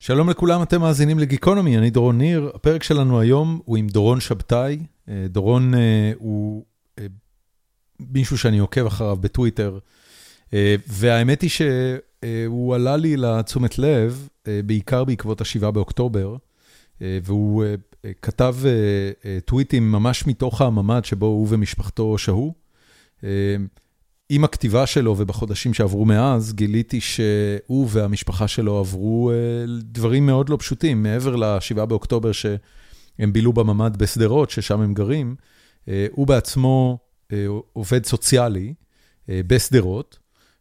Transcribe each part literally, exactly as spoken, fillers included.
שלום לכולם, אתם מאזינים לגיקונומי, אני דורון ניר. הפרק שלנו היום הוא עם דורון שבתאי. דורון הוא מישהו שאני עוקב אחריו בטוויטר, והאמת היא שהוא עלה לי לתשומת לב, בעיקר בעקבות השבעה באוקטובר, והוא כתב טוויטים ממש מתוך הממד שבו הוא ומשפחתו שהו. עם הכתיבה שלו ובחודשים שעברו מאז, גיליתי שהוא והמשפחה שלו עברו דברים מאוד לא פשוטים, מעבר לשבעה באוקטובר שהם בילו בממד בסדרות, ששם הם גרים. הוא בעצמו עובד סוציאלי בסדרות,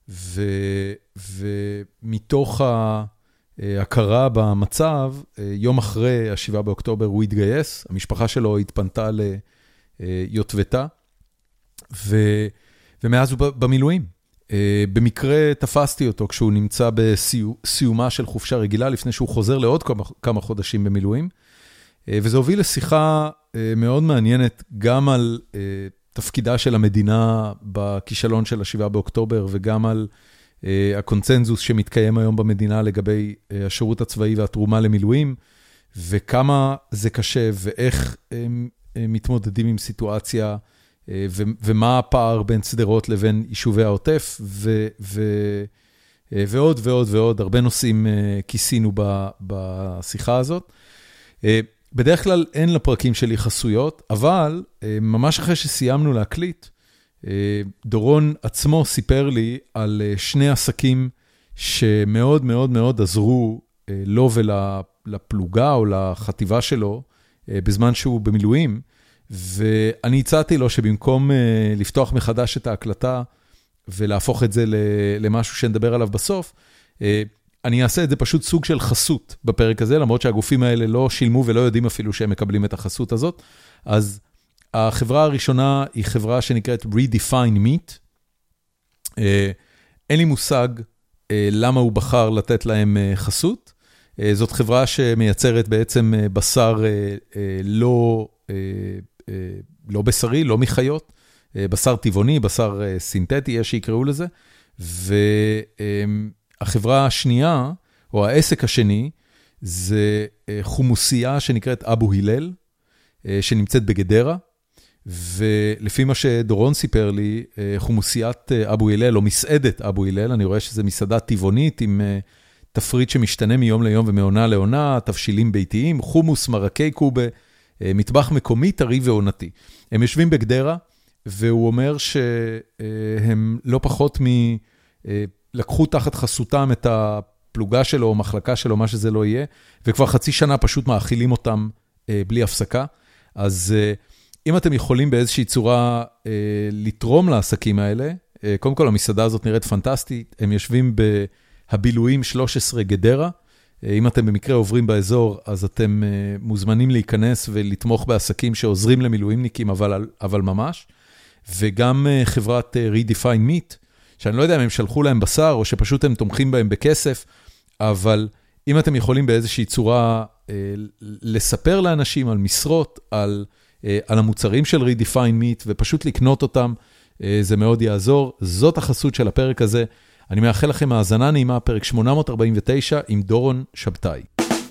ומתוך ההכרה במצב, יום אחרי השבעה באוקטובר הוא התגייס, המשפחה שלו התפנתה ליוטבתה, ו... ומאז הוא במילואים. במקרה תפסתי אותו כשהוא נמצא בסיומה של חופשה רגילה, לפני שהוא חוזר לעוד כמה, כמה חודשים במילואים, וזה הוביל לשיחה מאוד מעניינת, גם על תפקידה של המדינה בכישלון של השבעה באוקטובר, וגם על הקונצנזוס שמתקיים היום במדינה לגבי השירות הצבאי והתרומה למילואים, וכמה זה קשה, ואיך הם מתמודדים עם סיטואציה, ומה הפער בין סדרות לבין יישובי העוטף, ועוד ועוד ועוד, הרבה נושאים כיסינו בשיחה הזאת. בדרך כלל אין לפרקים שלי חסויות, אבל ממש אחרי שסיימנו להקליט, דורון עצמו סיפר לי על שני עסקים שמאוד מאוד מאוד עזרו לו ולפלוגה או לחטיבה שלו, בזמן שהוא במילואים, ואני הצעתי לו שבמקום לפתוח מחדש את ההקלטה ולהפוך את זה למשהו שנדבר עליו בסוף, אני אעשה את זה פשוט סוג של חסות בפרק הזה, למרות שהגופים האלה לא שילמו ולא יודעים אפילו שהם מקבלים את החסות הזאת. אז החברה הראשונה היא חברה שנקראת Redefine Meat. אין לי מושג למה הוא בחר לתת להם חסות. זאת חברה שמייצרת בעצם בשר לא... לא בשרי, לא מחיות, בשר טבעוני, בשר סינתטי, יש שיקראו לזה, והחברה השנייה, או העסק השני, זה חומוסייה שנקראת אבו הלל, שנמצאת בגדרה, ולפי מה שדורון סיפר לי, חומוסיית אבו הלל, או מסעדת אבו הלל, אני רואה שזה מסעדה טבעונית, עם תפריט שמשתנה מיום ליום ומעונה לעונה, תבשילים ביתיים, חומוס, מרקי קובה, מטבח מקומי, טרי ועונתי. הם יושבים בגדרה, והוא אומר שהם לא פחות מ... לקחו תחת חסותם את הפלוגה שלו, או מחלקה שלו, מה שזה לא יהיה, וכבר חצי שנה פשוט מאכילים אותם בלי הפסקה. אז אם אתם יכולים באיזושהי צורה לתרום לעסקים האלה, קודם כל המסעדה הזאת נראית פנטסטית, הם יושבים בהבילויים שלוש עשרה גדרה, אם אתם במקרה עוברים באזור, אז אתם מוזמנים להיכנס ולתמוך בעסקים שעוזרים למילואימניקים, אבל, אבל ממש. וגם חברת Redefine Meat, שאני לא יודע אם הם שלחו להם בשר, או שפשוט הם תומכים בהם בכסף, אבל אם אתם יכולים באיזושהי צורה לספר לאנשים על משרות, על, על המוצרים של Redefine Meat, ופשוט לקנות אותם, זה מאוד יעזור. זאת החסות של הפרק הזה. אני מאחל לכם האזנה נעימה, פרק שמונה מאות ארבעים ותשע עם דורון שבתאי.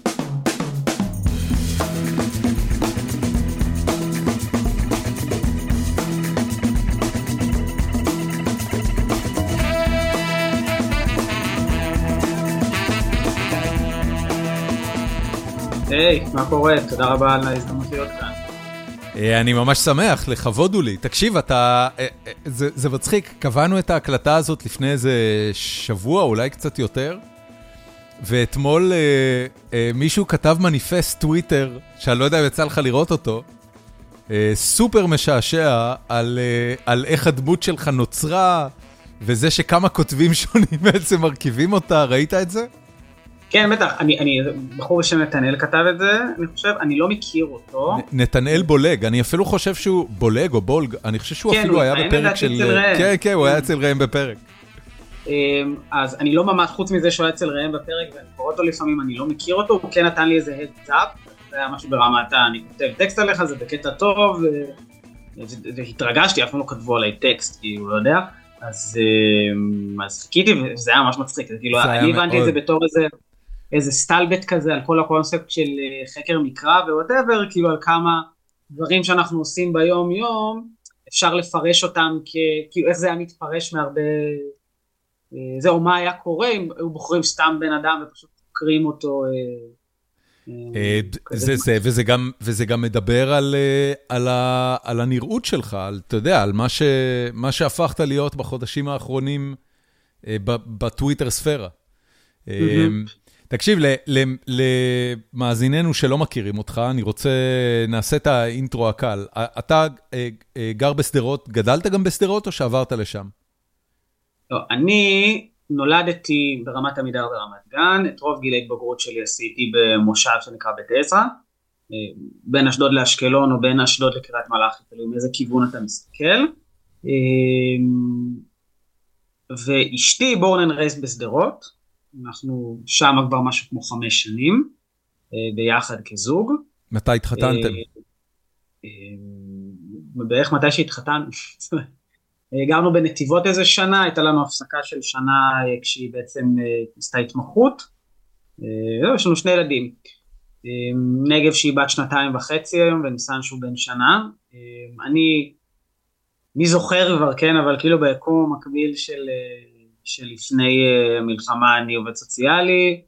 היי, מה קורה? תודה רבה על ההזדמנות להיות כאן. אני ממש שמח, לכבוד הוא לי. תקשיב, אתה, זה, זה מצחיק, קבענו את ההקלטה הזאת לפני איזה שבוע, אולי קצת יותר, ואתמול מישהו כתב מניפסט טוויטר, שאני לא יודע אם יצא לך לראות אותו, סופר משעשע על, על איך הדמות שלך נוצרה, וזה שכמה כותבים שונים בעצם מרכיבים אותה, ראית את זה? כן, בטח, אני, אני, בחור בשם נתנאל כתב את זה, אני חושב, אני לא מכיר אותו. נתנאל בולג, אני אפילו חושב שהוא בולג או בולג, אני חושב שהוא אפילו היה בפרק של... כן, כן, הוא היה אצל ראם בפרק. אז אני לא ממש, חוץ מזה שהוא היה אצל ראם בפרק, ואני קורא אותו לפעמים, אני לא מכיר אותו, הוא כן נתן לי איזה heads-up, זה היה משהו ברמת, אני כותב טקסט עליך, זה בקטע טוב, והתרגשתי, אף פעם לא כתבו עליי טקסט, כי הוא לא יודע, אז חיכיתי, וזה היה ממש מצחיק, אני הבנתי את זה בתור איזה... איזה סטלבט כזה על כל הקונספט של חקר מקרא ווואטאבר, כאילו על כמה דברים שאנחנו עושים ביום יום, אפשר לפרש אותם כאילו איך זה היה מתפרש מהרבה, זהו מה היה קורה אם היו בוחרים סתם בן אדם ופשוט חוקרים אותו. זה זה, וזה גם, וזה גם מדבר על, על, ה, על הנראות שלך, על, אתה יודע, על מה ש, מה שהפכת להיות בחודשים האחרונים בטוויטר ספירה. תקשיב, למאזיננו שלא מכירים אותך, אני רוצה, נעשה את האינטרו הקל. אתה גר בסדרות, גדלת גם בסדרות או שעברת לשם? לא, אני נולדתי ברמת עמידר ברמת גן, את רוב גילי התבגרות שלי עשיתי במושב שנקרא בית עזרא, בין אשדוד לאשקלון או בין אשדוד לקריית מלאכי, תלוי מאיזה כיוון אתה מסתכל. ואשתי בורן אנד רייזד בסדרות, אנחנו שם כבר משהו כמו חמש שנים, ביחד כזוג. מתי התחתנתם? בערך מתי שהתחתנו. גרנו בנתיבות איזה שנה, הייתה לנו הפסקה של שנה כשהיא בעצם עשתה התמחות. יש לנו שני ילדים. נגב שהיא בת שנתיים וחצי היום, וניסן שהוא בן שנה. אני, מי זוכר כבר, כן, אבל כאילו ביקום מקביל של... שלפני מלחמה אני עובד סוציאלי,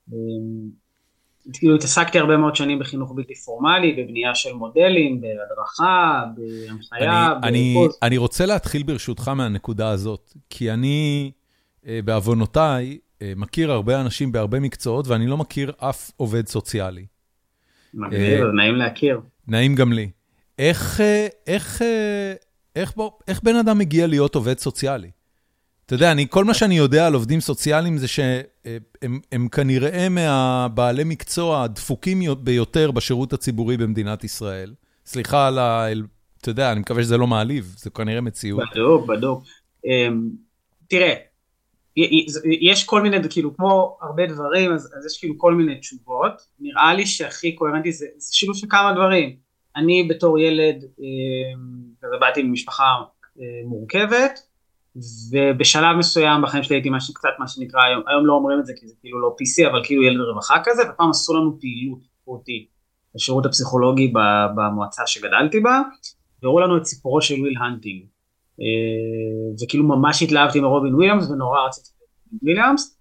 כאילו התעסקתי הרבה מאוד שנים בחינוך בלתי פורמלי, בבנייה של מודלים, בהדרכה, בהנחיה. אני רוצה להתחיל ברשותך מהנקודה הזאת, כי אני בעוונותיי מכיר הרבה אנשים בהרבה מקצועות, ואני לא מכיר אף עובד סוציאלי. מגניב, נעים להכיר. נעים גם לי. איך, איך, איך, איך בן אדם מגיע להיות עובד סוציאלי? אתה יודע, אני, כל מה שאני יודע על עובדים סוציאליים זה שהם הם כנראה מהבעלי מקצוע הדפוקים ביותר בשירות הציבורי במדינת ישראל. סליחה על ה... אתה יודע, אני מקווה שזה לא מעליב, זה כנראה מציאות. בדוק, בדוק. תראה, יש כל מיני, כאילו, כמו הרבה דברים, אז, אז יש כאילו כל מיני תשובות. נראה לי שהכי קוהרנטי זה, זה שילוב של כמה דברים. אני בתור ילד, באתי ממשפחה מורכבת, ובשלב מסוים בחיים שלי הייתי משהו קצת מה שנקרא היום, היום לא אומרים את זה כי זה כאילו לא פי סי, אבל כאילו ילד רווחה כזה, ופעם עשו לנו פעילות אותי, בשירות הפסיכולוגי במועצה שגדלתי בה, והראו לנו את סיפורו של וויל הנטינג, וכאילו ממש התלהבתי מרובין וויליאמס, ונורא רציתי את וויליאמס.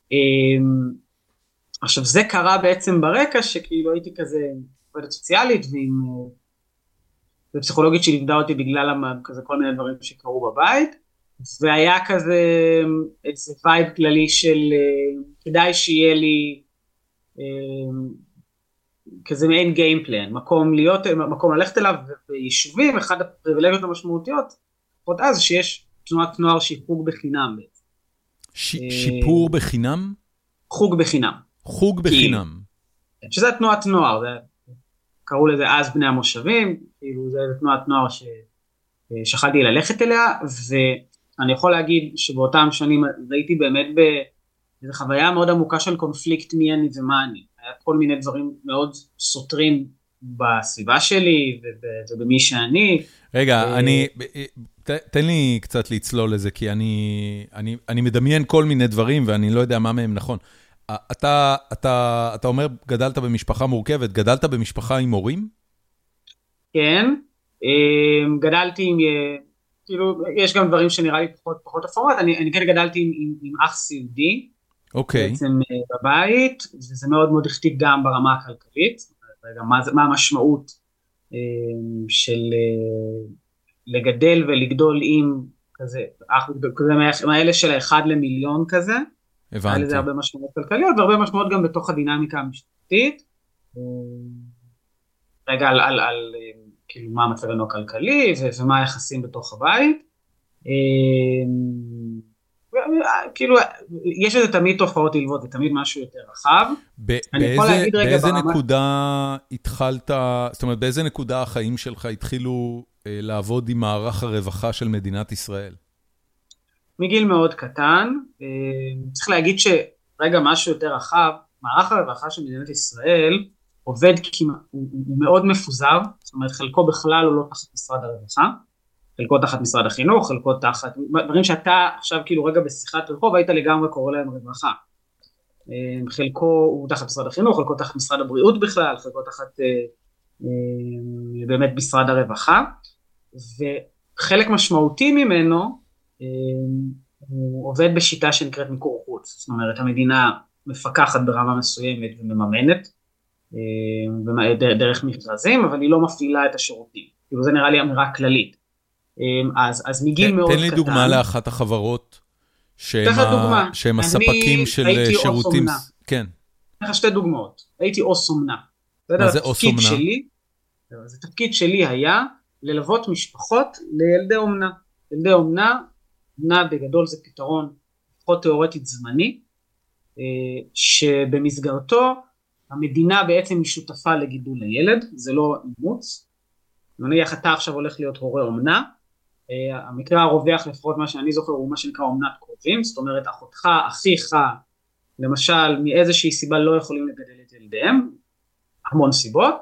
עכשיו זה קרה בעצם ברקע, שכאילו הייתי כזה עובדת סוציאלית, ועם פסיכולוגית שלימדה אותי בגלל כזה כל מיני דברים שקרו בבית, והיה כזה איזה וייב כללי של כדאי שיהיה לי כזה מעין גיימפלן, מקום להיות, מקום ללכת אליו ביישובים, אחד הפריבילגיות המשמעותיות, לפחות אז שיש תנועת נוער שהיא חוג בחינם. שיפור בחינם? חוג בחינם. חוג בחינם. שזה תנועת נוער, קראו לזה אז בני המושבים, כאילו זה תנועת נוער ששכלתי ללכת אליה, ו... אני יכול להגיד שבאותם שנים ראיתי באמת באיזו חוויה מאוד עמוקה של קונפליקט מי אני ומה אני. היה כל מיני דברים מאוד סותרים בסביבה שלי ובמי שאני. רגע, אני, תן לי קצת לצלול לזה, כי אני, אני, אני מדמיין כל מיני דברים ואני לא יודע מה מהם נכון. אתה, אתה, אתה אומר, גדלת במשפחה מורכבת, גדלת במשפחה עם הורים? כן, גדלתי עם... כאילו, יש גם דברים שנראה לי פחות, פחות הפורמט, אני, אני כן גדלתי עם, עם, עם אח סיעודי, אוקיי. בעצם בבית, וזה מאוד מאוד הכתיב גם ברמה הכלכלית, גם מה, מה המשמעות של לגדל ולגדול עם כזה, כזה מאלה של האחד למיליון כזה, הבנתי. היה לזה הרבה משמעות כלכליות, והרבה משמעות גם בתוך הדינמיקה המשפטית, רגע על, על, על כאילו מה מצבנו הכלכלי, ומה היחסים בתוך הבית. כאילו, יש לזה תמיד תופעות ללוות, זה תמיד משהו יותר רחב. באיזה נקודה התחלת, זאת אומרת, באיזה נקודה החיים שלך התחילו לעבוד עם מערך הרווחה של מדינת ישראל? מגיל מאוד קטן, צריך להגיד שרגע משהו יותר רחב, מערך הרווחה של מדינת ישראל, עובד כמעט, הוא, הוא מאוד מפוזר, זאת אומרת חלקו בכלל הוא לא תחת משרד הרווחה, חלקו תחת משרד החינוך, חלקו תחת, דברים שאתה עכשיו כאילו רגע בשיחת רחוב, היית לגמרי קורא להם רווחה. חלקו הוא תחת משרד החינוך, חלקו תחת משרד הבריאות בכלל, חלקו תחת באמת משרד הרווחה, וחלק משמעותי ממנו הוא עובד בשיטה שנקראת מיקור חוץ, זאת אומרת המדינה מפקחת ברמה מסוימת ומממנת דרך מכרזים, אבל היא לא מפעילה את השירותים, כאילו זה נראה לי אמירה כללית. אז, אז מגיל מאוד קטן. תן לי דוגמה לאחת החברות שהם הספקים של שירותים. כן. אני לך שתי דוגמאות. הייתי אוס אומנה. מה זה אוס אומנה? זה תפקיד שלי היה ללוות משפחות לילדי אומנה. ילדי אומנה, אומנה בגדול זה פתרון פחות תיאורטית זמני, שבמסגרתו המדינה בעצם היא שותפה לגידול הילד, זה לא אימוץ. נניח אתה עכשיו הולך להיות הורה אומנה, המקרה הרווח לפחות מה שאני זוכר הוא מה שנקרא אומנת קרובים, זאת אומרת אחותך, אחיך, למשל מאיזושהי סיבה לא יכולים לגדל את ילדיהם, המון סיבות,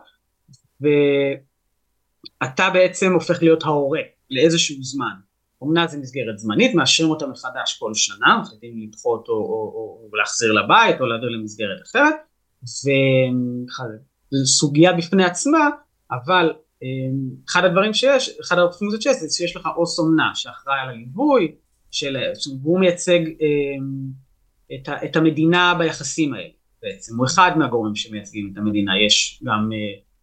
ואתה בעצם הופך להיות ההורה לאיזשהו זמן. אומנה זה מסגרת זמנית, מאשרים אותה מחדש כל שנה, מחליטים לדחות או, או, או, או להחזיר לבית או להעביר למסגרת אחרת, וזו סוגיה בפני עצמה, אבל אחד הדברים שיש, אחד הפונקציות שיש, זה שיש לך עו"ס אומנה שאחראי על הליווי, שהוא מייצג את, ה, את המדינה ביחסים האלה, בעצם הוא אחד מהגורמים שמייצגים את המדינה, יש גם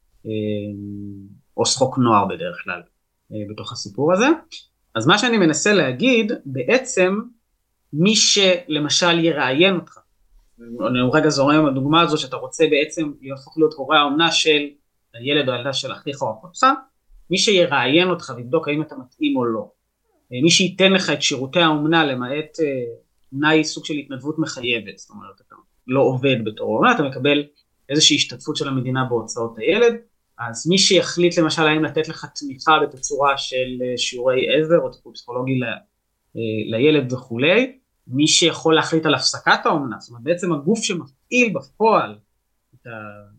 עו"ס חוק נוער בדרך כלל בתוך הסיפור הזה. אז מה שאני מנסה להגיד, בעצם מי שלמשל יראיין אותך, אני רגע זורם הדוגמה הזו שאתה רוצה בעצם להפוך להיות הורי האומנה של הילד או הילדה של אחיך או אחותך, מי שיראיין אותך ויבדוק האם אתה מתאים או לא, מי שייתן לך את שירותי האומנה, למעט אומנה היא סוג של התנדבות מחייבת, זאת אומרת אתה לא עובד בתור אומנה, אתה מקבל איזושהי השתתפות של המדינה בהוצאות הילד, אז מי שיחליט למשל האם לתת לך תמיכה בתצורה של שיעורי עזר או טיפול פסיכולוגי לילד וכולי, מי שיכול להחליט על הפסקת האומנה, זאת אומרת בעצם הגוף שמפעיל בפועל את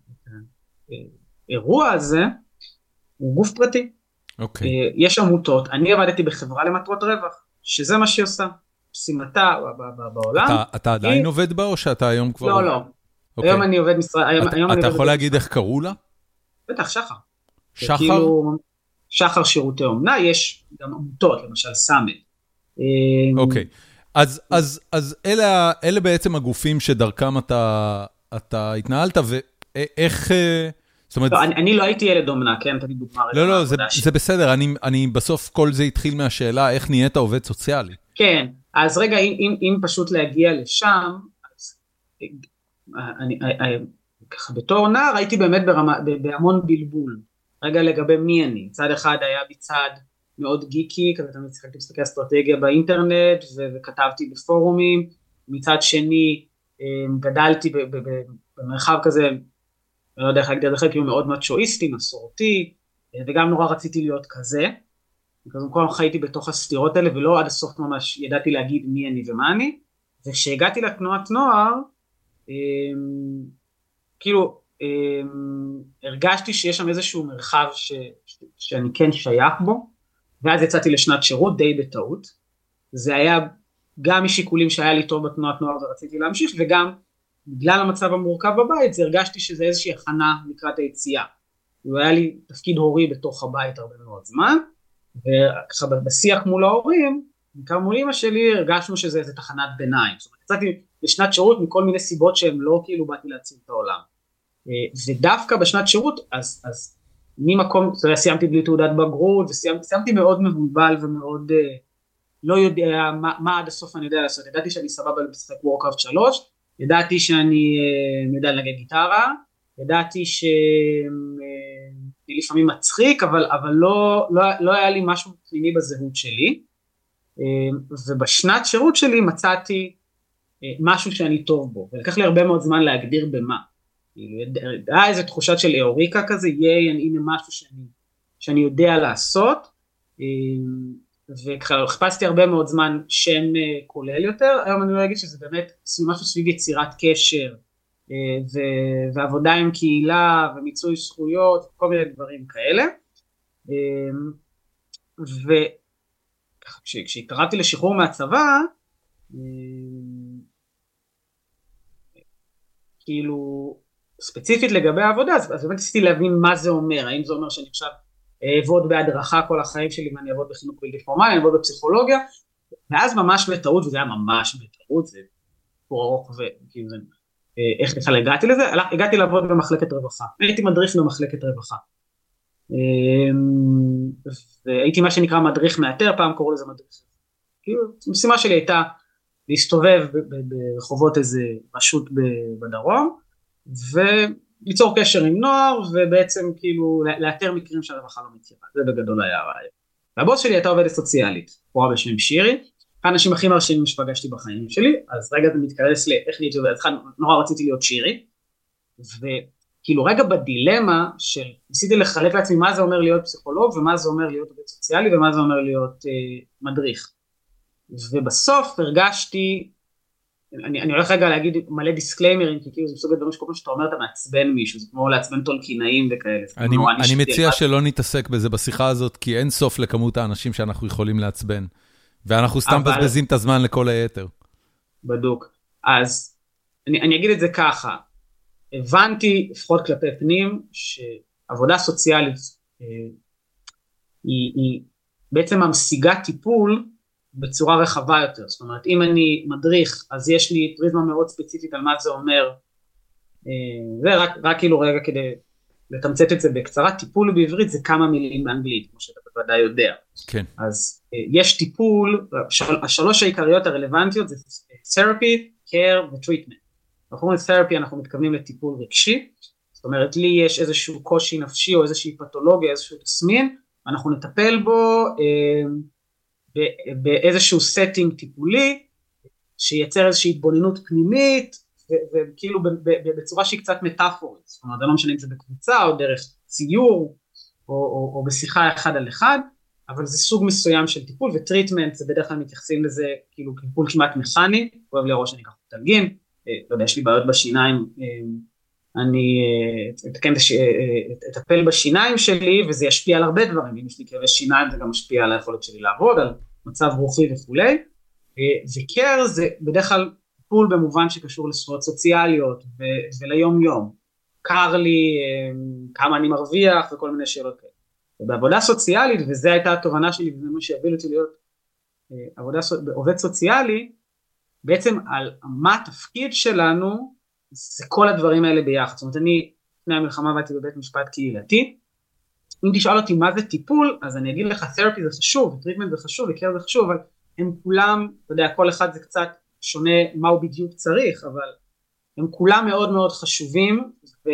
האירוע הזה, הוא גוף פרטי. Okay. יש עמותות, אני עבדתי בחברה למטרות רווח, שזה מה שהיא עושה, שימתה בעולם. אתה, אתה עדיין היא... עובד בה או שאתה היום כבר... לא, לא. Okay. היום אני עובד משרד... אתה, היום אתה יכול להגיד איך קראו לה? בטח, שחר. שחר? כאילו, שחר שירותי אומנה, יש גם עמותות, למשל סאמד. אוקיי. אז, אז, אז אלה, אלה בעצם הגופים שדרכם אתה, אתה התנהלת, ואיך... זאת אומרת... לא, אני, אני לא הייתי ילד אומנה, כן? תביא דוגמה רגע. לא, לא, זה, זה בסדר. אני, אני בסוף כל זה התחיל מהשאלה, איך נהיית עובד סוציאלי? כן. אז רגע, אם, אם, אם פשוט להגיע לשם, אז אני, אני, ככה בתור נער הייתי באמת ברמה, בהמון בלבול. רגע לגבי מי אני. צד אחד היה בצד מאוד גיקי, כזה תמיד צריכתי להסתכל אסטרטגיה באינטרנט, ו- וכתבתי בפורומים. מצד שני, גדלתי במרחב כזה, אני לא יודע איך להגדיר לכם, כאילו מאוד מצ'ואיסטי, מסורתי, וגם נורא רציתי להיות כזה. כזה כל חייתי בתוך הסתירות האלה, ולא עד הסוף ממש ידעתי להגיד מי אני ומה אני. וכשהגעתי לתנועת נוער, כאילו, הרגשתי שיש שם איזשהו מרחב ש- ש- שאני כן שייך בו, ואז יצאתי לשנת שירות די בטעות. זה היה גם משיקולים שהיה לי טוב בתנועת נוער ורציתי להמשיך, וגם בגלל המצב המורכב בבית, זה הרגשתי שזה איזושהי הכנה לקראת היציאה. היה לי תפקיד הורי בתוך הבית הרבה מאוד זמן, וככה בשיח מול ההורים, בעיקר מול אמא שלי, הרגשנו שזה איזה תחנת ביניים. זאת אומרת, יצאתי לשנת שירות מכל מיני סיבות שהן לא כאילו באתי להציל את העולם. ודווקא בשנת שירות, אז, אז ממקום, זאת אומרת, סיימתי בלי תעודת בגרות, וסיימתי מאוד מבולבל ומאוד לא יודע מה, מה עד הסוף אני יודע לעשות. ידעתי שאני סבבה לשחק וורקראפט שלוש, ידעתי שאני יודע לנגן גיטרה, ידעתי שאני לפעמים מצחיק, אבל, אבל לא, לא, לא היה לי משהו פנימי בזהות שלי, ובשנת שירות שלי מצאתי משהו שאני טוב בו, ולקח לי הרבה מאוד זמן להגדיר במה. היה איזו תחושת של איאוריקה כזה, יאי, הנה משהו שאני, שאני יודע לעשות, והחפשתי הרבה מאוד זמן שם כולל יותר. היום אני לא אגיד שזה באמת משהו סביב יצירת קשר, ועבודה עם קהילה, ומיצוי זכויות, כל מיני דברים כאלה. וכשהתקרבתי לשחרור מהצבא, כאילו, ספציפית לגבי העבודה, אז, אז באמת ניסיתי להבין מה זה אומר, האם זה אומר שאני עכשיו אעבוד בהדרכה כל החיים שלי, ואני אעבוד בחינוך בלתי פורמלי, אני אעבוד בפסיכולוגיה, ואז ממש בטעות, וזה היה ממש בטעות, זה סיפור ארוך וכאילו זה, איך בכלל הגעתי לזה, הגעתי לעבוד במחלקת רווחה, הייתי מדריך במחלקת רווחה, והייתי מה שנקרא מדריך מאתר, פעם קראו לזה מדריך, כאילו, המשימה שלי הייתה להסתובב ברחובות איזה רשות בדרום, וליצור קשר עם נוער, ובעצם כאילו לאתר מקרים שהרווחה לא מכירה, זה בגדול היה הרעיון. והבוס שלי הייתה עובדת סוציאלית, קוראה בשם שירי, האנשים הכי מרשימים שפגשתי בחיים שלי, אז רגע זה מתכנס לאיך נהייתי עובדת, נורא רציתי להיות שירי, וכאילו רגע בדילמה של ניסיתי לחלק לעצמי מה זה אומר להיות פסיכולוג, ומה זה אומר להיות עובד סוציאלי, ומה זה אומר להיות אה, מדריך. ובסוף הרגשתי, אני, אני הולך רגע להגיד מלא דיסקליימרים, כי כאילו זה מסוג הדברים שכל פעם שאתה אומר אתה מעצבן מישהו, זה כמו לעצבן טולקינאים וכאלה. אני, אני מציע שלא נתעסק בזה בשיחה הזאת, כי אין סוף לכמות האנשים שאנחנו יכולים לעצבן, ואנחנו סתם אבל... בזבזים את הזמן לכל היתר. בדוק. אז אני, אני אגיד את זה ככה, הבנתי לפחות כלפי פנים, שעבודה סוציאלית אה, היא, היא בעצם המשיגה טיפול, בצורה רחבה יותר, זאת אומרת, אם אני מדריך, אז יש לי פריזמה מאוד ספציפית על מה זה אומר, זה רק, רק כאילו רגע כדי לתמצת את זה בקצרה, טיפול בעברית זה כמה מילים באנגלית, כמו שאתה בוודאי יודע. כן. אז יש טיפול, השלוש העיקריות הרלוונטיות זה therapy, care ו-treatment. אנחנו אומרים therapy, אנחנו מתכוונים לטיפול רגשי, זאת אומרת, לי יש איזשהו קושי נפשי או איזושהי פתולוגיה, איזשהו תסמין, אנחנו נטפל בו, באיזשהו setting טיפולי, שייצר איזושהי התבוננות פנימית, וכאילו בצורה שהיא קצת מטאפורית, זאת אומרת, לא משנה אם זה בקבוצה, או דרך ציור, או, או, או בשיחה אחד על אחד, אבל זה סוג מסוים של טיפול, וטריטמנט זה בדרך כלל מתייחסים לזה, כאילו טיפול כמעט מכני, כואב לי הראש, אני אקח תלגין, לא יודע, יש לי בעיות בשיניים, אני אתקן, אטפל בשיניים שלי, וזה ישפיע על הרבה דברים, אם יש לי כאבי שיניים, זה גם משפיע על היכולת שלי לעבוד, על מצב רוחי וכולי, וקר זה בדרך כלל טיפול במובן שקשור לזכויות סוציאליות, וליום יום, קר לי כמה אני מרוויח, וכל מיני שאלות כאלה. ובעבודה סוציאלית, וזו הייתה התובנה שלי, וזה מה שהביא אותי להיות עבודה, עובד סוציאלי, בעצם על מה התפקיד שלנו, זה כל הדברים האלה ביחד. זאת אומרת, אני לפני המלחמה עבדתי בבית משפט קהילתי, אם תשאל אותי מה זה טיפול, אז אני אגיד לך, therapy זה חשוב, טריטמנט זה חשוב, וקר זה חשוב, אבל הם כולם, אתה יודע, כל אחד זה קצת שונה מה הוא בדיוק צריך, אבל הם כולם מאוד מאוד חשובים,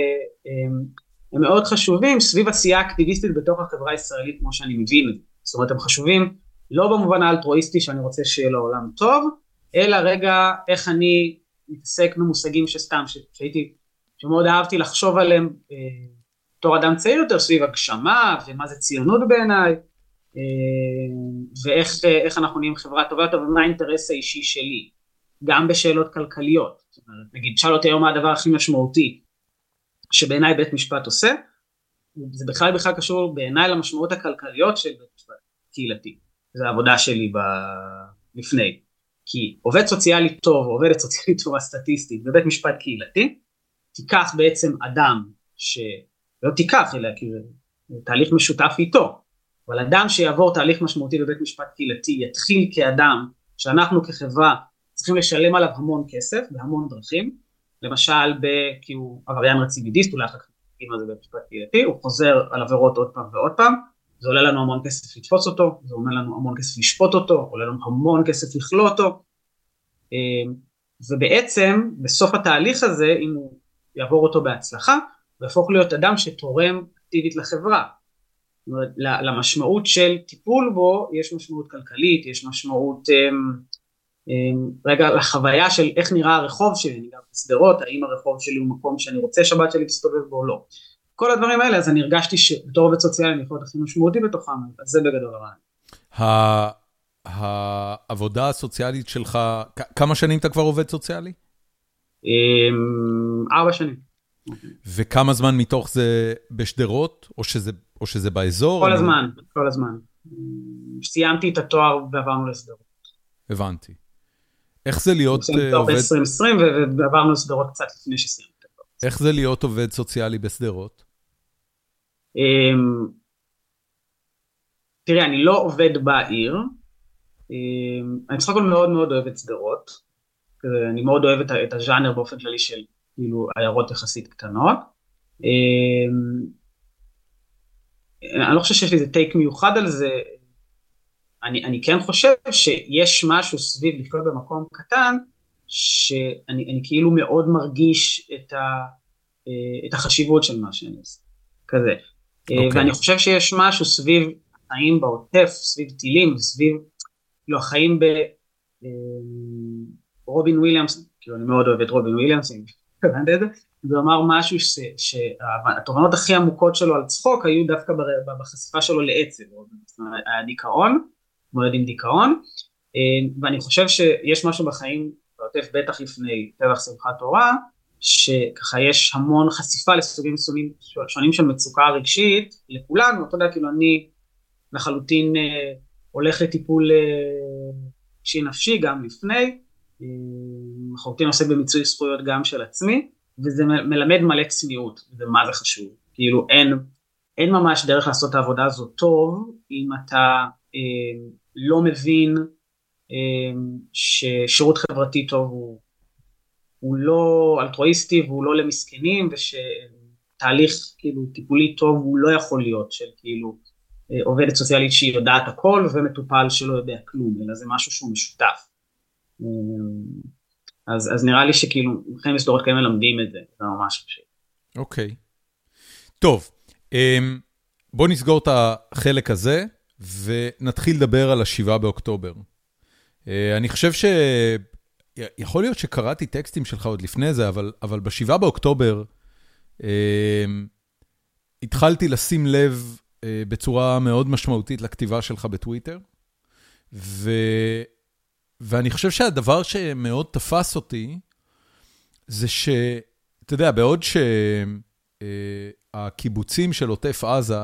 והם מאוד חשובים סביב עשייה אקטיביסטית בתוך החברה הישראלית, כמו שאני מבין. זאת אומרת, הם חשובים לא במובן האלטרואיסטי שאני רוצה שיהיה לעולם טוב, אלא רגע איך אני מתעסק במושגים שסתם, שהייתי, שמאוד אהבתי לחשוב עליהם אה, תור אדם צעיר יותר, סביב הגשמה, ומה זה ציונות בעיניי, אה, ואיך איך אנחנו נהיים חברה טובה יותר, ומה האינטרס האישי שלי, גם בשאלות כלכליות. זאת אומרת, נגיד, שאל אותי היום מה הדבר הכי משמעותי, שבעיניי בית משפט עושה, זה בכלל בכלל קשור בעיניי למשמעות הכלכליות של בית משפט קהילתי, זה העבודה שלי ב... לפני. כי עובד סוציאלי טוב, עובדת סוציאלית טובה סטטיסטית, בבית משפט קהילתי, תיקח בעצם אדם, שלא תיקח, אלא כי זה תהליך משותף איתו, אבל אדם שיעבור תהליך משמעותי בבית משפט קהילתי, יתחיל כאדם, שאנחנו כחברה, צריכים לשלם עליו המון כסף, בהמון דרכים, למשל, כי הוא עבריין רצידיביסט, אולי אחר כך נגיד מה זה בבית משפט קהילתי, הוא חוזר על עבירות עוד פעם ועוד פעם, זה עולה לנו המון כסף לתפוס אותו, זה עולה לנו המון כסף לשפוט אותו, עולה לנו המון כסף לכלוא אותו, ובעצם בסוף התהליך הזה, אם הוא יעבור אותו בהצלחה, הוא יהפוך להיות אדם שתורם אקטיבית לחברה. זאת אומרת, למשמעות של טיפול בו, יש משמעות כלכלית, יש משמעות, רגע, לחוויה של איך נראה הרחוב שלי, אני גם בסדרות, האם הרחוב שלי הוא מקום שאני רוצה שבת שלי תסתובב בו או לא. כל הדברים האלה, אז אני הרגשתי שבתור עובד סוציאלי אני יכול להיות הכי משמעותי בתוכם, אז זה בגדול הרעיון. העבודה הסוציאלית שלך, כמה שנים אתה כבר עובד סוציאלי? ארבע שנים. וכמה זמן מתוך זה בשדרות, או שזה, או שזה באזור? כל הזמן, כל הזמן. סיימתי את התואר ועברנו לסדרות. הבנתי. איך זה להיות עובד? עשרים עשרים ועברנו לסדרות קצת לפני שסיימתי. איך זה להיות עובד סוציאלי בסדרות? תראה, אני לא עובד בעיר, אני בסך הכל מאוד מאוד אוהב את סדרות, אני מאוד אוהב את הז'אנר באופן כללי של כאילו עיירות יחסית קטנות, אני לא חושב שיש לי איזה טייק מיוחד על זה, אני, אני כן חושב שיש משהו סביב לחיות במקום קטן, שאני אני כאילו מאוד מרגיש את, ה, את החשיבות של מה שאני עושה, כזה. Okay. ואני חושב שיש משהו סביב החיים בעוטף, סביב טילים, סביב, לא, החיים ברובין וויליאמס, כאילו אני מאוד אוהב את רובין וויליאמס, זה אמר משהו ש, שהתובנות הכי עמוקות שלו על צחוק, היו דווקא בחשיפה שלו לעצב, הדיכאון, מועד עם דיכאון, ואני חושב שיש משהו בחיים, בעוטף בטח לפני טבח שמחת תורה, שככה יש המון חשיפה לסוגים שונים, שונים של מצוקה רגשית, לכולנו, אתה יודע, כאילו אני לחלוטין הולך לטיפול רגשי נפשי גם לפני, לחלוטין עוסק במיצוי זכויות גם של עצמי, וזה מלמד מלא צניעות, וזה מה זה חשוב, כאילו אין, אין ממש דרך לעשות את העבודה הזאת טוב, אם אתה אה, לא מבין אה, ששירות חברתי טוב הוא, הוא לא אלטרואיסטי, והוא לא למסכנים, ושתהליך כאילו טיפולי טוב הוא לא יכול להיות של כאילו אה, עובדת סוציאלית שהיא יודעת הכל, ומטופל שלא יודע כלום, אלא זה משהו שהוא משותף. אה, אז, אז נראה לי שכאילו, מבחינת מסדרות כאלה מלמדים את זה, זה ממש קשה. אוקיי. טוב, בוא נסגור את החלק הזה, ונתחיל לדבר על השבעה באוקטובר. אני חושב ש... יכול להיות שקראתי טקסטים שלך עוד לפני זה, אבל, אבל בשבעה באוקטובר, התחלתי לשים לב בצורה מאוד משמעותית לכתיבה שלך בטוויטר, ו... ואני חושב שהדבר שמאוד תפס אותי, זה ש, אתה יודע, בעוד שהקיבוצים של עוטף עזה,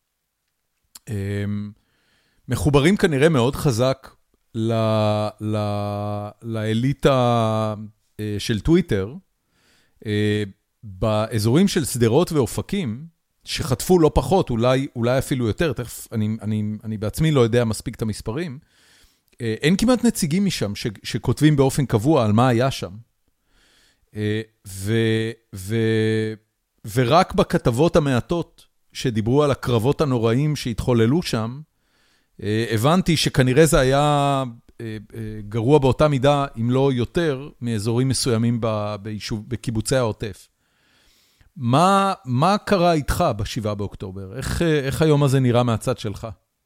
מחוברים כנראה מאוד חזק ל, ל, לאליטה של טוויטר, באזורים של סדרות ואופקים, שחטפו לא פחות, אולי, אולי אפילו יותר, תכף אני, אני, אני בעצמי לא יודע מספיק את המספרים, אין כמעט נציגים משם ש, שכותבים באופן קבוע על מה היה שם. ו, ו, ורק בכתבות המעטות שדיברו על הקרבות הנוראים שהתחוללו שם, הבנתי שכנראה זה היה גרוע באותה מידה, אם לא יותר, מאזורים מסוימים ביישוב, בקיבוצי העוטף. מה, מה קרה איתך בשבעה באוקטובר? איך, איך היום הזה נראה מהצד שלך?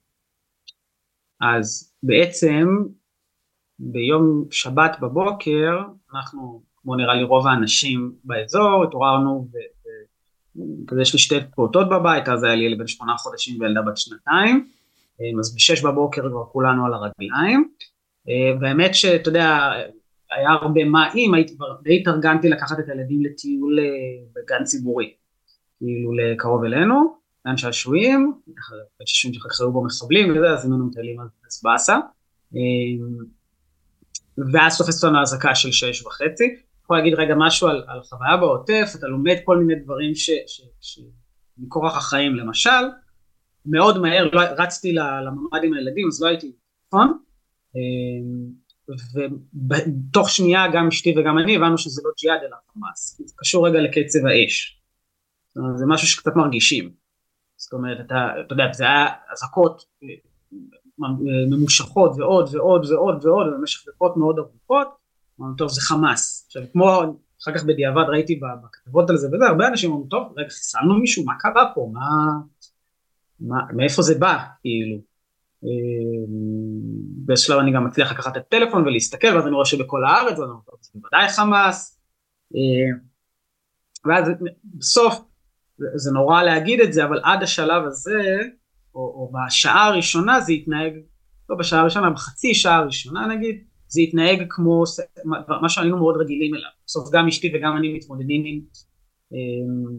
אז בעצם ביום שבת בבוקר, אנחנו, כמו נראה לי רוב האנשים באזור, התעוררנו, וכזה יש לי שתי פעוטות בבית, אז היה לי ילד בן שמונה חודשים וילדה בת שנתיים, אז בשש בבוקר כבר כולנו על הרגליים, והאמת שאתה יודע, היה הרבה מים, הייתי כבר די התארגנתי לקחת את הילדים לטיול בגן ציבורי, כאילו לקרוב אלינו, גן שעשועים, שעשועים שחקרו בו מחבלים, וזה, אז אימנו מטיילים על סבאסה, ואז תופסת לנו הזקה של שש וחצי, יכול להגיד רגע משהו על, על חוויה בעוטף, אתה לומד כל מיני דברים ש, ש, ש, מכורח החיים למשל, מאוד מהר, לא, רצתי לממד עם הילדים, אז לא הייתי נכון, ובתוך שנייה גם אשתי וגם אני הבנו שזה לא ג'יהאד אלא חמאס, זה קשור רגע לקצב האש, זה משהו שקצת מרגישים, זאת אומרת, אתה, אתה יודע, זה היה הזקות ממושכות ועוד ועוד ועוד ועוד, במשך דקות מאוד ארוכות, טוב, זה חמאס, עכשיו כמו אחר כך בדיעבד ראיתי בכתבות על זה וזה, הרבה אנשים אומרים, טוב, רגע, חיסלנו מישהו, מה קרה פה, מה, מה, מאיפה זה בא, כאילו, בשלב אני גם מצליח לקחת את הטלפון ולהסתכל, ואז אני רואה שבכל הארץ, ואני אומר, זה בוודאי חמאס, ואז בסוף, זה נורא להגיד את זה, אבל עד השלב הזה, או, או בשעה הראשונה זה יתנהג, לא בשעה הראשונה, בחצי שעה הראשונה נגיד, זה יתנהג כמו מה שהיינו מאוד רגילים אליו. בסוף גם אשתי וגם אני מתמודדים עם, עם,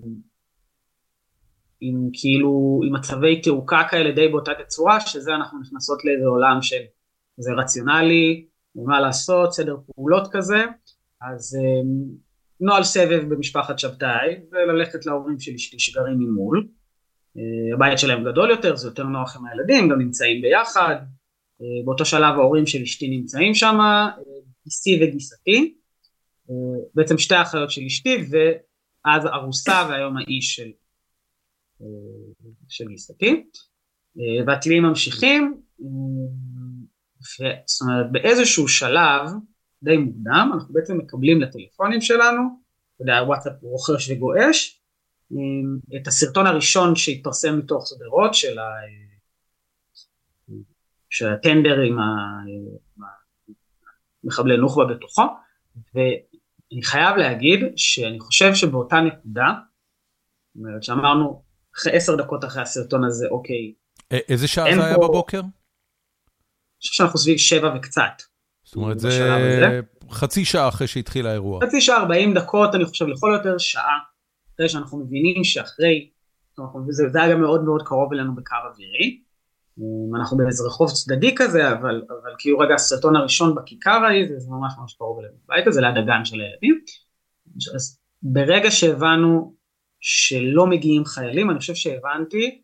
עם כאילו, עם מצבי תעוקה כאלה די באותה תצורה, שזה אנחנו נכנסות לאיזה עולם של, זה רציונלי, מה לעשות, סדר פעולות כזה, אז נועל סבב במשפחת שבתאי, וללכת להורים של אשתי שגרים ממול, הבית שלהם גדול יותר, זה יותר נוח עם הילדים, גם נמצאים ביחד, באותו שלב ההורים של אשתי נמצאים שם, גיסי וגיסתי, בעצם שתי האחיות של אשתי, ואז ארוסה והיום האיש של, של גיסתי, והטילים ממשיכים, זאת אומרת באיזשהו שלב די מוקדם, אנחנו בעצם מקבלים לטלפונים שלנו, אתה יודע, וואטסאפ רוכש וגואש, את הסרטון הראשון שהתפרסם מתוך סדרות של, ה... של הטנדר עם המחבלי נוח'בה בתוכו, ואני חייב להגיד שאני חושב שבאותה נקודה, זאת אומרת שאמרנו אחרי עשר דקות אחרי הסרטון הזה, אוקיי. איזה שעה זה היה בבוקר? אני חושב שאנחנו סביב שבע וקצת. זאת אומרת זה חצי שעה אחרי שהתחיל האירוע. חצי שעה, ארבעים דקות, אני חושב לכל יותר שעה, אחרי שאנחנו מבינים שאחרי, זה, זה היה גם מאוד מאוד קרוב אלינו בקו אווירי, אנחנו באיזה רחוב צדדי כזה, אבל, אבל כאילו רגע הסרטון הראשון בכיכר ההיא, זה, זה ממש ממש קרוב אלינו בבית הזה, ליד הגן של הילדים, אז ברגע שהבנו שלא מגיעים חיילים, אני חושב שהבנתי,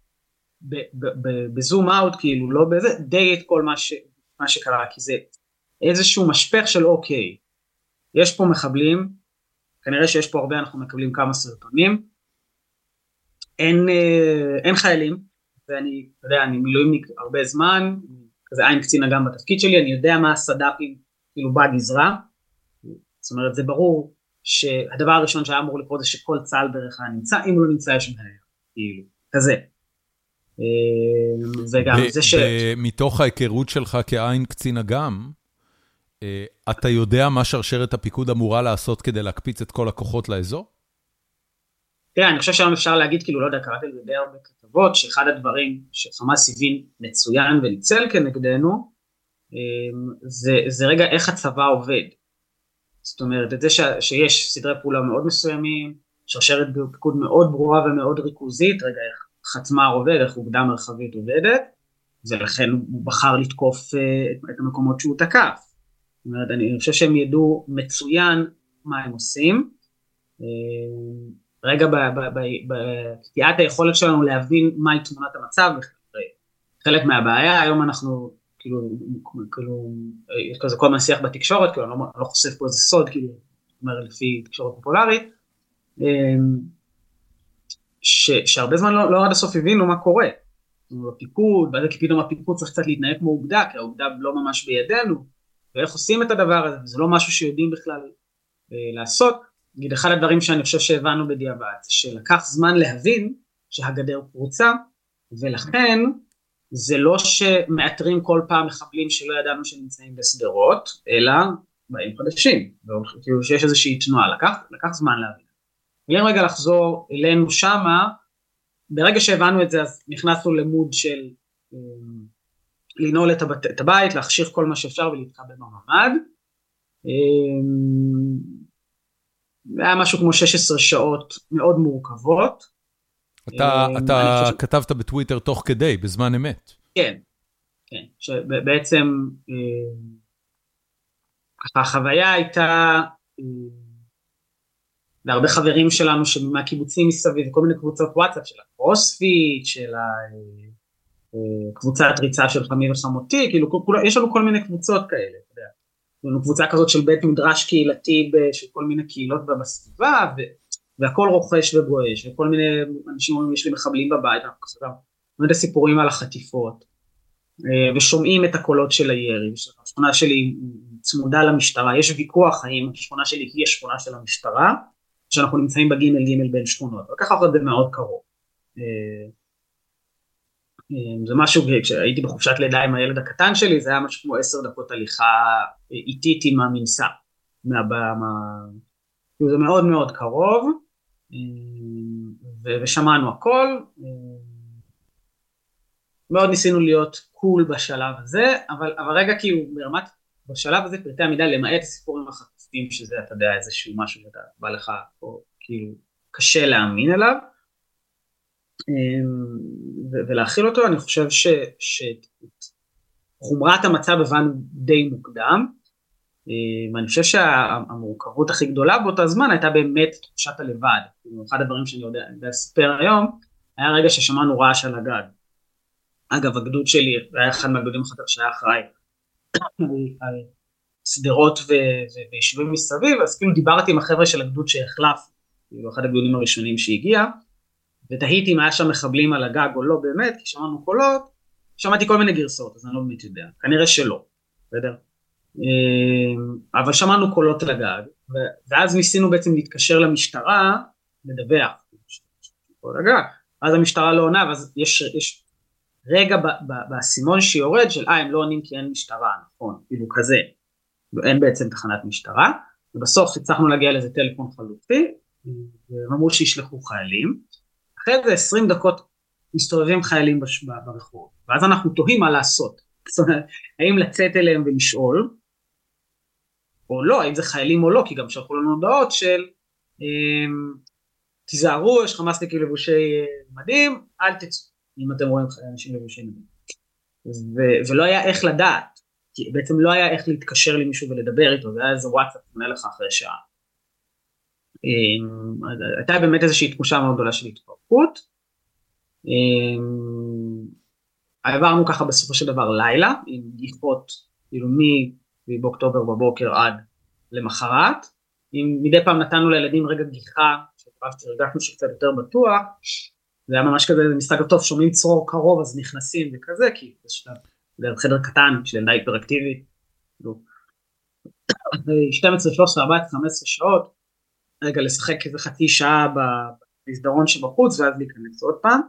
בזום אאוט כאילו, לא בזה, די את כל מה, ש, מה שקרה, כי זה איזשהו משפך של אוקיי, יש פה מחבלים, כנראה שיש פה הרבה, אנחנו מקבלים כמה סרטונים, אין, אין חיילים, ואני, אתה יודע, אני מילואימניק הרבה זמן, כזה עין קצינה גם בתפקיד שלי, אני יודע מה הסד"פים, כאילו בגזרה, זאת אומרת, זה ברור שהדבר הראשון שהיה אמור לקרות זה שכל צה"ל בערך היה נמצא, אם הוא לא נמצא יש בעיה, כאילו, כזה. וגם זה ש... מתוך ההיכרות שלך כעין קצינה גם, אתה יודע מה שרשרת הפיקוד אמורה לעשות כדי להקפיץ את כל הכוחות לאזור? תראה, אני חושב שהיום אפשר להגיד, כאילו, לא יודע, קראתי על ידי הרבה כתבות, שאחד הדברים שחמאס הבין מצוין וניצל כנגדנו, זה, זה רגע איך הצבא עובד. זאת אומרת, את זה ש, שיש סדרי פעולה מאוד מסוימים, שרשרת פיקוד מאוד ברורה ומאוד ריכוזית, רגע איך חצמ"ר עובד, איך אוגדה מרחבית עובדת, ולכן הוא בחר לתקוף את המקומות שהוא תקף. זאת אומרת, אני חושב שהם ידעו מצוין מה הם עושים, רגע בקטיעת היכולת שלנו להבין מהי תמונת המצב, חלק מהבעיה, היום אנחנו, כאילו, כאילו, יש כזה כל מיני שיח בתקשורת, כאילו, אני לא, לא חושף פה איזה סוד, כאילו, זאת אומרת, לפי תקשורת פופולרית, ש, שהרבה זמן לא, לא עד הסוף הבינו מה קורה, הפיקוד, ואז פתאום הפיקוד צריך קצת להתנהג כמו עובדה, כי העובדה לא ממש בידינו, ואיך עושים את הדבר הזה, זה לא משהו שיודעים בכלל לעשות, נגיד, אחד הדברים שאני חושב שהבנו בדיעבד, זה שלקח זמן להבין שהגדר פרוצה, ולכן זה לא שמאתרים כל פעם מחבלים שלא ידענו שנמצאים בסדרות, אלא באים חדשים, כאילו שיש איזושהי תנועה, לקח, לקח זמן להבין. ואם רגע לחזור אלינו שמה, ברגע שהבנו את זה, אז נכנסנו למוד של לנעול את, הבת, את הבית, להכשיר כל מה שאפשר ולהתחבא בממ"ד, זה היה משהו כמו שש עשרה שעות מאוד מורכבות. אתה, אתה כתבת בטוויטר תוך כדי, בזמן אמת. כן, כן, שבעצם, ככה החוויה הייתה, להרבה חברים שלנו מהקיבוצים מסביב, כל מיני קבוצות וואטסאפ של הקרוספיט, של קבוצת ריצה של חמי וחמותי, כאילו יש לנו כל מיני קבוצות כאלה, אתה יודע. יש לנו קבוצה כזאת של בית מדרש קהילתי של כל מיני קהילות בסביבה, והכל רוכש וגואש, וכל מיני אנשים אומרים, יש לי מחבלים בבית, אנחנו כסותם, אומרים את הסיפורים על החטיפות, ושומעים את הקולות של הירי, השכונה שלי צמודה למשטרה, יש ויכוח האם השכונה שלי היא השכונה של המשטרה, שאנחנו נמצאים בגימל גימל בין שכונות, וככה זה מאוד קרוב. זה משהו, כשהייתי בחופשת לידה עם הילד הקטן שלי, זה היה משהו כמו עשר דקות הליכה איטית עם המנסה, זה מאוד מאוד קרוב, ושמענו הכל, מאוד ניסינו להיות קול בשלב הזה, אבל, אבל רגע כאילו ברמת, בשלב הזה פרטי המידע למעט סיפורים החטופים, שזה אתה יודע איזשהו משהו שאתה בא לך, או כאילו קשה להאמין אליו, ולהכיל אותו, אני חושב שחומרת המצב הבנו די מוקדם, ואני חושב שהמורכבות הכי גדולה באותה זמן הייתה באמת תחושת הלבד. אחד הדברים שאני יודע לספר היום, היה רגע ששמענו רעש על הגג. אגב, הגדוד שלי, היה אחד מהגדודים אחר שהיה אחראי על סדרות וישובים מסביב, אז כאילו דיברתי עם החבר'ה של הגדוד שהחלף, כאילו אחד הגדודים הראשונים שהגיע, ותהיתי אם היה שם מחבלים על הגג או לא באמת, כי שמענו קולות, שמעתי כל מיני גרסאות, אז אני לא באמת יודע, כנראה שלא, בסדר? אבל שמענו קולות לגג, ואז ניסינו בעצם להתקשר למשטרה, לדווח, אז המשטרה לא עונה, ואז יש, יש רגע בסימון שיורד של, אה, הם לא עונים כי אין משטרה, נכון, כאילו כזה, אין בעצם תחנת משטרה, ובסוף הצלחנו להגיע לאיזה טלפון חלופי, והם אמרו שישלחו חיילים, אחרי זה עשרים דקות מסתובבים חיילים ברחוב, ואז אנחנו תוהים מה לעשות, זאת אומרת, האם לצאת אליהם ולשאול, או לא, האם זה חיילים או לא, כי גם שלחו לנו הודעות של, תיזהרו, יש חמאסניקי לבושי מדים, אל תצאו, אם אתם רואים אנשים לבושי מדים. ולא היה איך לדעת, כי בעצם לא היה איך להתקשר למישהו ולדבר איתו, זה היה איזה וואטסאפ, פונה לך אחרי שעה. הייתה באמת איזושהי תחושה מאוד גדולה של התפרקות. עברנו ככה בסופו של דבר לילה, עם גיחות, כאילו באוקטובר בבוקר עד למחרת, מדי פעם נתנו לילדים רגע גיחה, שהרגשנו שקצת יותר בטוח, זה היה ממש כזה משחק טוב, שומעים צרור קרוב אז נכנסים וכזה, כי זה חדר קטן של ילדה היפראקטיבית, שתים עשרה, שלוש עשרה, ארבע עשרה, חמש עשרה שעות, רגע לשחק איזה חצי שעה במסדרון שבחוץ, ואז להיכנס עוד פעם,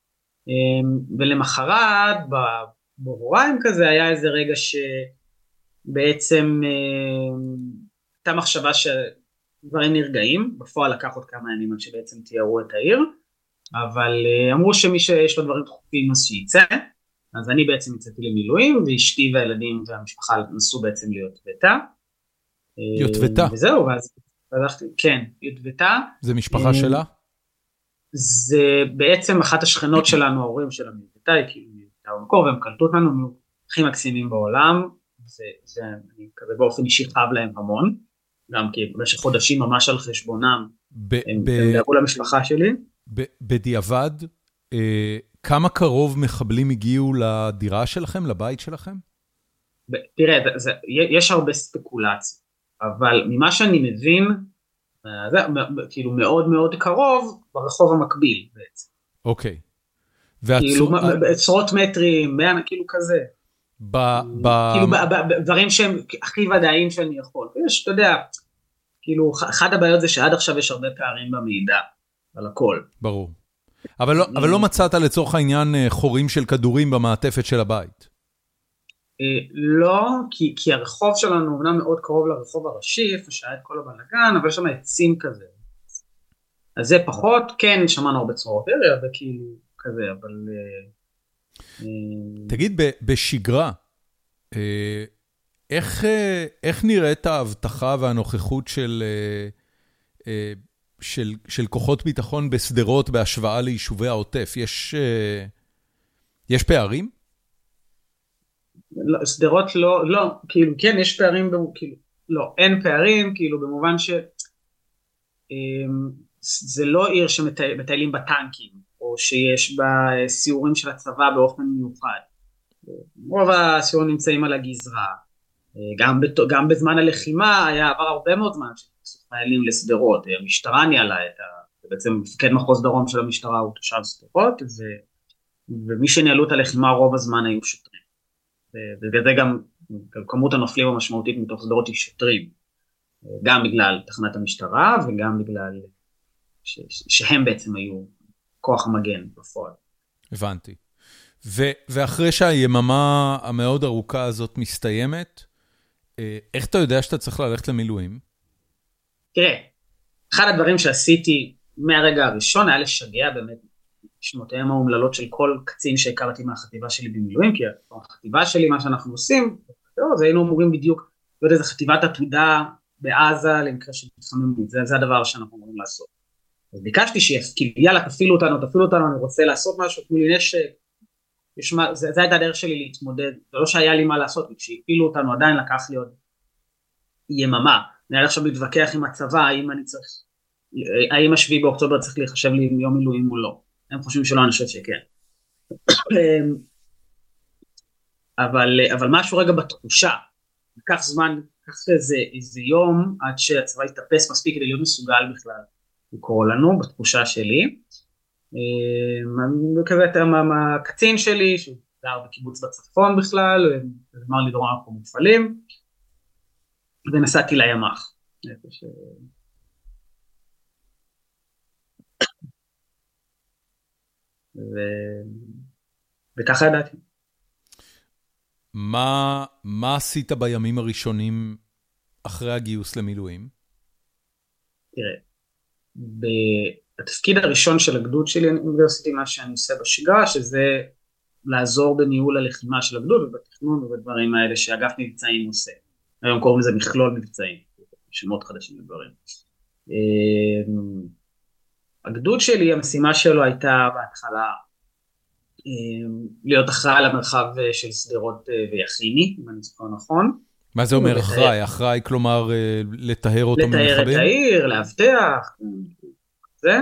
ולמחרת, בבוריים כזה, היה איזה רגע שבעצם הייתה מחשבה שדברים נרגעים, בפועל לקח עוד כמה ימים עד שבעצם תיארו את העיר, אבל אמרו שמי שיש לו דברים דחופים אז שייצא, אז אני בעצם יצאתי למילואים, ואשתי והילדים והמשפחה נסו בעצם להיות ביתה. להיות ביתה? וזהו, ואז הלכתי, כן, להיות ביתה. זה משפחה שלה? זה בעצם אחת השכנות שלנו, ההורים שלנו, ביתה, היא כאילו ביתה במקור, והם קלטו אותנו, הם הכי מקסימים בעולם, זה אני כזה באופן אישי חייב להם המון, גם כי במשך חודשים ממש על חשבונם, הם דאגו למשפחה שלי. בדיעבד, כמה קרוב מחבלים הגיעו לדירה שלכם, לבית שלכם? תראה, יש הרבה ספקולציה, אבל ממה שאני מבין, זה כאילו מאוד מאוד קרוב ברחוב המקביל בעצם. אוקיי. כאילו עשרות מטרים, כאילו כזה. כאילו דברים שהם הכי ודאיים שאני יכול. יש, אתה יודע, כאילו אחד הבעיות זה שעד עכשיו יש הרבה פערים במידע, על הכל. ברור. אבל לא, אבל לא מצאת לצורך העניין חורים של כדורים במעטפת של הבית? לא, כי, כי הרחוב שלנו אמנם מאוד קרוב לרחוב הראשי, איפה שהיה את כל הבלגן, אבל יש שם עצים כזה. אז זה פחות, כן, שמענו הרבה צרורות ערב, וכאילו כזה, אבל... תגיד, בשגרה, איך, איך נראית ההבטחה והנוכחות של... של, של כוחות ביטחון בסדרות בהשוואה ליישובי העוטף? יש, יש פערים? לא, סדרות לא, לא, כאילו, כן, יש פערים, כאילו, לא, אין פערים, כאילו, במובן ש, זה לא עיר שמטיילים בטנקים, או שיש בה סיורים של הצבא באופן מיוחד. רוב הסיורים נמצאים על הגזרה. גם, גם בזמן הלחימה היה עבר הרבה מאוד זמן חיילים לסדרות, המשטרה ניהלה את ה... בעצם מפקד מחוז דרום של המשטרה הוא תושב סדרות, ו... ומי שניהלו את הלחימה רוב הזמן היו שוטרים. ובגלל זה גם כמות הנופלים המשמעותית מתוך סדרות היא שוטרים, גם בגלל תחנת המשטרה וגם בגלל ש... שהם בעצם היו כוח המגן בפועל. הבנתי. ו... ואחרי שהיממה המאוד ארוכה הזאת מסתיימת, איך אתה יודע שאתה צריך ללכת למילואים? תראה, אחד הדברים שעשיתי מהרגע הראשון היה לשגע באמת שמותיהם האומללות של כל קצין שהכרתי מהחטיבה שלי במילואים, כי החטיבה שלי, מה שאנחנו עושים, זה היינו אמורים בדיוק, לא יודע, זה חטיבת עתודה בעזה למקרה של מתחממות, זה, זה הדבר שאנחנו אמורים לעשות. אז ביקשתי שיפקיד, יאללה, תפעילו אותנו, תפעילו אותנו, אני רוצה לעשות משהו, תנו לי נשק, זה, זה הייתה הדרך שלי להתמודד, זה לא שהיה לי מה לעשות, כשהפעילו אותנו עדיין לקח לי עוד יממה. אני עכשיו להתווכח עם הצבא, האם אני צריך, האם השביעי באוקטובר צריך להיחשב לי עם יום מילואים או לא. הם חושבים שלא, אני חושב שכן. אבל, אבל משהו רגע בתחושה, לקח זמן, לקח איזה, איזה יום עד שהצבא יתאפס מספיק כדי להיות מסוגל בכלל לקרוא לנו, בתחושה שלי. וכזה הקצין שלי, שהוא גר בקיבוץ בצפון בכלל, אמר לי דרום אנחנו מופעלים, ונסעתי לימ"ח. ש... ו... וככה ידעתי. מה, מה עשית בימים הראשונים אחרי הגיוס למילואים? תראה, בתפקיד הראשון של הגדוד שלי, אני עשיתי מה שאני עושה בשגרה, שזה לעזור בניהול הלחימה של הגדוד, ובתכנון ובדברים האלה שאגף מבצעים עושה. היום קוראים לזה מכלול מבצעים, שמות חדשים לדברים. הגדוד שלי, המשימה שלו הייתה בהתחלה, להיות אחראי על המרחב של שדרות ויחיני, אם אני זוכר נכון. מה זה אומר אחראי? אחראי כלומר לטהר אותו ממחבל? לטהר את העיר, להבטח, זה.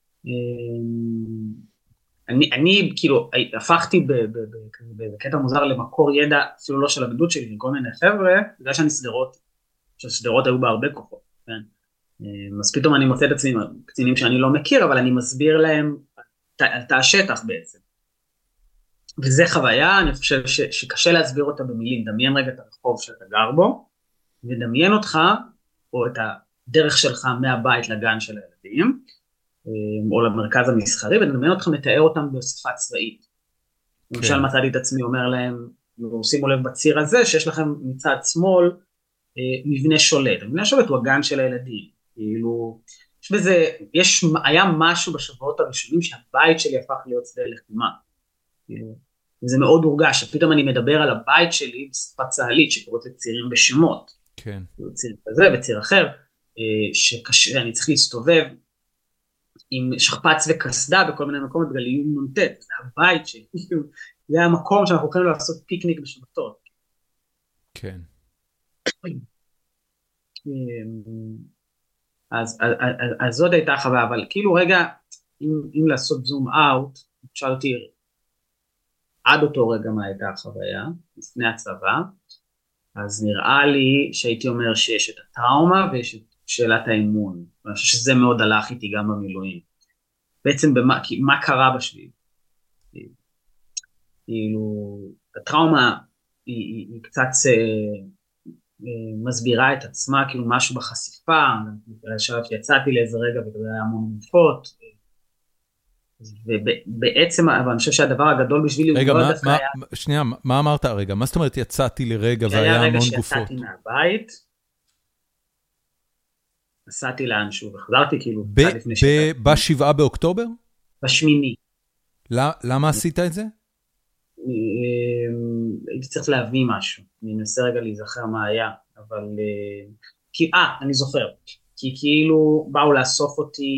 אני, אני כאילו הפכתי בקטע מוזר למקור ידע, אפילו לא של הגדוד שלי, עם כל מיני חבר'ה, בגלל שאני שדרות, ששדרות היו בה הרבה כוחות, כן? אז פתאום אני מוצא את עצמי קצינים שאני לא מכיר, אבל אני מסביר להם על תא השטח בעצם. וזה חוויה, אני חושב ש, שקשה להסביר אותה במילים, דמיין רגע את הרחוב שאתה גר בו, ודמיין אותך, או את הדרך שלך מהבית לגן של הילדים, או למרכז המסחרי, ודמיין אותך מתאר אותם בשפה צבאית. כן. למשל מצאתי את עצמי אומר להם, שימו לב בציר הזה, שיש לכם מצד שמאל, מבנה שולט. המבנה שולט הוא הגן של הילדים. כאילו, יש בזה, יש, היה משהו בשבועות הראשונים שהבית שלי הפך להיות שדה לחימה. כאילו, וזה מאוד הורגש, שפתאום אני מדבר על הבית שלי בשפה צה"לית, שקוראת לצירים בשמות. כן. ציר כזה וציר אחר, שקשה, אני צריך להסתובב עם שכפ"ץ וקסדה בכל מיני מקומות, בגלל איום נונטט, זה הבית שלי. זה המקום שאנחנו יכולים לעשות פיקניק בשבתות. כן. אז, אז, אז, אז זאת הייתה חוויה, אבל כאילו רגע, אם, אם לעשות זום אאוט, שאלתי עד אותו רגע מה הייתה החוויה, לפני הצבא, אז נראה לי שהייתי אומר שיש את הטראומה ויש את שאלת האמון, ואני חושב שזה מאוד הלך איתי גם במילואים. בעצם במה, מה קרה בשביל? כאילו, הטראומה היא, היא, היא קצת מסבירה את עצמה, כאילו משהו בחשיפה, עכשיו שיצאתי לאיזה רגע וזה היה המון גופות, ובעצם, אבל אני חושב שהדבר הגדול בשבילי, רגע, מה, מה, היה... שנייה, מה אמרת הרגע? מה זאת אומרת יצאתי לרגע והיה המון גופות? היה רגע שיצאתי מהבית, נסעתי לאנשהו, וחזרתי כאילו, ב- ב- בשבעה באוקטובר? בשמיני. למה עשית את זה? הייתי צריך להביא משהו, אני מנסה רגע להיזכר מה היה, אבל, כי, אה, אני זוכר, כי כאילו באו לאסוף אותי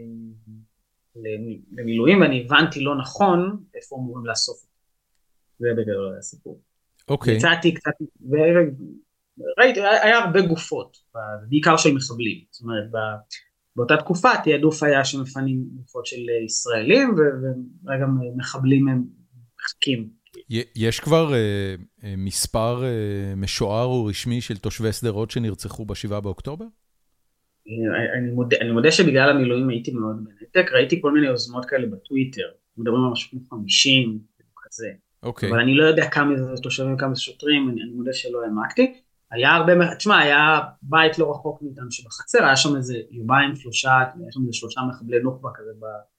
למילואים, ואני הבנתי לא נכון איפה אמורים לאסוף אותי. זה בגלל הסיפור. אוקיי. יצאתי קצת, וראיתי, היה הרבה גופות, בעיקר של מחבלים, זאת אומרת, באותה תקופה תיעדוף היה שמפנים גופות של ישראלים, וגם מחבלים הם מחכים. יש כבר uh, מספר uh, משוער או רשמי של תושבי סדרות שנרצחו בשבעה באוקטובר? אני מודה, אני מודה שבגלל המילואים הייתי מאוד בנתק, ראיתי כל מיני יוזמות כאלה בטוויטר, מדברים על משהו כמו חמישים, כזה. אוקיי. אבל אני לא יודע כמה זה תושבים, כמה זה שוטרים, אני, אני מודה שלא העמקתי. היה הרבה, תשמע, היה בית לא רחוק מאיתנו שבחצר, היה שם איזה יומיים, שלושה, היה שם איזה שלושה מחבלי נוח'בה כזה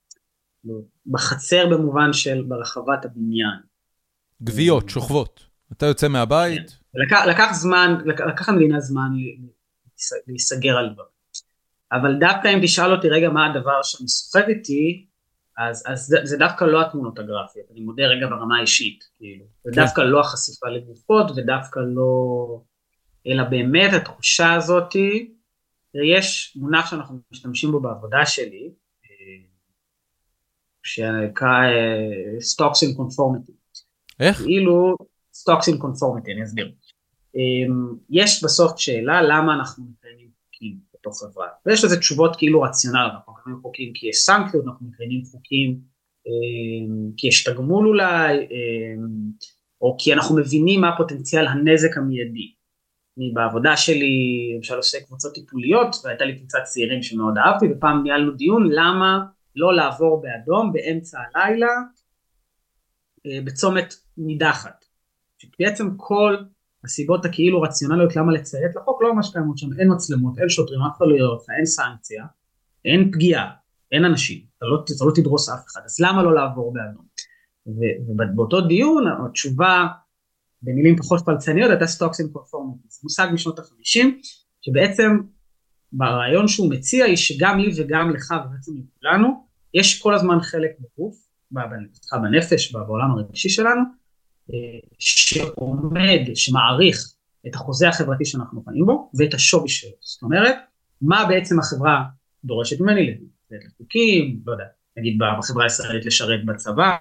בחצר במובן של ברחבת הבניין. גוויות, שוכבות. אתה יוצא מהבית? לקח, לקח זמן, לקח המדינה זמן להיסגר על דבר. אבל דווקא אם תשאל אותי רגע מה הדבר שאני סוחב איתי, אז, אז זה, זה דווקא לא התמונות הגרפיות, אני מודה רגע ברמה האישית, כאילו. זה דווקא לא החשיפה לגופות, ודווקא לא, אלא באמת התחושה הזאת, יש מונח שאנחנו משתמשים בו בעבודה שלי, שנקרא Stocks in Conformity. איך? כאילו, Stocks in Conformity, אני אסביר. יש בסוף שאלה למה אנחנו מקיימים חוקים בתוך חברה, ויש לזה תשובות כאילו רציונל, אנחנו מקיימים חוקים כי יש סנקציות, אנחנו מקיימים חוקים כי יש תגמול אולי, או כי אנחנו מבינים מה פוטנציאל הנזק המיידי. אני בעבודה שלי, למשל עושה קבוצות טיפוליות, והייתה לי קבוצת צעירים שמאוד אהבתי, ופעם ניהלנו דיון למה לא לעבור באדום באמצע הלילה, בצומת נידחת. שבעצם כל הסיבות הכאילו רציונליות למה לציית לחוק, לא ממש קיימות שם, אין מצלמות, אין שוטרים, אף אחד לא יראה אותך, אין סנקציה, אין פגיעה, אין אנשים, אתה לא, אתה לא תדרוס אף אחד, אז למה לא לעבור באדום? ובאותו דיון, התשובה, במילים פחות פלצניות, הייתה סטוקס אין פרפורמנס, מושג משנות ה-חמישים, שבעצם ברעיון שהוא מציע, היא שגם לי וגם לך, ובעצם לכולנו, יש כל הזמן חלק בגוף, בנפש, בעולם הרגשי שלנו, שעומד, שמעריך את החוזה החברתי שאנחנו חיים בו, ואת השווי שלו. זאת אומרת, מה בעצם החברה דורשת ממני לזה? לחוקים, לא יודע, נגיד בחברה הישראלית לשרת בצבא,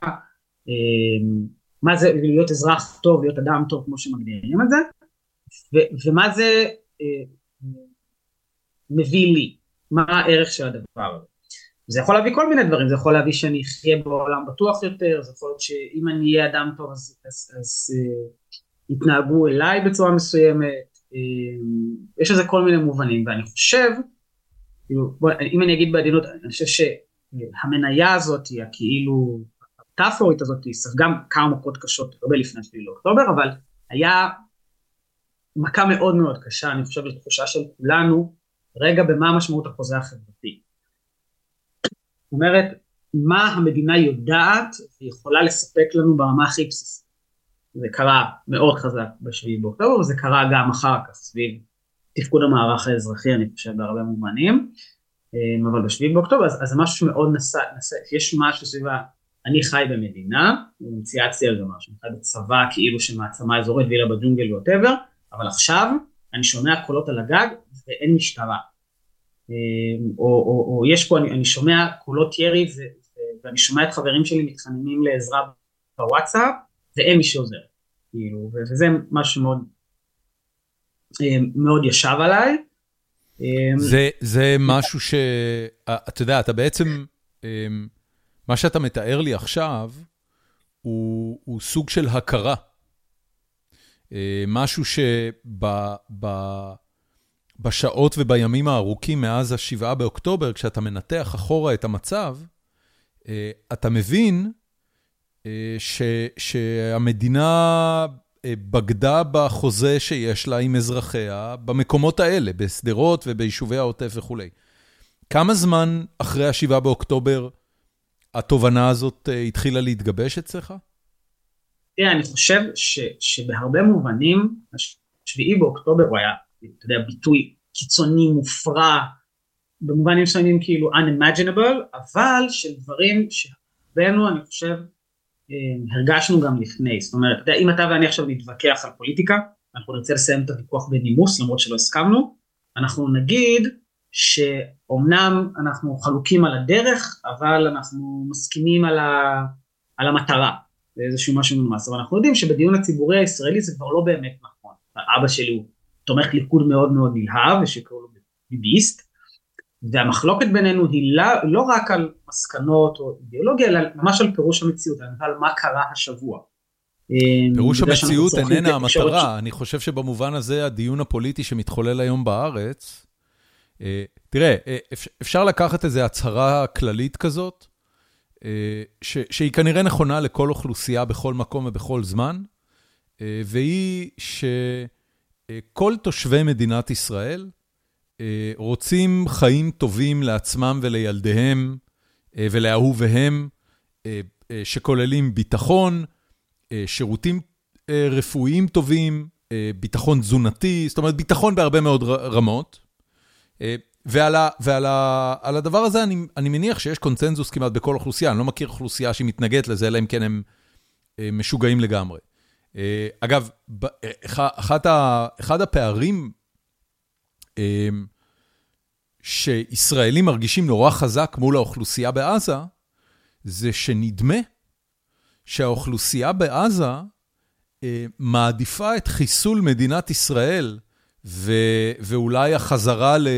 מה זה להיות אזרח טוב, להיות אדם טוב, כמו שמגדירים את זה, ו- ומה זה מביא לי, מה הערך של הדבר הזה. זה יכול להביא כל מיני דברים, זה יכול להביא שאני אחיה בעולם בטוח יותר, זה יכול להיות שאם אני אהיה אדם טוב, אז, אז, אז uh, יתנהגו אליי בצורה מסוימת, uh, יש לזה כל מיני מובנים, ואני חושב, בוא, אם אני אגיד בעדינות, אני חושב שהמניה הזאת, הכאילו, הטאפורית הזאת, גם כמה מכות קשות, הרבה לפני שביעי לאוקטובר, אבל היה מכה מאוד מאוד קשה, אני חושב לתחושה של כולנו, רגע במה המשמעות החוזה החברתי. זאת אומרת, מה המדינה יודעת ויכולה לספק לנו ברמה הכי בסיסית. זה קרה מאוד חזק בשביעי באוקטובר, וזה קרה גם אחר כך, סביב תפקוד המערך האזרחי, אני חושב בהרבה מובנים, אבל בשביעי באוקטובר, אז, אז זה משהו שמאוד נסע, נסע, יש משהו סביב, אני חי במדינה, צייצתי על זה משהו, אני חי בצבא כאילו שמעצמה אזורית, וילה בג'ונגל וואטאבר, אבל עכשיו אני שומע קולות על הגג, ואין משטרה. או, או, או יש פה, אני, אני שומע קולות ירי, ו, ואני שומע את חברים שלי מתחננים לעזרה בוואטסאפ, ואין מי שעוזר. כאילו, וזה משהו מאוד, מאוד ישב עליי. זה, זה משהו ש... אתה יודע, אתה בעצם, מה שאתה מתאר לי עכשיו, הוא, הוא סוג של הכרה. משהו שב... ב... בשעות ובימים הארוכים מאז השבעה באוקטובר, כשאתה מנתח אחורה את המצב, אתה מבין ש, שהמדינה בגדה בחוזה שיש לה עם אזרחיה, במקומות האלה, בסדרות וביישובי העוטף וכו'. כמה זמן אחרי השבעה באוקטובר התובנה הזאת התחילה להתגבש אצלך? תראה, אני חושב ש, שבהרבה מובנים, השביעי באוקטובר הוא היה, אתה יודע, ביטוי קיצוני, מופרע, במובנים שונים כאילו unimaginable, אבל של דברים שבנו, אני חושב, הרגשנו גם לפני. זאת אומרת, אתה יודע, אם אתה ואני עכשיו נתווכח על פוליטיקה, אנחנו נרצה לסיים את הוויכוח בנימוס, למרות שלא הסכמנו, אנחנו נגיד שאומנם אנחנו חלוקים על הדרך, אבל אנחנו מסכימים על, ה... על המטרה, זה איזשהו משהו מנומס, אבל אנחנו יודעים שבדיון הציבורי הישראלי זה כבר לא באמת נכון. אבא שלי הוא תומך ליכוד מאוד מאוד נלהב, ושקראו לו ביביסט, והמחלוקת בינינו היא לא, לא רק על מסקנות או אידיאולוגיה, אלא ממש על פירוש המציאות, על מה קרה השבוע. פירוש המציאות איננה המטרה, אני חושב שבמובן הזה הדיון הפוליטי שמתחולל היום בארץ, תראה, אפשר לקחת איזו הצהרה כללית כזאת, שהיא כנראה נכונה לכל אוכלוסייה בכל מקום ובכל זמן, והיא שכל תושבי מדינת ישראל רוצים חיים טובים לעצמם ולילדיהם ולאהוביהם, שכוללים ביטחון, שירותים רפואיים טובים, ביטחון תזונתי, זאת אומרת ביטחון בהרבה מאוד רמות, ועל, ה, ועל ה, על הדבר הזה אני, אני מניח שיש קונצנזוס כמעט בכל אוכלוסייה, אני לא מכיר אוכלוסייה שמתנגדת לזה, אלא אם כן הם משוגעים לגמרי. אגב, אחד, ה, אחד הפערים שישראלים מרגישים נורא חזק מול האוכלוסייה בעזה, זה שנדמה שהאוכלוסייה בעזה מעדיפה את חיסול מדינת ישראל, ואולי החזרה ל...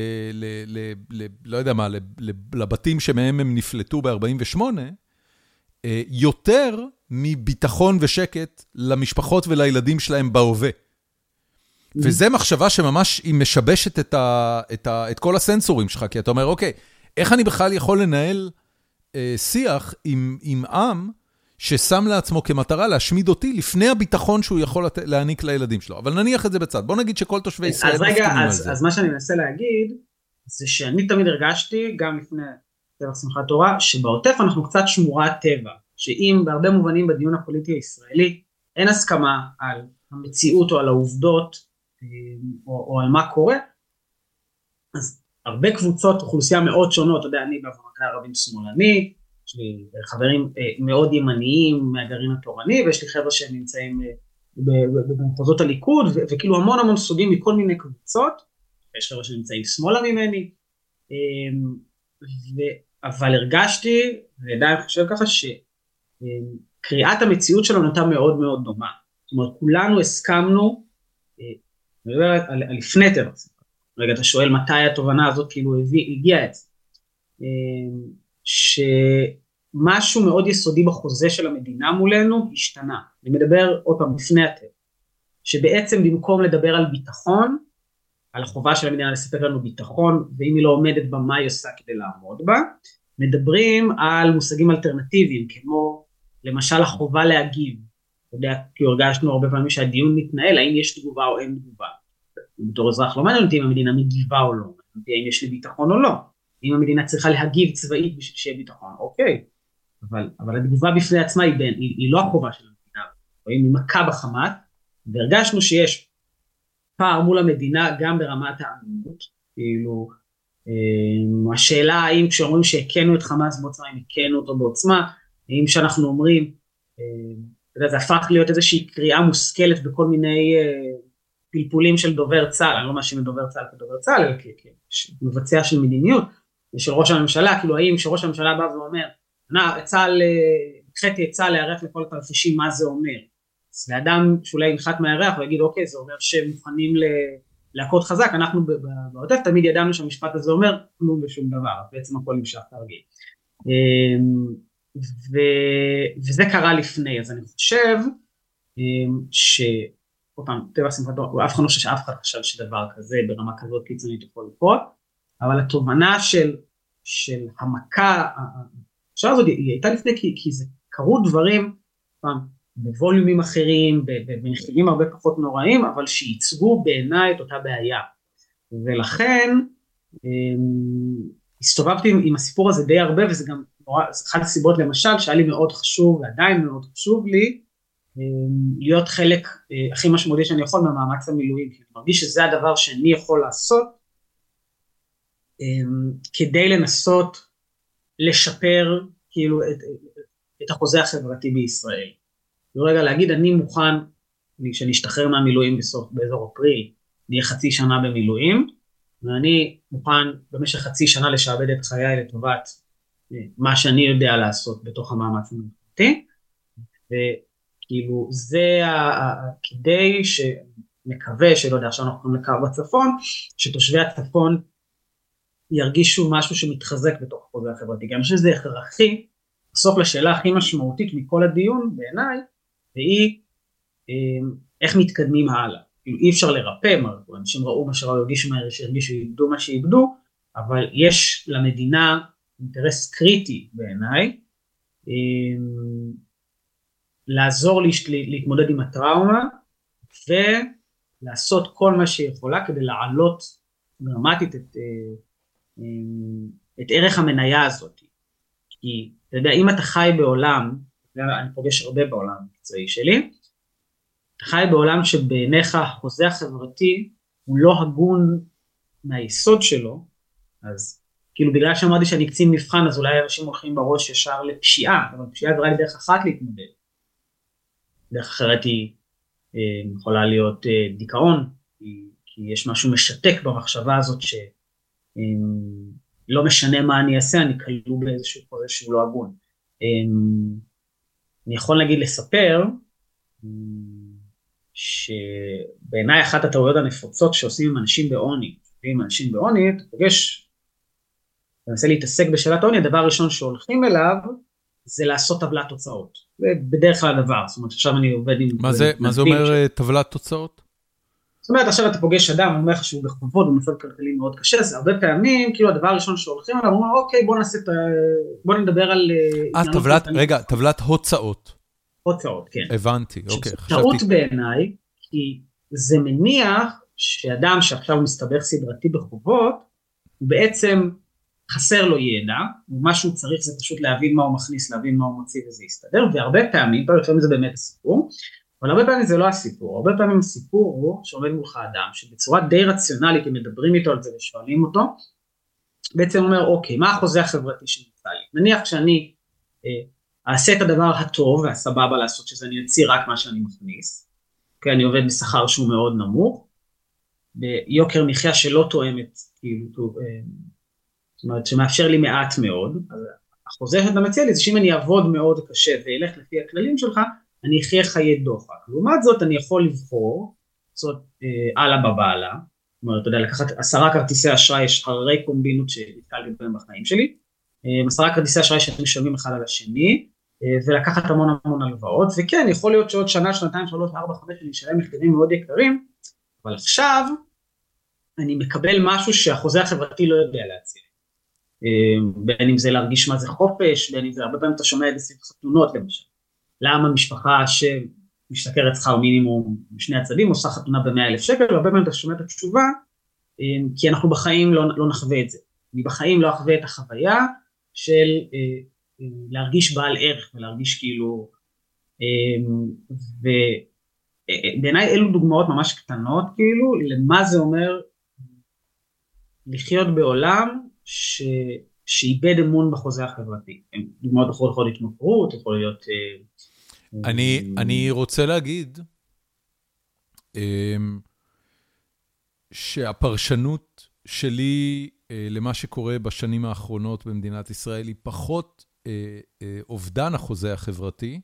לא יודע מה, לבתים שמהם הם נפלטו ב-ארבעים ושמונה, יותר מביטחון ושקט למשפחות ולילדים שלהם בהווה. וזה מחשבה שממש היא משבשת את, ה, את, ה, את כל הסנסורים שלך, כי אתה אומר, אוקיי, איך אני בכלל יכול לנהל אה, שיח עם, עם עם ששם לעצמו כמטרה להשמיד אותי לפני הביטחון שהוא יכול לת... להעניק לילדים שלו. אבל נניח את זה בצד. בוא נגיד שכל תושבי ישראל אז רגע, אז, אז מה שאני מנסה להגיד, זה שאני תמיד הרגשתי, גם לפני טבח שמחת תורה, שבעוטף אנחנו קצת שמורת טבע, שאם בהרבה מובנים בדיון הפוליטי הישראלי, אין הסכמה על המציאות או על העובדות, או, או על מה קורה, אז הרבה קבוצות, אוכלוסייה מאוד שונות, אתה יודע, אני בעוונותיי ערבים שמאלני, יש לי חברים מאוד ימניים מהגרעין התורני, ויש לי חבר'ה שהם נמצאים במחוזות הליכוד, ו- וכאילו המון המון סוגים מכל מיני קבוצות, יש חבר'ה שנמצאים שמאלה ממני, ו- אבל הרגשתי, ועדיין חושב ככה, שקריאת המציאות שלנו נתה מאוד מאוד דומה, זאת אומרת, כולנו הסכמנו, אני מדבר על, על לפני טבח שמחת תורה, רגע אתה שואל מתי התובנה הזאת כאילו הגיעה את זה, שמשהו מאוד יסודי בחוזה של המדינה מולנו השתנה, אני מדבר עוד פעם לפני הטבח, שבעצם במקום לדבר על ביטחון, על החובה של המדינה לספק לנו ביטחון, ואם היא לא עומדת בה מה היא עושה כדי לעמוד בה, מדברים על מושגים אלטרנטיביים, כמו למשל החובה להגיב, אתה יודע, כי הרגשנו הרבה פעמים שהדיון מתנהל, האם יש תגובה או אין תגובה. בתור אזרח לא מעניין אותי אם המדינה מגיבה או לא, האם יש לי ביטחון או לא, אם המדינה צריכה להגיב צבאית בשביל שיהיה ביטחון, אוקיי, אבל, אבל התגובה בפני עצמה היא, בין, היא, היא לא החובה של המדינה, או אם היא מכה בחמת, והרגשנו שיש פער מול המדינה גם ברמת האמינות, כאילו, אה, השאלה האם כשאומרים שהקנו את חמאס בעוצמה, אם הקנו אותו בעוצמה, האם שאנחנו אומרים, אה, אתה יודע, זה הפך להיות איזושהי קריאה מושכלת בכל מיני אה, פלפולים של דובר צה"ל, אני לא מאשים את דובר צה"ל כדובר צה"ל, אלא כמבצע של מדיניות, של ראש הממשלה, כאילו האם שראש הממשלה בא ואומר, צה"ל, התחלתי את צה"ל להיערך לכל התרחישים, מה זה אומר? ואדם שאולי ינחת מהירח ויגיד, אוקיי, זה אומר שמוכנים להכות חזק, אנחנו בעוטף תמיד ידענו שהמשפט הזה אומר, כלום ושום דבר, בעצם הכל נמשך תרגיל. וזה קרה לפני, אז אני חושב ש... עוד פעם, טבח שמחת תורה, אף אחד לא חושב שאף אחד חשב שדבר כזה ברמה כזאת קיצונית יכול לקרות, אבל התובנה של, של המכה, השאלה הזאת היא הייתה לפני כי, כי זה קרו דברים, פעם, בווליומים אחרים, במחירים הרבה פחות נוראים, אבל שייצגו בעיניי את אותה בעיה. ולכן, הסתובבתי עם, עם הסיפור הזה די הרבה, וזה גם נורא, אחת הסיבות למשל, שהיה לי מאוד חשוב, ועדיין מאוד חשוב לי, להיות חלק הכי משמעותי שאני יכול מהמאמץ המילואים, כי אני מרגיש שזה הדבר שאני יכול לעשות, כדי לנסות לשפר כאילו את, את החוזה החברתי בישראל. ורגע להגיד, אני מוכן, כשאני אשתחרר מהמילואים בסוף, באזור אפריל, נהיה חצי שנה במילואים, ואני מוכן במשך חצי שנה לשעבד את חיי לטובת מה שאני יודע לעשות בתוך המאמץ המילואים. וכאילו זה כדי שמקווה שלא יודע, עכשיו אנחנו יכולים לקרוא בצפון, שתושבי הצפון ירגישו משהו שמתחזק בתוך החוזה החברתי. גם שזה הכרחי, בסוף לשאלה הכי משמעותית מכל הדיון בעיניי, והיא איך מתקדמים הלאה. אי אפשר לרפא, אנשים ראו מה שראו, הרגישו מה שהרגישו, יבדו מה שיבדו, אבל יש למדינה אינטרס קריטי בעיניי, לעזור להתמודד עם הטראומה, ולעשות כל מה שיכולה כדי לעלות דרמטית את, את ערך המניה הזאת. כי אתה יודע, אם אתה חי בעולם, אני פוגש הרבה בעולם המקצועי שלי, אתה חי בעולם שבעיניך החוזה החברתי הוא לא הגון מהיסוד שלו, אז כאילו בגלל שאמרתי שאני קצין מבחן, אז אולי אנשים הולכים בראש ישר לפשיעה, אבל פשיעה זה רק דרך אחת להתמודד. דרך אחרת היא יכולה להיות דיכאון, כי יש משהו משתק במחשבה הזאת שלא משנה מה אני אעשה, אני כלוא באיזשהו חוזה שהוא לא הגון. אני יכול להגיד לספר, שבעיניי אחת הטעויות הנפוצות שעושים עם אנשים בעוני, עם אנשים בעוני, אתה פוגש, אתה מנסה להתעסק בשאלת עוני, הדבר הראשון שהולכים אליו, זה לעשות טבלת תוצאות. זה בדרך כלל הדבר, זאת אומרת, עכשיו אני עובד עם... מה זה, מה זה אומר טבלת תוצאות? זאת אומרת, עכשיו אתה פוגש אדם, הוא אומר לך שהוא בחובות, הוא מצב כלכלי מאוד קשה, זה הרבה פעמים, כאילו הדבר הראשון שהולכים אליו, הוא אומר, אוקיי, בוא נעשה, בוא נדבר על... אה, טבלת, רגע, טבלת הוצאות. הוצאות, כן. הבנתי, אוקיי. טעות בעיניי, כי זה מניח שאדם שעכשיו הוא מסתבך סדרתי בחובות, הוא בעצם חסר לו ידע, ומה שהוא צריך זה פשוט להבין מה הוא מכניס, להבין מה הוא מוציא וזה יסתדר, והרבה פעמים, לפעמים זה באמת הסיפור, אבל הרבה פעמים זה לא הסיפור, הרבה פעמים הסיפור הוא שעומד מולך אדם, שבצורה די רציונלית, אם מדברים איתו על זה ושואלים אותו, בעצם אומר, אוקיי, מה החוזה החברתי שנמצא לי? נניח שאני אה, אעשה את הדבר הטוב והסבבה לעשות, שזה אני אציא רק מה שאני מכניס, כי אני עובד בשכר שהוא מאוד נמוך, ביוקר מחיה שלא תואמת, כאילו, אה, זאת אומרת, שמאפשר לי מעט מאוד, אז החוזה שאתה מציע לי זה שאם אני אעבוד מאוד קשה ואלך לפי הכללים שלך, אני אחיה חיי דוחק. לעומת זאת, אני יכול לבחור, זאת אה, הלאה בבעלה, זאת אומרת, אתה יודע, לקחת עשרה כרטיסי אשראי, יש הררי קומבינות שהתקלתי בהם בחיים שלי, אה, עשרה כרטיסי אשראי שאתם משלמים אחד על השני, אה, ולקחת המון המון הלוואות, וכן, יכול להיות שעוד שנה, שנתיים, שלוש, ארבע, חמש, אני אשלם מחירים מאוד יקרים, אבל עכשיו, אני מקבל משהו שהחוזה החברתי לא יודע להציע. בין אם זה להרגיש מה זה חופש, בין אם זה הרבה פעמים אתה שומע את זה סביב חתונות למשל. למה משפחה שמשתכרת שכר מינימום משני הצדדים, עושה חתונה ב-מאה אלף שקל, והרבה פעמים אתה שומע את התשובה, כי אנחנו בחיים לא, לא נחווה את זה. אני בחיים לא אחווה את החוויה של להרגיש בעל ערך, ולהרגיש כאילו, ובעיניי אלו דוגמאות ממש קטנות, כאילו, למה זה אומר לחיות בעולם, ש... שאיבד אמון בחוזה החברתי. דוגמאות אחרות יכול להיות התמכרות, יכול להיות... אני, אני רוצה להגיד שהפרשנות שלי למה שקורה בשנים האחרונות במדינת ישראל היא פחות אובדן החוזה החברתי,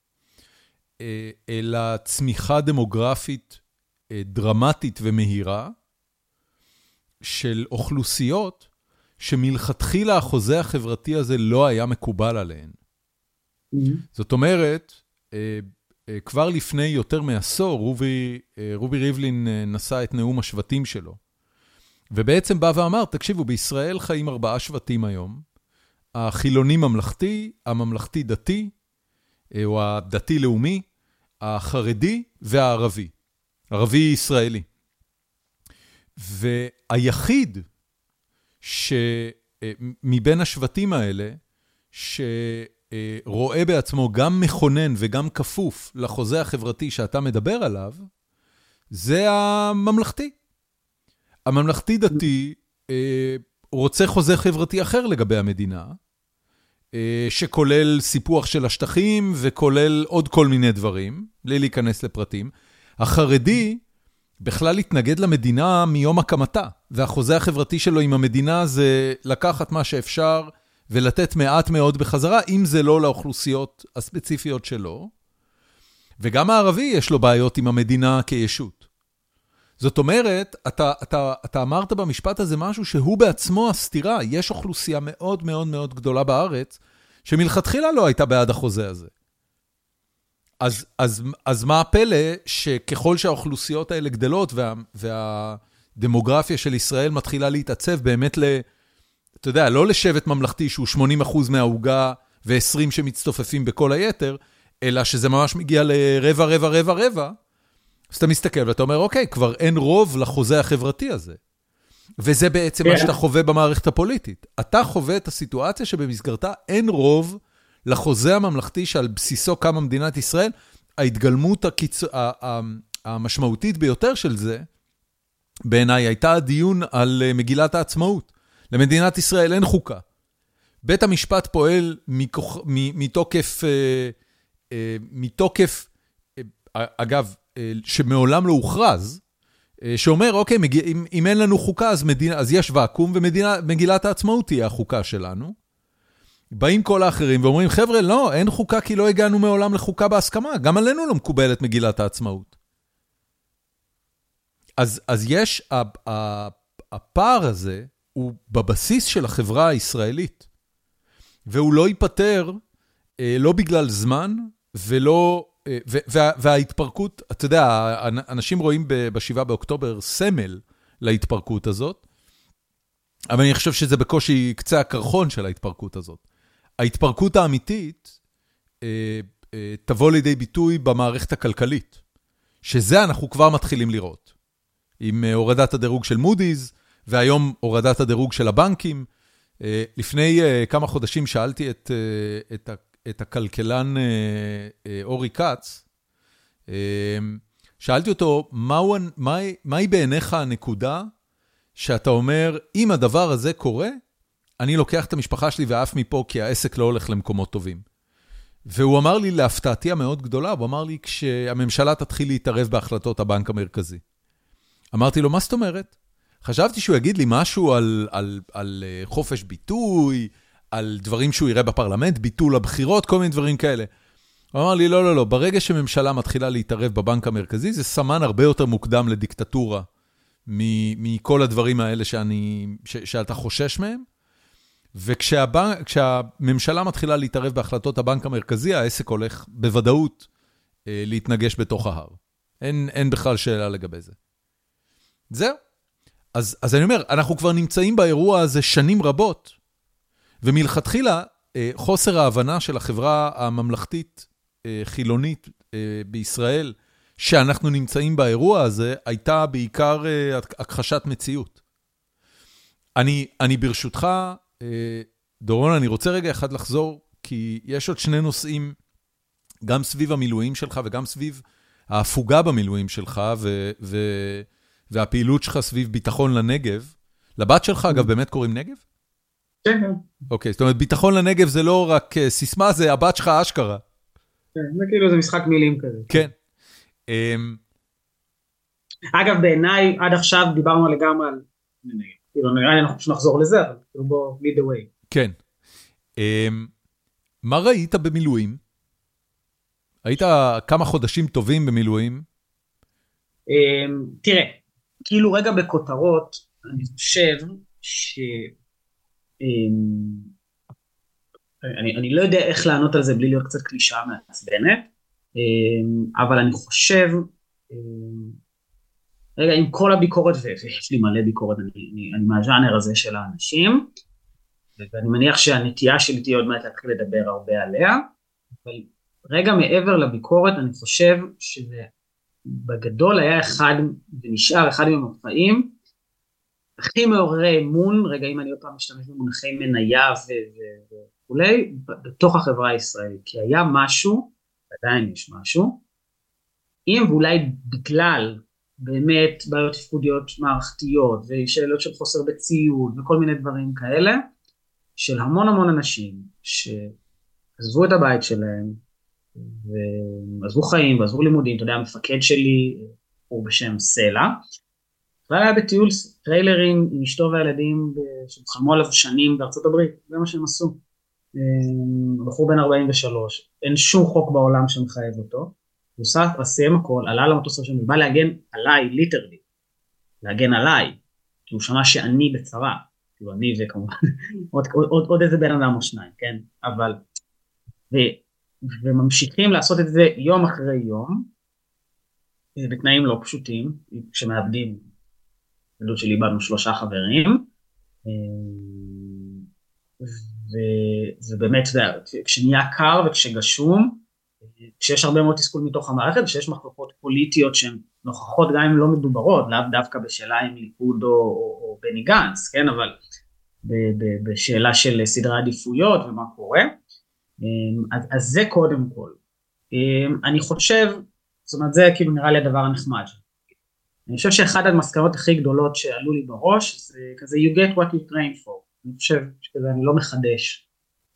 אלא צמיחה דמוגרפית דרמטית ומהירה של אוכלוסיות שמלכתחילה החוזה החברתי הזה לא היה מקובל עליהן. Mm-hmm. זאת אומרת, כבר לפני יותר מעשור, רובי, רובי ריבלין נשא את נאום השבטים שלו, ובעצם בא ואמר, תקשיבו, בישראל חיים ארבעה שבטים היום, החילוני ממלכתי, הממלכתי דתי, או הדתי-לאומי, החרדי והערבי, ערבי ישראלי. והיחיד שמבין השבטים האלה, שרואה בעצמו גם מכונן וגם כפוף לחוזה החברתי שאתה מדבר עליו, זה הממלכתי. הממלכתי דתי רוצה חוזה חברתי אחר לגבי המדינה, שכולל סיפוח של השטחים וכולל עוד כל מיני דברים, בלי להיכנס לפרטים. החרדי בכלל התנגד למדינה מיום הקמתה, והחוזה החברתי שלו עם המדינה זה לקחת מה שאפשר ולתת מעט מאוד בחזרה, אם זה לא לאוכלוסיות הספציפיות שלו. וגם הערבי יש לו בעיות עם המדינה כישות. זאת אומרת, אתה, אתה, אתה אמרת במשפט הזה משהו שהוא בעצמו הסתירה. יש אוכלוסייה מאוד מאוד מאוד גדולה בארץ, שמלכתחילה לא הייתה בעד החוזה הזה. אז, אז, אז מה הפלא שככל שהאוכלוסיות האלה גדלות, וה, והדמוגרפיה של ישראל מתחילה להתעצב באמת ל... אתה יודע, לא לשבט ממלכתי שהוא שמונים אחוז מההוגה ו-עשרים שמצטופפים בכל היתר, אלא שזה ממש מגיע לרבע, רבע, רבע, רבע, אז אתה מסתכל ואתה אומר, אוקיי, כבר אין רוב לחוזה החברתי הזה. וזה בעצם yeah. מה שאתה חווה במערכת הפוליטית. אתה חווה את הסיטואציה שבמסגרתה אין רוב לחוזה הממלכתי שעל בסיסו קמה מדינת ישראל. ההתגלמות הקיצ... המשמעותית ביותר של זה, בעיניי הייתה הדיון על מגילת העצמאות. למדינת ישראל אין חוקה. בית המשפט פועל מכוח... מתוקף, מתוקף, אגב, שמעולם לא הוכרז, שאומר, אוקיי, אם, אם אין לנו חוקה, אז, מדינה, אז יש ואקום, ומגילת העצמאות תהיה החוקה שלנו. באים כל האחרים ואומרים, חבר'ה, לא, אין חוקה כי לא הגענו מעולם לחוקה בהסכמה. גם עלינו לא מקובלת מגילת העצמאות. אז, אז יש, הפער הזה הוא בבסיס של החברה הישראלית, והוא לא ייפטר, לא בגלל זמן, ולא, וה, וההתפרקות, אתה יודע, אנשים רואים בשבעה באוקטובר סמל להתפרקות הזאת, אבל אני חושב שזה בקושי קצה הקרחון של ההתפרקות הזאת. ההתפרקות האמיתית תבוא לידי ביטוי במערכת הכלכלית, שזה אנחנו כבר מתחילים לראות. עם הורדת הדירוג של מודי'ס, והיום הורדת הדירוג של הבנקים. לפני כמה חודשים שאלתי את, את, את הכלכלן אורי קץ, שאלתי אותו, מהו, מהי, מהי בעיניך הנקודה שאתה אומר, אם הדבר הזה קורה, אני לוקח את המשפחה שלי ואף מפה, כי העסק לא הולך למקומות טובים. והוא אמר לי, להפתעתי המאוד גדולה, הוא אמר לי, כשהממשלה תתחיל להתערב בהחלטות הבנק המרכזי. אמרתי לו, מה זאת אומרת? חשבתי שהוא יגיד לי משהו על, על, על חופש ביטוי, על דברים שהוא יראה בפרלמנט, ביטול הבחירות, כל מיני דברים כאלה. הוא אמר לי, לא, לא, לא, ברגע שממשלה מתחילה להתערב בבנק המרכזי, זה סמן הרבה יותר מוקדם לדיקטטורה, מכל הדברים האלה שאני, ש, שאתה חושש מהם. וכשהממשלה מתחילה להתערב בהחלטות הבנק המרכזי, העסק הולך בוודאות להתנגש בתוך ההר. אין, אין בכלל שאלה לגבי זה. זהו. אז, אז אני אומר, אנחנו כבר נמצאים באירוע הזה שנים רבות, ומלכתחילה חוסר ההבנה של החברה הממלכתית חילונית בישראל, שאנחנו נמצאים באירוע הזה, הייתה בעיקר הכחשת מציאות. אני, אני ברשותך, דורון, אני רוצה רגע אחד לחזור, כי יש עוד שני נושאים, גם סביב המילואים שלך, וגם סביב ההפוגה במילואים שלך, ו, ו, והפעילות שלך סביב ביטחון לנגב. לבת שלך, אגב, באמת קוראים נגב? כן. אוקיי, זאת אומרת, ביטחון לנגב זה לא רק סיסמה, זה הבת שלך אשכרה. כן, זה כאילו, זה משחק מילים כזה. כן. אגב, בעיניי, עד עכשיו דיברנו לגמרי על נגב. כאילו, נראה לי אנחנו שנחזור לזה, אבל כאילו בוא, lead the way. כן. מה ראית במילואים? היית כמה חודשים טובים במילואים? תראה, כאילו רגע בכותרות, אני חושב ש... אני, אני לא יודע איך לענות על זה בלי להיות קצת קלישה מעצבנת, אבל אני חושב, רגע, עם כל הביקורת, ויש לי מלא ביקורת, אני, אני, אני מהז'אנר הזה של האנשים, ואני מניח שהנטייה שלי תהיה עוד מעט להתחיל לדבר הרבה עליה, אבל רגע מעבר לביקורת, אני חושב שזה בגדול היה אחד, ונשאר אחד מהמופעים, הכי מעוררי אמון, רגע אם אני עוד פעם משתמש במונחי מניה וכולי, בתוך החברה הישראלית, כי היה משהו, עדיין יש משהו, אם ואולי בגלל באמת בעיות תפקודיות מערכתיות, ושאלות של חוסר בציוד, וכל מיני דברים כאלה, של המון המון אנשים, שעזבו את הבית שלהם, ועזבו חיים, ועזבו לימודים, אתה יודע, המפקד שלי, הוא בשם סלע, והיה בטיול טריילרים עם אשתו והילדים שחלמו עליו שנים בארצות הברית, זה מה שהם עשו. בחור בן ארבעים ושלוש, אין שום חוק בעולם שמחייב אותו, הוא עושה, פרסם הכל, עלה למטוס ראשון, ובא להגן עליי, ליטרלי, להגן עליי, כי הוא שמע שאני בצרה, כאילו אני וכמובן, עוד, עוד, עוד איזה בן אדם או שניים, כן? אבל, ו, וממשיכים לעשות את זה יום אחרי יום, בתנאים לא פשוטים, כשמאבדים, בדוד שלי איבדנו שלושה חברים, וזה באמת, כשנהיה קר וכשגשום, כשיש הרבה מאוד תסכול מתוך המערכת, ושיש מחלוקות פוליטיות שהן נוכחות גם אם לא מדוברות, לאו דווקא בשאלה עם ליכוד או, או, או בני גנץ, כן, אבל ב, ב, בשאלה של סדרי עדיפויות ומה קורה, אז, אז זה קודם כל. אני חושב, זאת אומרת, זה כאילו נראה לי הדבר הנחמד. אני חושב שאחד המסקנות הכי גדולות שעלו לי בראש, זה כזה, you get what you train for. אני חושב שזה אני לא מחדש,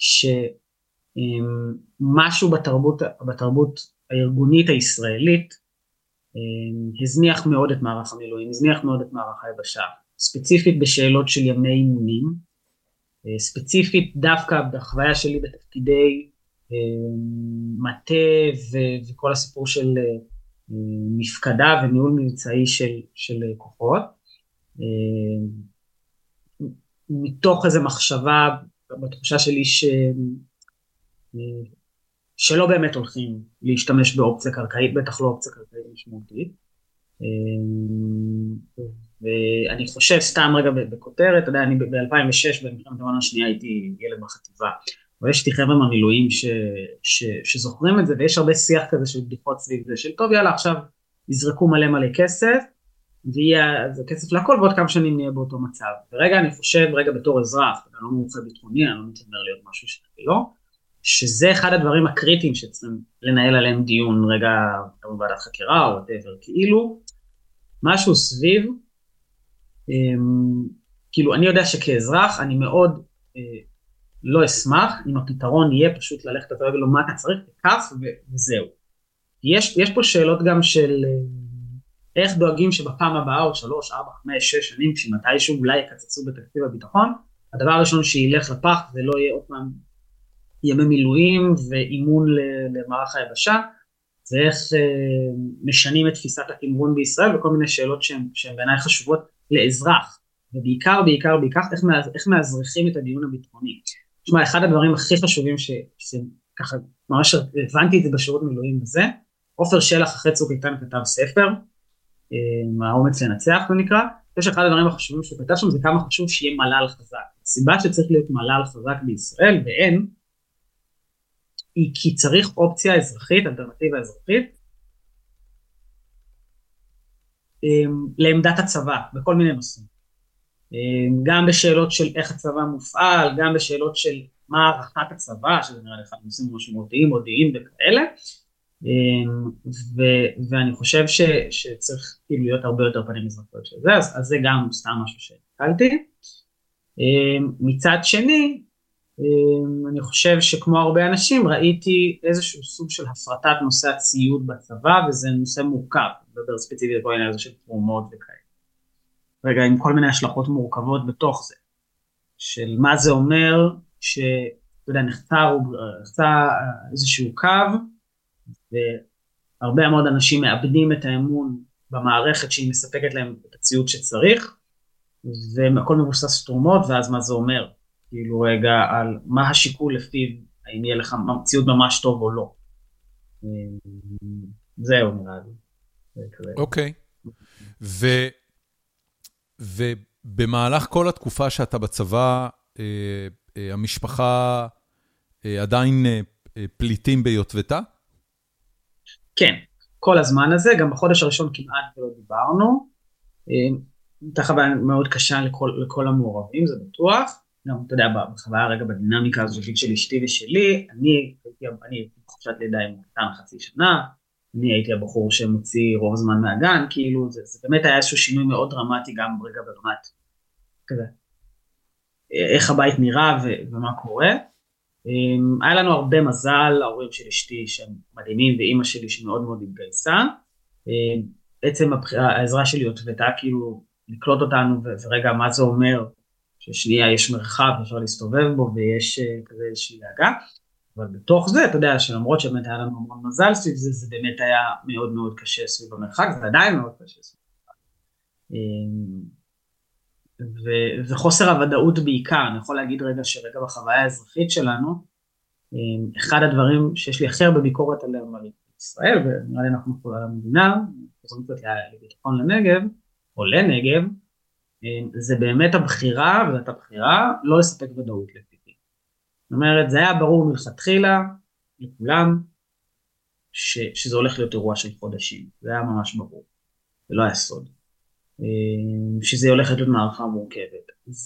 שמשהו בתרבות, בתרבות הארגונית הישראלית, הזניח מאוד את מערך המילואים, הזניח מאוד את מערך היבשה, ספציפית בשאלות של ימי אימונים, ספציפית דווקא בחוויה שלי בתפקידי מטה ו- וכל הסיפור של מפקדה וניהול מבצעי של, של כוחות, מתוך איזו מחשבה, בתחושה שלי ש... שלא באמת הולכים להשתמש באופציה קרקעית, בטח לא אופציה קרקעית משמעותית. ואני חושב סתם רגע בכותרת, אתה יודע, אני ב-אלפיים ושש, במלחמת העולם השנייה הייתי ילד בחטיבה, ויש איתי חבר'ה מהמילואים ש... ש... שזוכרים את זה, ויש הרבה שיח כזה של בדיחות סביב זה, של טוב יאללה עכשיו יזרקו מלא מלא כסף, ויהיה זה כסף לכל, ועוד כמה שנים נהיה באותו מצב. ורגע אני חושב, רגע בתור אזרח, אני לא מומחה ביטחוני, אני לא מתיימר להיות משהו שאני לא, שזה אחד הדברים הקריטיים שצריכים לנהל עליהם דיון, רגע בוועדת חקירה או whatever, כאילו משהו סביב, כאילו אני יודע שכאזרח אני מאוד לא אשמח אם הפתרון יהיה פשוט ללכת את הרגל לו מה אתה צריך, כף וזהו. יש, יש פה שאלות גם של איך דואגים שבפעם הבאה או שלוש, ארבע, חמש, שש שנים, שמתישהו אולי יקצצו בתקציב הביטחון, הדבר הראשון שילך לפח זה לא יהיה עוד פעם ימי מילואים ואימון למערך היבשה, זה איך משנים את תפיסת התמרון בישראל, וכל מיני שאלות שהן, שהן בעיניי חשובות לאזרח, ובעיקר, בעיקר, בעיקר, איך, איך מאזרחים את הדיון הביטחוני. תשמע, אחד הדברים הכי חשובים ש, שככה, ממש הבנתי את זה בשירות מילואים הזה, עופר שלח אחרי צוק איתן כתב ספר, האומץ לנצח הוא נקרא, יש אחד הדברים החשובים שהוא כתב שם, זה כמה חשוב שיהיה מל"ל חזק. הסיבה שצריך להיות מל"ל חזק בישראל, ואין, היא כי צריך אופציה אזרחית, אלטרנטיבה אזרחית, לעמדת הצבא, בכל מיני נושאים. גם בשאלות של איך הצבא מופעל, גם בשאלות של מה הערכת הצבא, שזה נראה לך נושאים משמעותיים, מודיעין וכאלה, ו- ואני חושב ש- שצריך כאילו להיות הרבה יותר פנים אזרחיות של זה, אז, אז זה גם סתם משהו שהתקלתי. מצד שני, אני חושב שכמו הרבה אנשים ראיתי איזשהו סוג של הפרטת נושא הציוד בצבא, וזה נושא מורכב, לדבר ספציפית בו העניין הזה של תרומות וכאלה. רגע, עם כל מיני השלכות מורכבות בתוך זה, של מה זה אומר שאתה יודע, נחצה, נחצה איזשהו קו, והרבה מאוד אנשים מאבדים את האמון במערכת שהיא מספקת להם את הציוד שצריך, והכל מבוסס תרומות, ואז מה זה אומר? כאילו רגע על מה השיקול לפיו, האם יהיה לך ציוד ממש טוב או לא. זהו נראה לי. אוקיי. ו... ובמהלך כל התקופה שאתה בצבא, המשפחה עדיין פליטים ביוטבתה? כן, כל הזמן הזה, גם בחודש הראשון כמעט לא דיברנו, תחווה מאוד קשה לכל, לכל המעורבים, זה בטוח, גם אתה יודע, בחוויה הרגע בדינמיקה הזו של אשתי ושלי, אני הייתי, אני חופשת לידה עם קטן חצי שנה, אני הייתי הבחור שמוציא רוב זמן מהגן, כאילו זה, זה באמת היה איזשהו שינוי מאוד דרמטי גם ברגע ברמת, כזה, איך הבית נראה ו, ומה קורה. היה לנו הרבה מזל, ההורים של אשתי שהם מדהימים, ואימא שלי שמאוד מאוד התגייסה, בעצם העזרה שלי הוטבתה כאילו לקלוט אותנו, ורגע מה זה אומר, ששנייה יש מרחב, אפשר להסתובב בו, ויש כזה איזושהי דאגה, אבל בתוך זה, אתה יודע, שלמרות שבאמת היה לנו המון מזל סביב זה, זה באמת היה מאוד מאוד קשה סביב המרחק, זה עדיין מאוד קשה סביב המרחק. ו- וחוסר הוודאות בעיקר, אני יכול להגיד רגע שרגע בחוויה האזרחית שלנו, אחד הדברים שיש לי הכי הרבה ביקורת עליהם על ישראל, ונראה לי אנחנו פה על המדינה, חוזרים קצת לביטחון לנגב, או לנגב, זה באמת הבחירה, וזאת הבחירה, לא לספק ודאות לפי. זאת אומרת, זה היה ברור מלכתחילה, לכולם, ש- שזה הולך להיות אירוע של חודשים, זה היה ממש ברור, זה לא היה סוד. שזה הולך להיות מערכה מורכבת.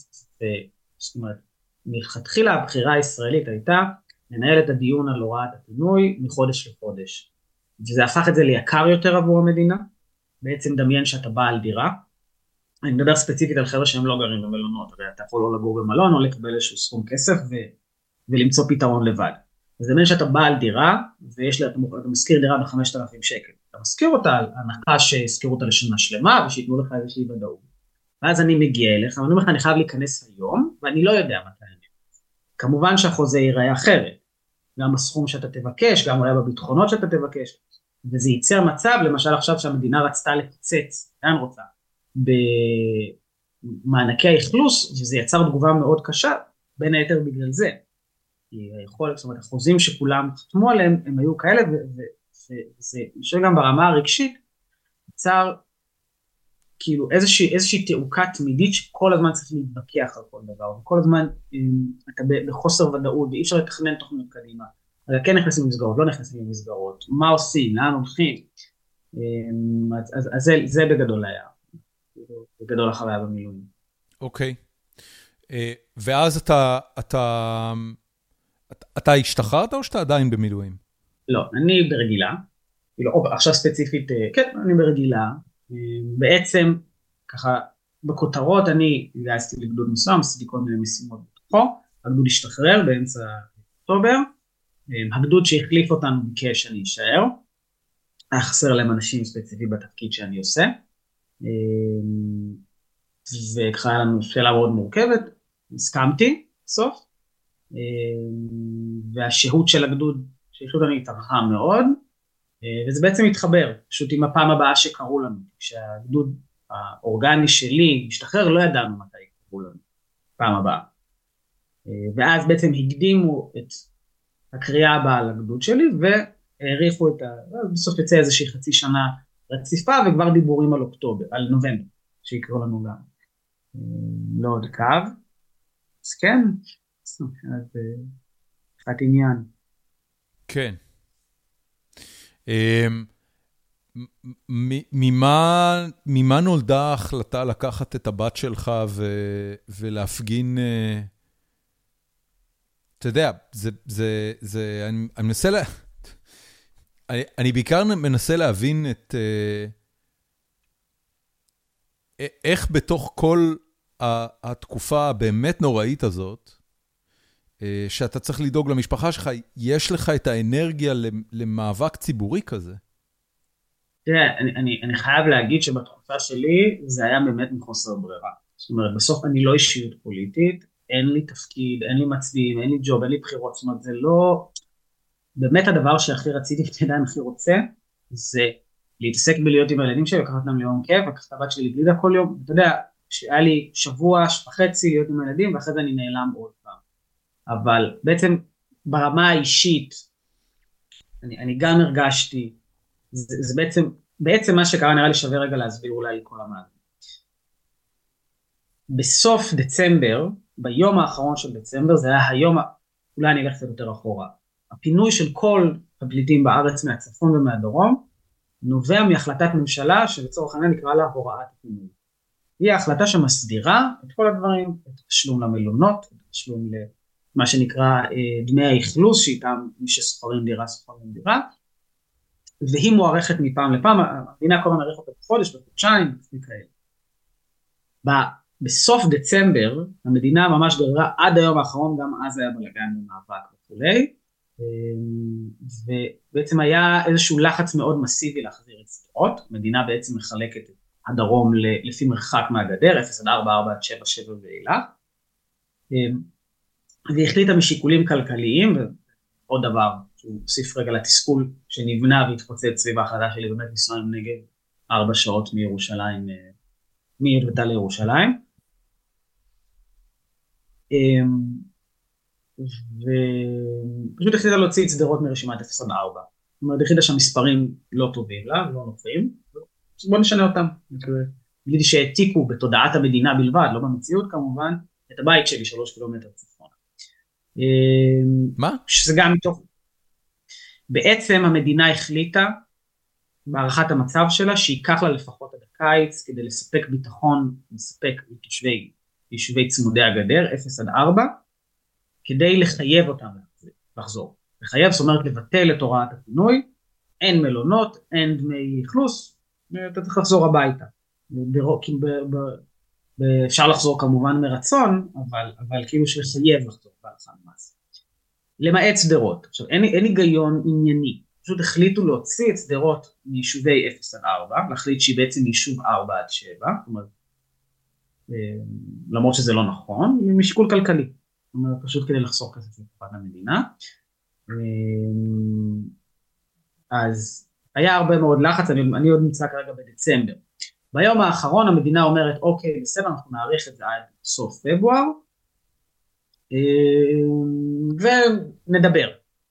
זאת אומרת, מלכתחילה הבחירה הישראלית הייתה לנהל את הדיון על הוראת הפינוי מחודש לחודש. וזה הפך את זה ליקר יותר עבור המדינה, בעצם דמיין שאתה בעל דירה, אני מדבר ספציפית על חבר'ה שהם לא גרים במלונות, הרי אתה יכול לא לגור במלון או לקבל איזשהו סכום כסף ו- ולמצוא פתרון לבד. אז דמיין שאתה בעל דירה, ויש לה, אתה מזכיר דירה ב-חמשת אלפים שקל. אתה מזכיר אותה על הנחה שהזכירו אותה לשנה שלמה, ושיתנו לך איזושהי ודאות. ואז אני מגיע אליך, ואני אומר לך, אני חייב להיכנס היום, ואני לא יודע מתי אני. כמובן שהחוזה ייראה אחרת, גם בסכום שאתה תבקש, גם אולי בביטחונות שאתה תבקש, וזה ייצר מצב, למשל עכשיו שהמדינה רצתה לקצץ, לאן רוצה, במענקי האכלוס, וזה יצר תגובה מאוד קשה, בין היתר בגלל זה. היכולת, זאת אומרת, החוזים שכולם חתמו עליהם, הם היו כאלה, וזה, אני חושב גם ברמה הרגשית, יצר כאילו איזושהי, איזושהי תעוקה תמידית שכל הזמן צריך להתבקח על כל דבר, וכל הזמן אתה בחוסר ודאות, ואי אפשר לתכנן תוכניות קדימה. אז כן נכנסים למסגרות, לא נכנסים למסגרות, מה עושים, לאן הולכים, אז, אז, אז זה, זה בגדול היה, בגדול החוויה במילואים. אוקיי, ואז אתה, אתה, אתה השתחררת או שאתה עדיין במילואים? לא, אני ברגילה, עכשיו ספציפית, כן, אני ברגילה, בעצם ככה בכותרות אני הגעתי לגדוד מסוים, עשיתי כל מיני משימות בתוכו, הגדוד השתחרר באמצע אוקטובר, הגדוד שהחליף אותנו ביקש שאני אשאר, היה חסר להם אנשים ספציפיים בתפקיד שאני עושה, וככה היה לנו שאלה מאוד מורכבת, הסכמתי בסוף, והשהות של הגדוד שהחליט אותנו התארכה מאוד, וזה בעצם מתחבר, פשוט עם הפעם הבאה שקראו לנו, כשהגדוד האורגני שלי משתחרר, לא ידענו מתי קראו לנו, פעם הבאה. ואז בעצם הקדימו את הקריאה הבאה לגדוד שלי, והעריכו את ה... בסוף יצא איזושהי חצי שנה רציפה, וכבר דיבורים על אוקטובר, על נובמבר, שיקראו לנו גם. לא עוד קו. אז כן, אז אחת עניין. כן. ממה, ממה נולדה ההחלטה לקחת את הבת שלך ו, ולהפגין, אתה יודע, זה, זה, זה, אני, אני מנסה לה, אני, אני בעיקר מנסה להבין את, איך בתוך כל התקופה הבאמת נוראית הזאת, שאתה צריך לדאוג למשפחה שלך, יש לך את האנרגיה למאבק ציבורי כזה? תראה, אני, אני, אני חייב להגיד שבתקופה שלי זה היה באמת מחוסר ברירה. זאת אומרת, בסוף אני לא אישיות פוליטית, אין לי תפקיד, אין לי מצביעים, אין לי ג'וב, אין לי בחירות, זאת אומרת, זה לא... באמת הדבר שהכי רציתי ותדע הכי רוצה, זה להתעסק בלהיות עם הילדים שלי, לקחת אותם ליום כיף, לקחת את הבת שלי לגלידה כל יום, אתה יודע, שהיה לי שבוע, וחצי להיות עם הילדים, ואחרי זה אני נעלם עוד פעם. אבל בעצם ברמה האישית, אני, אני גם הרגשתי, זה, זה בעצם, בעצם מה שקרה נראה לי שווה רגע להסביר אולי כל המעלה. בסוף דצמבר, ביום האחרון של דצמבר, זה היה היום, אולי אני אלך קצת יותר אחורה, הפינוי של כל הפליטים בארץ מהצפון ומהדרום, נובע מהחלטת ממשלה שבצורך העניין נקרא לה הוראת הפינוי. היא ההחלטה שמסדירה את כל הדברים, את תשלום למלונות, את תשלום למה שנקרא דמי האכלוס, שאיתם מי שסוחרים דירה, סוחרים דירה, והיא מוערכת מפעם לפעם, המדינה כל הזמן מעריכה אותה בחודש, בחודשיים, וכאלה. בסוף דצמבר, המדינה ממש גררה עד היום האחרון, גם אז היה בלגן במאבק וכולי, ובעצם היה איזשהו לחץ מאוד מסיבי להחזיר את סדרות, המדינה בעצם מחלקת את הדרום לפי מרחק מהגדר, אפס עד ארבע, ארבע עד שבע, שבע ואילך, והיא החליטה משיקולים כלכליים, ועוד דבר, שהוא הוסיף רגע לתסכול שנבנה והתפוצץ סביב ההחלטה שלי, באמת לנסוע עם נגב ארבע שעות מירושלים, מיוטבתה לירושלים, ופשוט החליטה להוציא את סדרות מרשימת אפס עד ארבע, זאת אומרת, החליטה שהמספרים לא טובים לה, לא נופים, אז בואו נשנה אותם, גיליתי שהעתיקו בתודעת המדינה בלבד, לא במציאות כמובן, את הבית שלי שלוש קילומטר צפון. מה? שזה גם מתוך, בעצם המדינה החליטה, בהערכת המצב שלה, שייקח לה לפחות עד הקיץ, כדי לספק ביטחון, לספק לתושבי, יישובי צמודי הגדר, אפס עד ארבע, כדי לחייב אותם לחזור. לחייב, זאת אומרת, לבטל את הוראת הפינוי, אין מלונות, אין דמי אכלוס, אתה צריך לחזור הביתה. אפשר לחזור כמובן מרצון, אבל, אבל כאילו שחייב לחזור בהלכה למעשה. למעט סדרות. עכשיו, אין, אין היגיון ענייני. פשוט החליטו להוציא את סדרות מיישובי אפס עד ארבע, להחליט שהיא בעצם יישוב ארבע עד שבע, זאת אומרת, למרות שזה לא נכון, משיקול כלכלי. זאת אומרת, פשוט כדי לחסוך כסף לקופת המדינה. אז היה הרבה מאוד לחץ, אני, אני עוד נמצא כרגע בדצמבר. ביום האחרון המדינה אומרת, אוקיי, בסדר, אנחנו נאריך את זה עד סוף פברואר, ונדבר.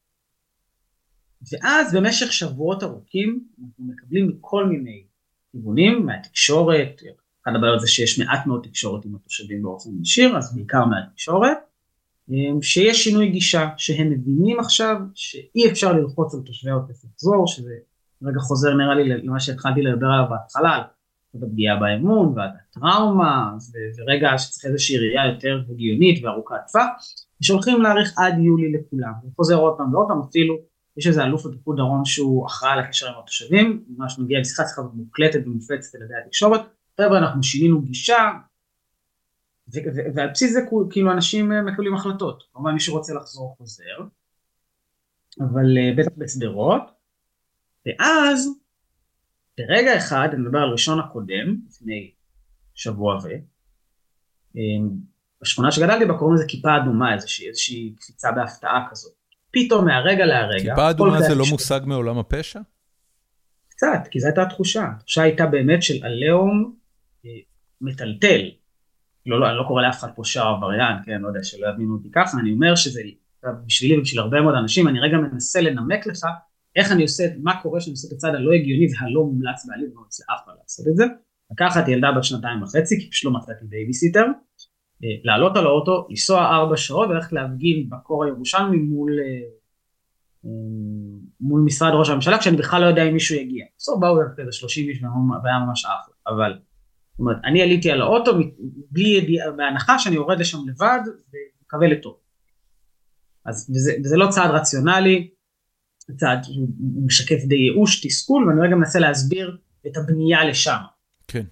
ואז במשך שבועות ארוכים, אנחנו מקבלים מכל מיני כיוונים, מהתקשורת, אחד הבעיות זה שיש מעט מאוד תקשורת עם התושבים באופן ישיר, אז בעיקר מהתקשורת, שיש שינוי גישה, שהם מבינים עכשיו שאי אפשר ללחוץ על תושבי העוטף לחזור, שזה רגע חוזר נראה לי למה שהתחלתי לדבר עליו בהתחלה, את הפגיעה באמון והטראומה, ורגע שצריך איזושהי ראייה יותר הגיונית וארוכת טווח, ושהולכים להאריך עד יולי לכולם, וחוזר עוד פעם ועוד פעם, אפילו יש איזה אלוף הפיקוד דרום שהוא אחראי על הקשר עם התושבים, ממש מגיע לשיחה, שיחה מוקלטת ומופצת על ידי התקשורת, חבר'ה אנחנו שינינו גישה, ועל בסיס זה כאילו אנשים מקבלים החלטות, כלומר מי שרוצה לחזור חוזר, אבל בטח בסדרות, ואז ברגע אחד, אני מדבר על ראשון הקודם, לפני שבוע ו, בשכונה שגדלתי בה קוראים לזה כיפה אדומה, איזושהי, איזושהי קפיצה בהפתעה כזאת, פתאום מהרגע להרגע. כיפה אדומה זה לא מושג מעולם הפשע? קצת, כי זו הייתה התחושה, התחושה הייתה באמת של עליהום מטלטל, לא, לא, אני לא קורא לאף אחד פושע או עבריין, כן, לא יודע, שלא יבינו אותי ככה, אני אומר שזה בשבילי ובשביל הרבה מאוד אנשים, אני רגע מנסה לנמק לך, איך אני עושה, מה קורה שאני עושה את הצד הלא הגיוני והלא מומלץ בעלי, ולא רוצה אף אחד לעשות את זה, לקחת ילדה בת שנתיים וחצי, כי פשוט לא מצאתי בייביסיטר, לעלות על האוטו, לנסוע ארבע שעות, ולכת להפגין בקור הירושלמי מול, מול משרד ראש הממשלה, כשאני בכלל לא יודע אם מישהו יגיע. בסוף באו כזה שלושים איש, והיה ממש אחלה, אבל זאת אומרת, אני עליתי על האוטו, בלי ידיעה, בהנחה שאני יורד לשם לבד, ומקווה לטוב. אז וזה, וזה לא צעד רציונלי, צעד שהוא משקף די ייאוש, תסכול, ואני רגע מנסה להסביר את הבנייה לשם. כן.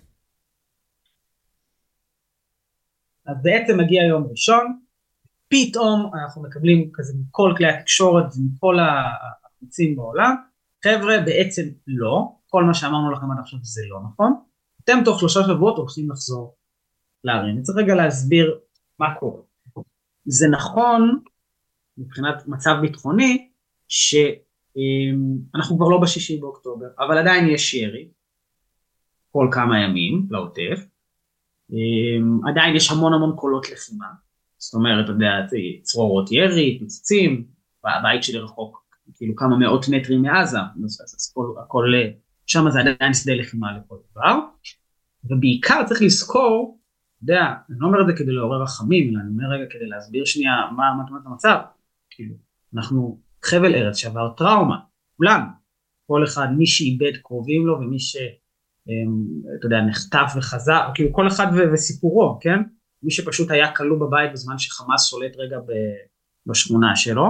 אז בעצם מגיע יום ראשון, פתאום אנחנו מקבלים כזה מכל כלי התקשורת, ומכל הערוצים בעולם, חבר'ה בעצם לא, כל מה שאמרנו לכם עד עכשיו זה לא נכון, אתם תוך שלושה שבועות הולכים לחזור לערים. אני צריך רגע להסביר מה קורה. זה נכון, מבחינת מצב ביטחוני, שאנחנו כבר לא בשישי באוקטובר, אבל עדיין יש ירי, כל כמה ימים, לעוטף, עדיין יש המון המון קולות לחימה, זאת אומרת, אתה יודע, צרורות ירי, פצצים, הבית שלי רחוק, כאילו כמה מאות מטרים מעזה, אז הכל, שם זה עדיין שדה לחימה לכל דבר, ובעיקר צריך לזכור, אתה יודע, אני לא אומר את זה כדי לעורר רחמים, אלא אני אומר רגע כדי להסביר שנייה מה תמונת המצב, כאילו, אנחנו חבל ארץ שעבר טראומה, כולם, כל אחד, מי שאיבד קרובים לו, ומי ש, אתה יודע, נחטף וחזר, כאילו כל אחד ו- וסיפורו, כן? מי שפשוט היה כלוא בבית בזמן שחמאס שולט רגע ב- בשכונה שלו,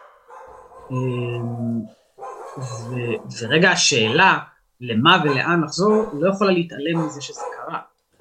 ו- ורגע השאלה, למה ולאן לחזור, לא יכולה להתעלם מזה שזה קרה.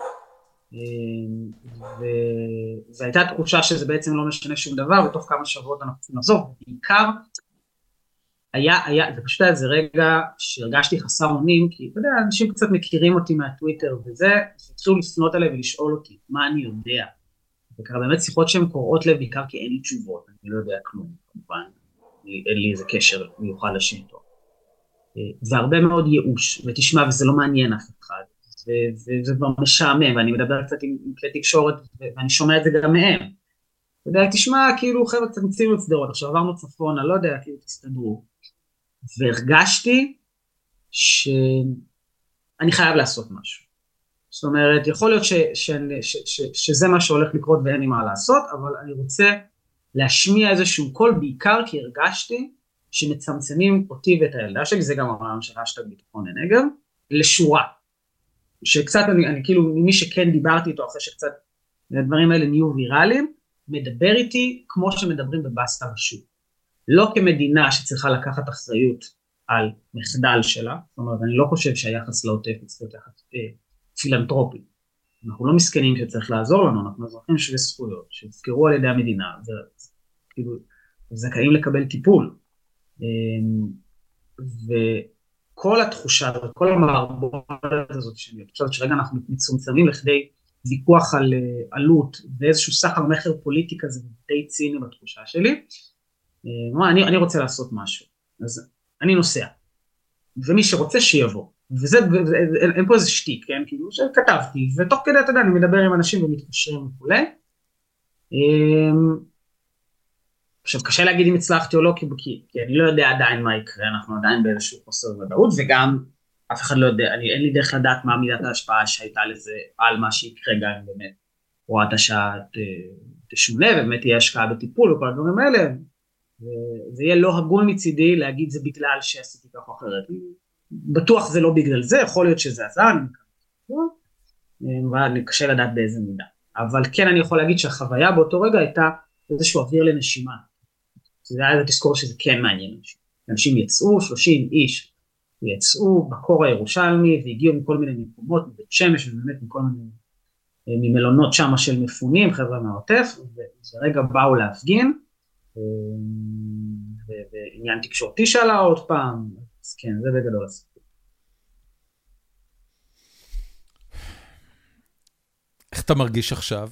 והייתה תחושה שזה בעצם לא משנה שום דבר, ותוך כמה שבועות אנחנו צריכים לחזור. בעיקר, היה, היה, זה פשוט היה איזה רגע שהרגשתי חסר אונים, כי אתה יודע, אנשים קצת מכירים אותי מהטוויטר וזה, התחילו לפנות אליי ולשאול אותי, מה אני יודע? וככה באמת שיחות שהן קוראות לב, בעיקר כי אין לי תשובות, אני לא יודע כלום, כמובן, אין לי איזה קשר מיוחד לשלטון. והרבה מאוד ייאוש, ותשמע, וזה לא מעניין אף אחד, וזה כבר משעמם, ואני מדבר קצת עם כלי תקשורת, ואני שומע את זה גם מהם. אתה יודע, תשמע, כאילו, חבר'ה קצת מציעים לצדרות, עכשיו עברנו צפונה, לא יודע, כאילו, תסתדרו. והרגשתי שאני חייב לעשות משהו. זאת אומרת, יכול להיות ש, ש, ש, ש, שזה מה שהולך לקרות ואין לי מה לעשות, אבל אני רוצה להשמיע איזשהו קול, בעיקר כי הרגשתי שמצמצמים אותי ואת הילדה שלי, זה גם הרעיון של השטג ביטחון הנגב, לשורה. שקצת אני, אני כאילו, ממי שכן דיברתי איתו, אחרי שקצת הדברים האלה נהיו ויראליים, מדבר איתי כמו שמדברים בבסטה בשוק. לא כמדינה שצריכה לקחת אחריות על מחדל שלה, זאת אומרת, אני לא חושב שהיחס לעוטף צריך להיות יחס אה, פילנטרופי. אנחנו לא מסכנים שצריך לעזור לנו, אנחנו אזרחים שווי זכויות, שהזכרו על ידי המדינה, וכאילו, זכאים לקבל טיפול. וכל התחושה, וכל המערבולת הזאת שלי, אני חושבת שרגע אנחנו מצומצמים לכדי ויכוח על עלות, ואיזשהו סחר מחר פוליטי כזה, די ציני בתחושה שלי, אני, אני רוצה לעשות משהו, אז אני נוסע, ומי שרוצה שיבוא. וזה, אין פה איזה שטיק, כן? כאילו שכתבתי, ותוך כדי, אתה יודע, אני מדבר עם אנשים ומתקשרים וכו'. עכשיו, קשה להגיד אם הצלחתי או לא, כי, כי אני לא יודע עדיין מה יקרה, אנחנו עדיין באיזשהו חוסר ודאות, וגם אף אחד לא יודע, אני, אין לי דרך לדעת מה מידת ההשפעה שהייתה לזה על מה שיקרה גם אם באמת הוראת השעה תשונה, ובאמת תהיה השקעה בטיפול וכל הדברים האלה, וזה יהיה לא הגון מצידי להגיד זה בגלל שעשיתי כך או אחרת. בטוח זה לא בגלל זה, יכול להיות שזה עזר, ואני קשה לדעת באיזה מידה. אבל כן אני יכול להגיד שהחוויה באותו רגע הייתה איזשהו אוויר לנשימה. זה היה תזכור שזה כן מעניין אנשים. אנשים יצאו, שלושים איש יצאו בקור הירושלמי, והגיעו מכל מיני מקומות, מבית שמש, ובאמת מכל מיני, ממלונות שמה של מפונים, חבר'ה מהעוטף, ורגע באו להפגין, ועניין תקשורתי שאלה עוד פעם, אז כן, זה בגדול הסיפור. איך אתה מרגיש עכשיו?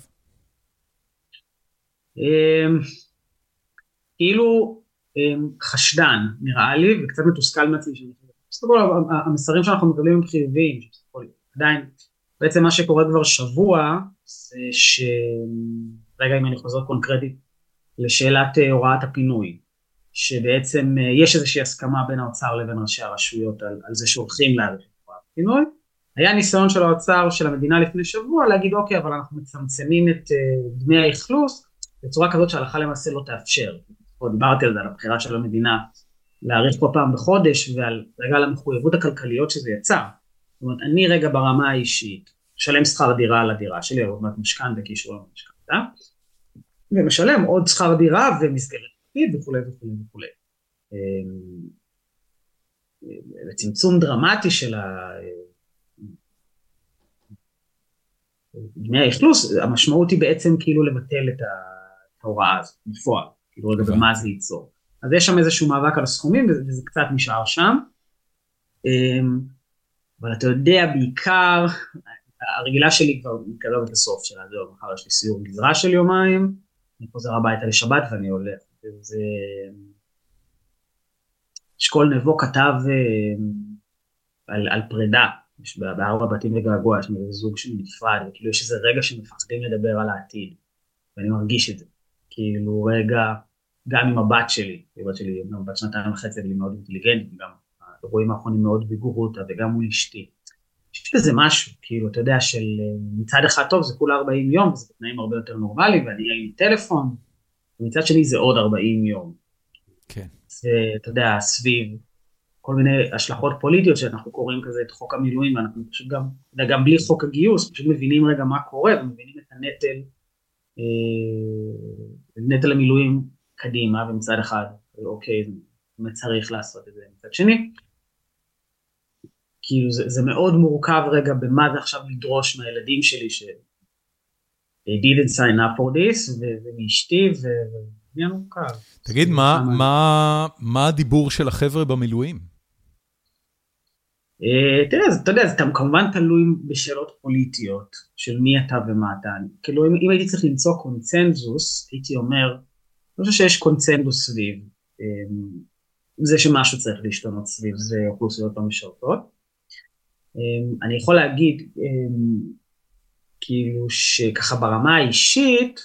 כאילו חשדן, נראה לי, וקצת מתוסכל מעצמי, המסרים שאנחנו מקבלים הם חיוביים, עדיין, בעצם מה שקורה כבר שבוע, זה ש... רגע אם אני חוזר קונקרטית, לשאלת הוראת הפינוי, שבעצם יש איזושהי הסכמה בין האוצר לבין ראשי הרשויות על, על זה שהולכים להאריך את הוראת הפינוי, היה ניסיון של האוצר של המדינה לפני שבוע להגיד אוקיי, אבל אנחנו מצמצמים את uh, דמי האכלוס בצורה כזאת שההלכה למעשה לא תאפשר. פה דיברתי על זה, על הבחירה של המדינה להאריך כל פעם בחודש, ועל רגע על המחויבות הכלכליות שזה יצא. זאת אומרת, אני רגע ברמה האישית, משלם שכר דירה על הדירה שלי, או מעט משכנתא קישור למשכנתא, ומשלם עוד שכר דירה ומסגרת תפקיד וכו' וכו' וכו'. וצמצום דרמטי של דמי האכלוס, המשמעות היא בעצם כאילו לבטל את ההוראה הזאת, בפועל, כאילו רגע במה זה ייצור. אז יש שם איזשהו מאבק על הסכומים, וזה קצת נשאר שם. אבל אתה יודע, בעיקר, הרגילה שלי כבר מתקרבת לסוף שלה, זהו, מחר יש לי סיור גזרה של יומיים, אני חוזר הביתה לשבת ואני הולך. זה... אשכול נבו כתב על, על פרידה, יש בארבע בתים וגעגוע, יש איזה זוג שנפרד, וכאילו יש איזה רגע שמפחדים לדבר על העתיד, ואני מרגיש את זה. כאילו רגע, גם עם הבת שלי, הבת שלי, בת שנתיים וחצי, אבל היא מאוד אינטליגנטית, גם האירועים האחרונים מאוד בגורותה, וגם מול אשתי. יש בזה משהו, כאילו, אתה יודע, של מצד אחד טוב, זה כולה ארבעים יום, וזה בתנאים הרבה יותר נורמליים, ואני אהיה עם טלפון, ומצד שני זה עוד ארבעים יום. כן. ואתה יודע, סביב כל מיני השלכות פוליטיות, שאנחנו קוראים כזה את חוק המילואים, ואנחנו פשוט גם, גם בלי חוק הגיוס, פשוט מבינים רגע מה קורה, ומבינים את הנטל, נטל המילואים קדימה, ומצד אחד, אוקיי, זה צריך לעשות את זה. מצד שני, כאילו זה, זה מאוד מורכב רגע במה זה עכשיו לדרוש מהילדים שלי ש they didn't sign up for this, ומאשתי, וזה מורכב. תגיד, מה, מה, מה הדיבור של החבר'ה במילואים? תראה, אתה יודע, זה כמובן תלוי בשאלות פוליטיות, של מי אתה ומה אתה. כאילו, אם, אם הייתי צריך למצוא קונצנזוס, הייתי אומר, אני חושב שיש קונצנזוס סביב, זה שמשהו צריך להשתנות סביב, זה אוכלוסיות לא משרתות. אני יכול להגיד, כאילו שככה ברמה האישית,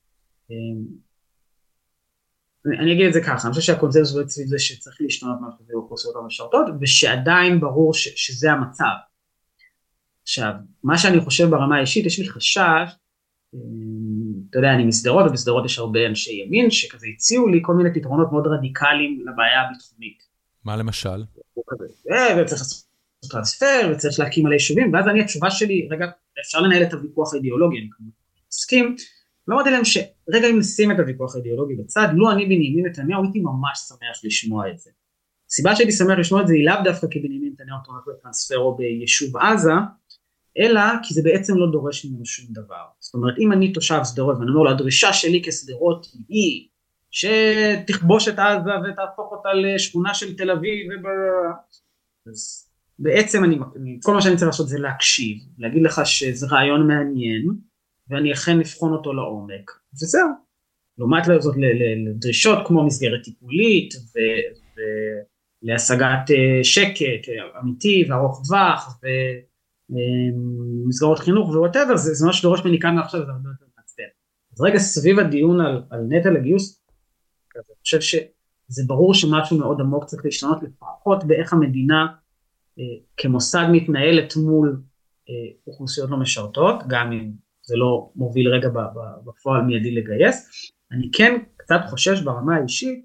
אני אגיד את זה ככה, אני חושב שהקונצנזוס סביב זה שצריך להשתנות משהו סביב אוכלוסיות לא משרתות, ושעדיין ברור ש- שזה המצב. עכשיו, מה שאני חושב ברמה האישית, יש לי חשש, אתה יודע, אני מסדרות, ובסדרות יש הרבה אנשי ימין, שכזה הציעו לי כל מיני פתרונות מאוד רדיקליים לבעיה הביטחונית. מה למשל? וצריך לעשות טרנספר, וצריך להקים על היישובים, ואז אני, התשובה שלי, רגע, אפשר לנהל את הוויכוח האידיאולוגי, אני כמובן מסכים, לא אמרתי להם שרגע אם נשים את הוויכוח האידיאולוגי בצד, לא אני בנימין נתניהו, הייתי ממש שמח לשמוע את זה. הסיבה שהייתי שמח לשמוע את זה היא לאו דווקא כי בנימין נתניהו תומך בטרנספר או ביישוב עזה, אלא כי זה בעצם לא דורש ממנו שום דבר. זאת אומרת, אם אני תושב סדרות, ואני אומר לו, הדרישה שלי כסדרות היא שתכבוש את עזה ותהפוך אותה לשכונה של תל אביב, אז בעצם אני, כל מה שאני צריך לעשות זה להקשיב, להגיד לך שזה רעיון מעניין, ואני אכן נבחון אותו לעומק, וזהו. לעומת זאת לדרישות כמו מסגרת טיפולית, להשגת שקט אמיתי וארוך טווח, ומסגרות חינוך ווואטאבר, זה, זה מה שדורש ממני כאן עכשיו, זה הרבה יותר מעצבן. אז רגע סביב הדיון על, על נטל הגיוס, אני חושב שזה ברור שמשהו מאוד עמוק צריך להשתנות, לפחות באיך המדינה כמוסד מתנהלת מול אוכלוסיות לא משרתות, גם אם זה לא מוביל רגע בפועל מיידי לגייס. אני כן קצת חושש ברמה האישית,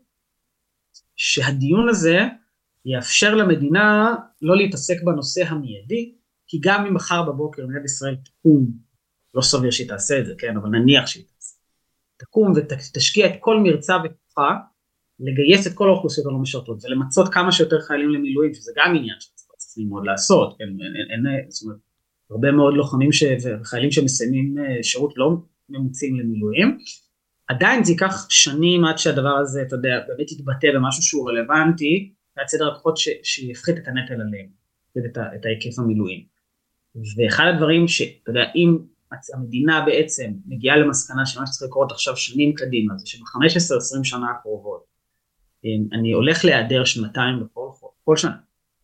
שהדיון הזה יאפשר למדינה לא להתעסק בנושא המיידי, כי גם אם מחר בבוקר מדינת ישראל תקום, לא סביר שהיא תעשה את זה, כן, אבל נניח שהיא תעשה, תקום ותשקיע את כל מרצה וכוחה, לגייס את כל האוכלוסיות הלא משרתות, ולמצות כמה שיותר חיילים למילואים, שזה גם עניין שצריך ללמוד לעשות, אין, אין, אין, זאת אומרת, הרבה מאוד לוחמים ש... וחיילים שמסיימים שירות לא ממוצים למילואים, עדיין זה ייקח שנים עד שהדבר הזה, אתה יודע, באמת יתבטא במשהו שהוא רלוונטי, ועד סדר הכוחות ש... שיפחית את הנטל עליהם, את, ה... את ההיקף המילואים. ואחד הדברים שאתה יודע, אם המדינה בעצם מגיעה למסקנה שמה שצריך לקרות עכשיו שנים קדימה, זה שב-חמש עשרה עשרים שנה הקרובות, אני הולך להיעדר שנתיים בכל כל שנה,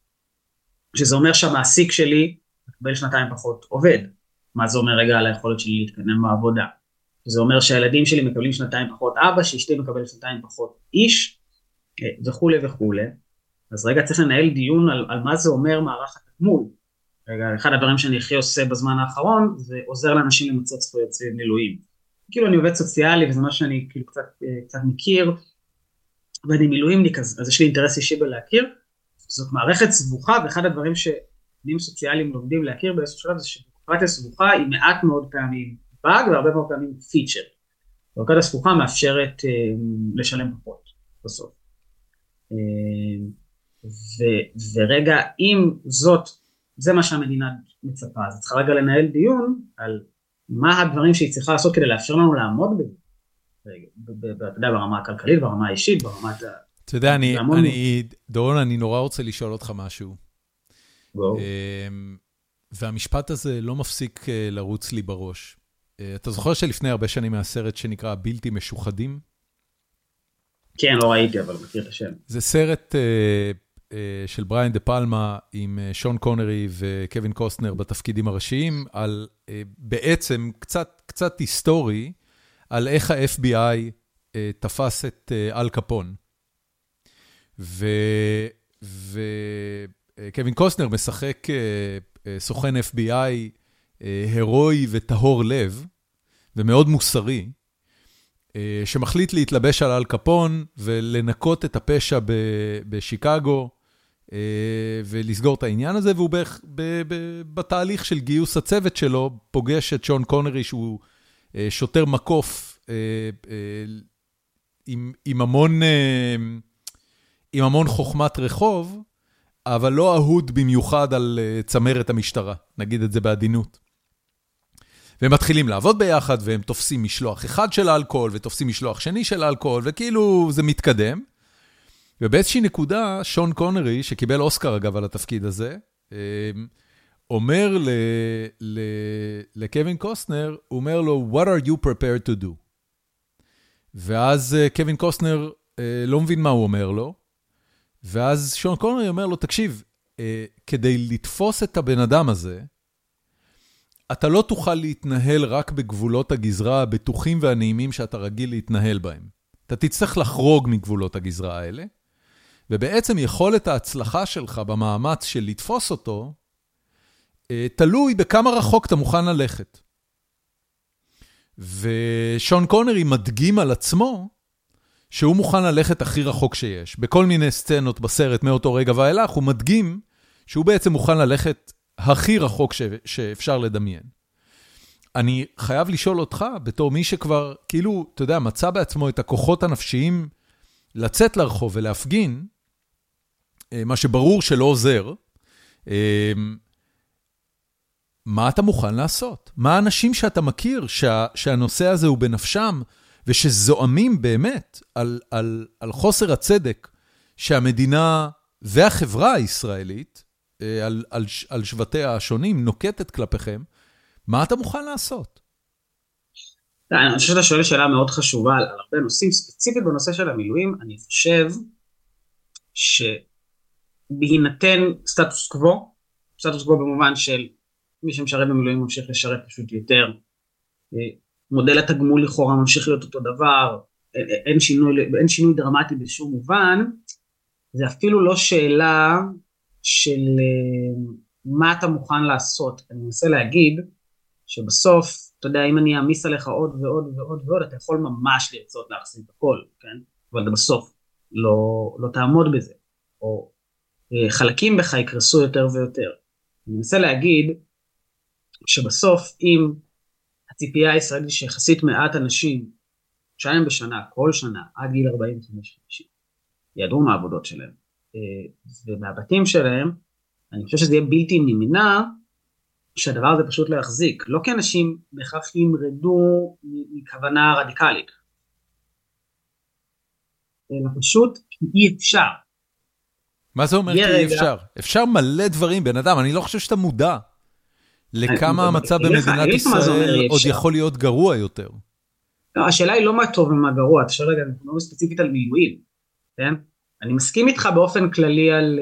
שזה אומר שהמעסיק שלי מקבל שנתיים פחות עובד. מה זה אומר רגע על היכולת שלי להתקדם בעבודה? זה אומר שהילדים שלי מקבלים שנתיים פחות אבא, שאשתי מקבל שנתיים פחות איש, וכו' וכו'. אז רגע צריך לנהל דיון על, על מה זה אומר מערך התגמול. רגע, אחד הדברים שאני הכי עושה בזמן האחרון, זה עוזר לאנשים למצות זכויות סביב מילואים. כאילו אני עובד סוציאלי, וזה מה שאני כאילו קצת, קצת מכיר, ואני מילואימניק, אז, אז יש לי אינטרס אישי בלהכיר. זאת מערכת סבוכה, ואחד הדברים שבנים סוציאליים לומדים להכיר באיזשהו שלב, זה שבירוקרטיה סבוכה היא מעט מאוד פעמים באג, והרבה מאוד פעמים פיצ'ר. בירוקרטיה סבוכה מאפשרת אה, לשלם פחות בסוף. אה, ו, ורגע, אם זאת, זה מה שהמדינה מצפה, אז צריכה רגע לנהל דיון על מה הדברים שהיא צריכה לעשות כדי לאפשר לנו לעמוד בזה. אתה יודע, ברמה הכלכלית, ברמה האישית, ברמת ה... אתה יודע, אני, אני, דורון, אני נורא רוצה לשאול אותך משהו. בואו. והמשפט הזה לא מפסיק לרוץ לי בראש. אתה זוכר שלפני הרבה שנים מהסרט שנקרא בלתי משוחדים? כן, לא ראיתי, אבל מכיר את השם. זה סרט של בריאן דה פלמה עם שון קונרי וקווין קוסטנר בתפקידים הראשיים, על בעצם קצת, קצת היסטורי, על איך ה-אף בי איי תפס את אל קפון. וקווין קוסטנר משחק סוכן אף בי איי הרואי וטהור לב, ומאוד מוסרי, שמחליט להתלבש על אל קפון, ולנקות את הפשע בשיקגו, ולסגור את העניין הזה, והוא בתהליך של גיוס הצוות שלו, פוגש את שון קונרי, שהוא שוטר מקוף, עם, עם המון... עם המון חוכמת רחוב, אבל לא אהוד במיוחד על צמרת המשטרה, נגיד את זה בעדינות. והם מתחילים לעבוד ביחד, והם תופסים משלוח אחד של אלכוהול, ותופסים משלוח שני של אלכוהול, וכאילו זה מתקדם. ובאיזושהי נקודה, שון קונרי, שקיבל אוסקר אגב על התפקיד הזה, אומר לקווין קוסטנר, הוא אומר לו, what are you prepared to do? ואז קווין קוסטנר לא מבין מה הוא אומר לו, ואז שון קונרי אומר לו, תקשיב, כדי לתפוס את הבן אדם הזה, אתה לא תוכל להתנהל רק בגבולות הגזרה הבטוחים והנעימים שאתה רגיל להתנהל בהם. אתה תצטרך לחרוג מגבולות הגזרה האלה, ובעצם יכולת ההצלחה שלך במאמץ של לתפוס אותו, תלוי בכמה רחוק אתה מוכן ללכת. ושון קונרי מדגים על עצמו, שהוא מוכן ללכת הכי רחוק שיש. בכל מיני סצנות בסרט מאותו רגע ואילך, הוא מדגים שהוא בעצם מוכן ללכת הכי רחוק ש... שאפשר לדמיין. אני חייב לשאול אותך, בתור מי שכבר, כאילו, אתה יודע, מצא בעצמו את הכוחות הנפשיים לצאת לרחוב ולהפגין, מה שברור שלא עוזר, מה אתה מוכן לעשות? מה האנשים שאתה מכיר שה... שהנושא הזה הוא בנפשם, ושזועמים באמת על, על, על חוסר הצדק שהמדינה והחברה הישראלית, על, על, על שבטיה השונים, נוקטת כלפיכם, מה אתה מוכן לעשות? אני חושב שאתה שואל שאלה מאוד חשובה על הרבה נושאים, ספציפית בנושא של המילואים, אני חושב ש... בהינתן סטטוס קוו, סטטוס קוו במובן של מי שמשרת במילואים ממשיך לשרת פשוט יותר, מודל התגמול לכאורה ממשיך להיות אותו דבר, אין שינוי, אין שינוי דרמטי בשום מובן, זה אפילו לא שאלה של מה אתה מוכן לעשות. אני מנסה להגיד שבסוף, אתה יודע, אם אני אעמיס עליך עוד ועוד ועוד ועוד, אתה יכול ממש לרצות להחזיק הכל, כן? אבל בסוף לא, לא תעמוד בזה, או חלקים בך יקרסו יותר ויותר. אני מנסה להגיד שבסוף אם הציפייה הישראלית שיחסית מעט אנשים, שנים בשנה, כל שנה, עד גיל ארבעים וחמש חמישים, יעדרו מהעבודות שלהם, ומהבתים שלהם, אני חושב שזה יהיה בלתי נמנע, שהדבר הזה פשוט לא יחזיק, לא כי אנשים בכך ימרדו מכוונה רדיקלית, אלא פשוט אי אפשר. מה זה אומר כי אי אפשר? אפשר מלא דברים, בן אדם, אני לא חושב שאתה מודע, לכמה המצב במדינת ישראל עוד יכול להיות גרוע יותר. השאלה היא לא מה טוב ומה גרוע, אתה שואל רגע, אנחנו לא ספציפית על מילואים, כן? אני מסכים איתך באופן כללי על,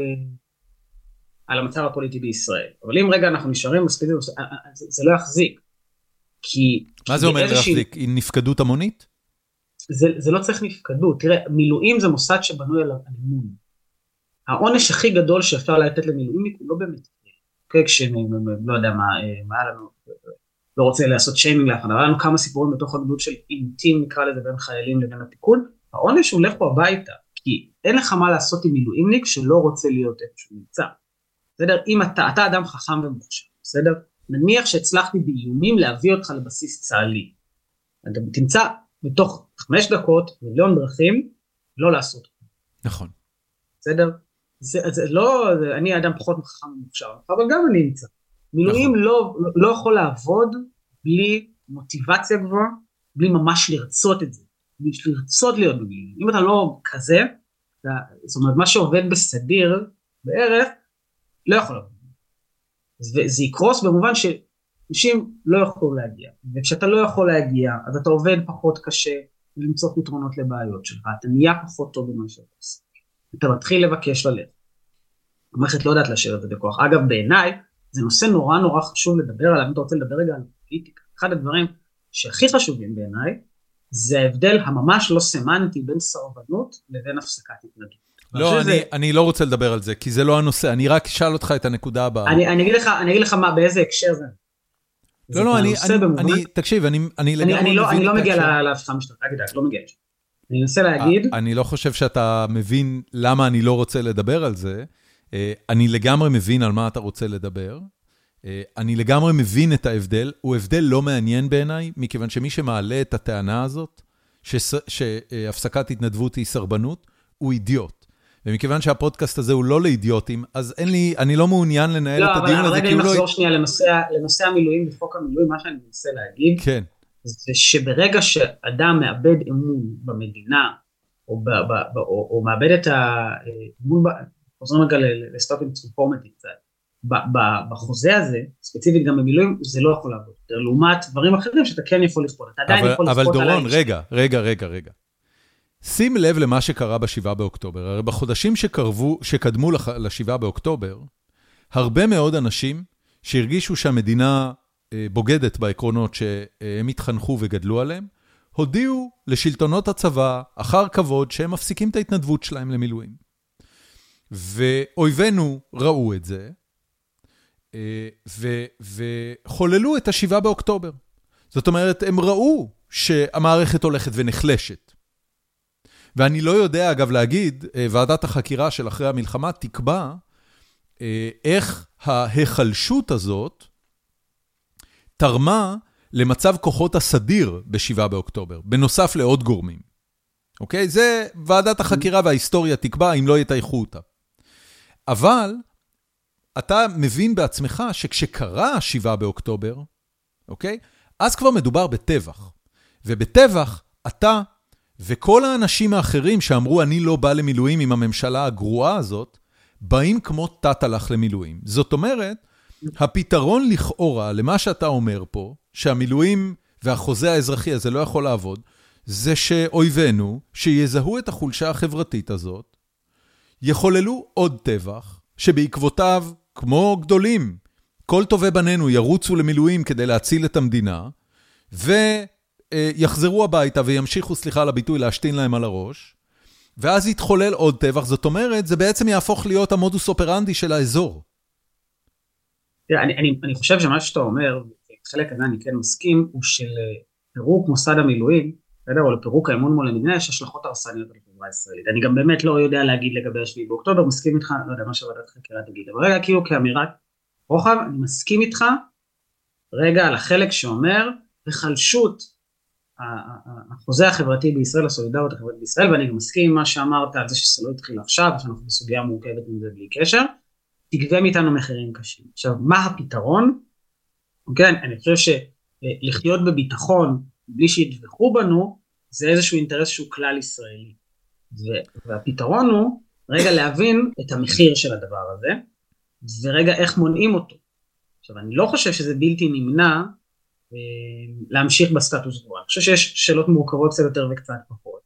על המצב הפוליטי בישראל, אבל אם רגע אנחנו נשארים מספיק, זה, זה לא יחזיק. כי, מה כי זה אומר באיזושהי... להחזיק? היא נפקדות המונית? זה, זה לא צריך נפקדות, תראה, מילואים זה מוסד שבנוי על אמון. העונש הכי גדול שאפשר לתת למילואימניק הוא לא באמת, אוקיי, כשאני לא יודע מה, מה היה לנו, לא רוצה לעשות שיימינג לאחד, אבל היה לנו כמה סיפורים בתוך הגדוד של עימותים, נקרא לזה בין חיילים לבין הפיקוד, העונש הוא לכו הביתה, כי אין לך מה לעשות עם מילואימניק שלא רוצה להיות איפשהו נמצא. בסדר? אם אתה, אתה אדם חכם ומוכשר, בסדר? נניח שהצלחתי באיומים להביא אותך לבסיס צה"לי. אתה תמצא בתוך חמש דקות, מיליון דרכים, לא לעשות. נכון. בסדר? זה, זה לא, זה, אני אדם פחות חכם ומוכשר, אבל גם אני נמצא. מילואים נכון. לא, לא יכול לעבוד בלי מוטיבציה גבוהה, בלי ממש לרצות את זה. בלי לרצות להיות במילואים. אם אתה לא כזה, אתה, זאת אומרת, מה שעובד בסדיר בערך, לא יכול לעבוד. וזה יקרוס במובן שאנשים לא יכולו להגיע. וכשאתה לא יכול להגיע, אז אתה עובד פחות קשה למצוא פתרונות לבעיות שלך. אתה נהיה פחות טוב במה שאתה עושה. אתה מתחיל לבקש ללב. המערכת לא יודעת להשאיר את זה בכוח. אגב, בעיניי, זה נושא נורא נורא חשוב לדבר עליו. אם אתה רוצה לדבר רגע על פוליטיקה. אחד הדברים שהכי חשובים בעיניי, זה ההבדל הממש לא סמנטי בין סרבנות לבין הפסקת התנגדות. לא, אני, אני לא רוצה לדבר על זה, כי זה לא הנושא, אני רק אשאל אותך את הנקודה הבאה. אני, אני אגיד לך, אני אגיד לך מה, באיזה הקשר זה. לא, לא, אני, אני, אני, תקשיב, אני, אני לגמרי אני לא, אני לא מגיע להפכה משטרת, אגיד, לא מגיע לשם. אני אנסה להגיד. אני לא חושב שאתה מבין למה אני לא רוצה לדבר על זה, אני לגמרי מבין על מה אתה רוצה לדבר, אני לגמרי מבין את ההבדל, הוא הבדל לא מעניין בעיניי, מכיוון שמי שמעלה את הטענה הזאת, שהפסקת התנדבות היא סרבנות, הוא אידיוט. ומכיוון שהפודקאסט הזה הוא לא לאידיוטים, אז אין לי, אני לא מעוניין לנהל את הדיון הזה. לא, אבל רגע אם נחזור שנייה לנושא המילואים וחוק המילואים, מה שאני מנסה להגיד, כן. זה שברגע שאדם מאבד אמון במדינה, או מאבד את האמון, חוזרים רגע לסטופים טרופורמטי קצת, בחוזה הזה, ספציפית גם במילואים, זה לא יכול לעבוד. לעומת דברים אחרים שאתה כן יכול לכפות. אתה עדיין יכול לכפות אבל דורון, רגע, רגע, רגע, רגע. שים לב למה שקרה בשבעה באוקטובר. הרי בחודשים שקרבו, שקדמו לשבעה באוקטובר, הרבה מאוד אנשים שהרגישו שהמדינה בוגדת בעקרונות שהם התחנכו וגדלו עליהם, הודיעו לשלטונות הצבא אחר כבוד שהם מפסיקים את ההתנדבות שלהם למילואים. ואויבינו ראו את זה, וחוללו את השבעה באוקטובר. זאת אומרת, הם ראו שהמערכת הולכת ונחלשת. ואני לא יודע, אגב, להגיד, ועדת החקירה של אחרי המלחמה תקבע איך ההחלשות הזאת תרמה למצב כוחות הסדיר בשבעה באוקטובר, בנוסף לעוד גורמים. אוקיי? זה ועדת החקירה וההיסטוריה תקבע אם לא יתייחו אותה. אבל אתה מבין בעצמך שכשקרה שבעה באוקטובר, אוקיי? אז כבר מדובר בטבח. ובטבח אתה וכל האנשים האחרים שאמרו אני לא בא למילואים עם הממשלה הגרועה הזאת, באים כמו תת הלך למילואים. זאת אומרת, הפתרון לכאורה למה שאתה אומר פה, שהמילואים והחוזה האזרחי הזה לא יכול לעבוד, זה שאויבינו, שיזהו את החולשה החברתית הזאת, יחוללו עוד טבח, שבעקבותיו, כמו גדולים, כל טובי בנינו ירוצו למילואים כדי להציל את המדינה, ויחזרו הביתה וימשיכו, סליחה על הביטוי, להשתין להם על הראש, ואז יתחולל עוד טבח. זאת אומרת, זה בעצם יהפוך להיות המודוס אופרנדי של האזור. אני, אני, אני חושב שמה שאתה אומר, חלק הזה אני כן מסכים, הוא של פירוק מוסד המילואים, או לפירוק האמון מול המדינה, יש השלכות הרסניות על החברה הישראלית. אני גם באמת לא יודע להגיד לגבי השביעי באוקטובר, מסכים איתך, לא יודע מה שוועדת חקירה תגיד, אבל רגע, כאילו כאמירת רוחב, אני מסכים איתך, רגע על החלק שאומר, בחלשות החוזה החברתי בישראל, הסולידריות החברתית בישראל, ואני גם מסכים עם מה שאמרת על זה שזה לא התחיל עכשיו, שאנחנו בסוגיה מורכבת עם זה בלי קשר, תגבה מאיתנו מחירים קשים. עכשיו, מה הפתרון? אוקיי, אני חושב שלחיות בביטחון, בלי שידווחו בנו, זה איזשהו אינטרס שהוא כלל ישראלי. והפתרון הוא, רגע להבין את המחיר של הדבר הזה, ורגע איך מונעים אותו. עכשיו, אני לא חושב שזה בלתי נמנע, להמשיך בסטטוס קוו. אני חושב שיש שאלות מורכבות קצת יותר וקצת פחות.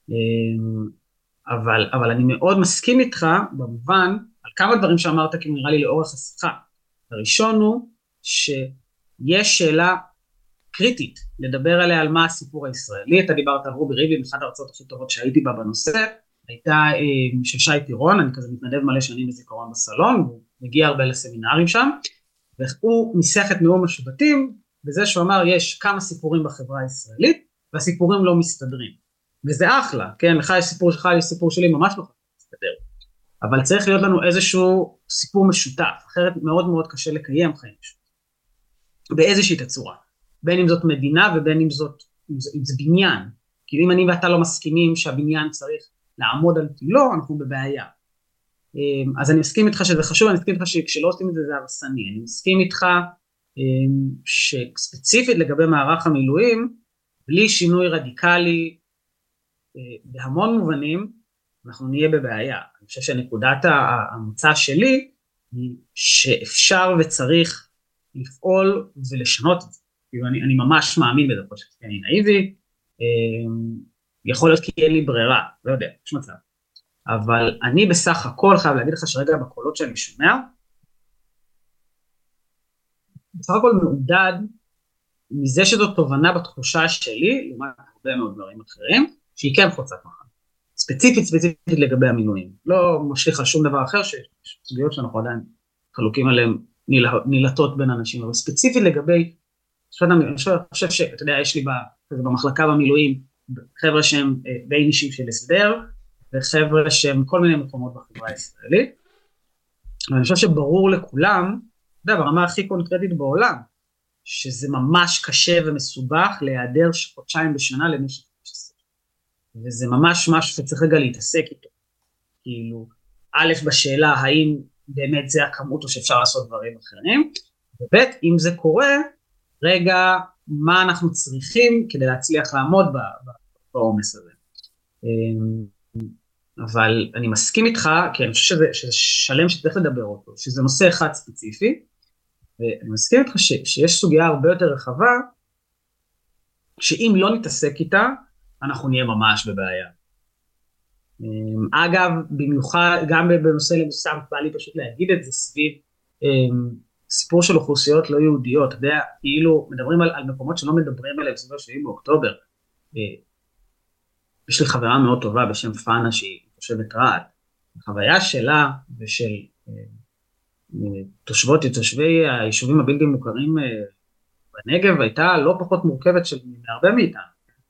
אבל, אבל אני מאוד מסכים איתך, במובן, על כמה דברים שאמרת, כי נראה לי לאורך השיחה. הראשון הוא, שיש שאלה קריטית, לדבר עליה על מה הסיפור הישראלי. אתה דיברת על רובי ריבלין, אחת ההרצאות הכי טובות שהייתי בה בנושא, הייתה של שי פירון, אני כזה מתנדב מלא שנים בזיכרון בסלון, הוא מגיע הרבה לסמינרים שם, והוא ניסח את נאום השבטים, בזה שהוא אמר, יש כמה סיפורים בחברה הישראלית, והסיפורים לא מסתדרים. וזה אחלה, כן? לך יש סיפור שלך, יש סיפור שלי, ממש לא מסתדר. אבל צריך להיות לנו איזשהו סיפור משותף, אחרת מאוד מאוד קשה לקיים חיים משותף. באיזושהי תצורה. בין אם זאת מדינה, ובין אם זאת, אם זה, אם זה בניין. כי אם אני ואתה לא מסכימים שהבניין צריך לעמוד על תילו, אנחנו בבעיה. אז אני מסכים איתך שזה חשוב, אני מסכים איתך שכשלא עושים את זה, זה הרסני. אני מסכים איתך, שספציפית לגבי מערך המילואים, בלי שינוי רדיקלי בהמון מובנים, אנחנו נהיה בבעיה. אני חושב שנקודת המוצא שלי, היא שאפשר וצריך לפעול ולשנות את זה. אני, אני ממש מאמין בזה, חושב שאני נאיבי, יכול להיות כי אין לי ברירה, לא יודע, יש מצב. אבל אני בסך הכל חייב להגיד לך שרגע בקולות שאני שומע, בסך הכל מעודד מזה שזו תובנה בתחושה שלי, לעומת הרבה מאוד דברים אחרים, שהיא כן חוצת מחנה. ספציפית, ספציפית לגבי המילואים. לא משליך על שום דבר אחר, שיש סוגיות שאנחנו עדיין חלוקים עליהן נילתות בין אנשים, אבל ספציפית לגבי, אני חושב שאתה יודע, יש לי במחלקה במילואים, חבר'ה שהם בין אישים של הסדר, וחבר'ה שהם כל מיני מקומות בחברה הישראלית, ואני חושב שברור לכולם, אתה יודע, ברמה הכי קונקרטית בעולם, שזה ממש קשה ומסובך להיעדר חודשיים בשנה למשך חמש עשרה. וזה ממש משהו שצריך רגע להתעסק איתו. כאילו, א' בשאלה האם באמת זה הכמות או שאפשר לעשות דברים אחרים, וב' אם זה קורה, רגע מה אנחנו צריכים כדי להצליח לעמוד בעומס הזה. אבל אני מסכים איתך, כי אני חושב שזה, שזה שלם שצריך לדבר אותו, שזה נושא אחד ספציפי, ואני מסכים איתך ש, שיש סוגיה הרבה יותר רחבה, שאם לא נתעסק איתה, אנחנו נהיה ממש בבעיה. אגב, במיוחד, גם בנושא למוסם, בא לי פשוט להגיד את זה סביב, סיפור של אוכלוסיות לא יהודיות, אתה יודע, כאילו מדברים על, על מקומות שלא מדברים עליהם, סביב השביעי באוקטובר. יש לי חברה מאוד טובה בשם פאנה, שהיא תושבת רעת. החוויה שלה ושל תושבות, תושבי היישובים הבלתי מוכרים בנגב, הייתה לא פחות מורכבת של הרבה מאיתנו.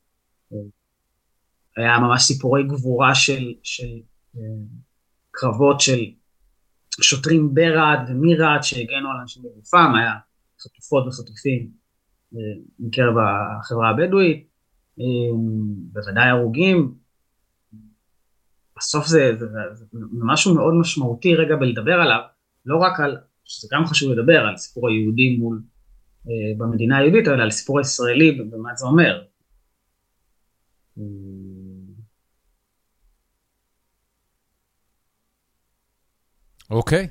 היה ממש סיפורי גבורה של, של קרבות של שוטרים ברעד ומירעד שהגנו על אנשים בגופם, היה חטופות וחטופים מקרב החברה הבדואית, בוודאי הרוגים. בסוף זה, זה, זה, זה משהו מאוד משמעותי רגע בלדבר עליו, לא רק על, שזה גם חשוב לדבר על סיפור היהודי מול, במדינה היהודית, אלא על סיפור הישראלי ומה זה אומר. אוקיי.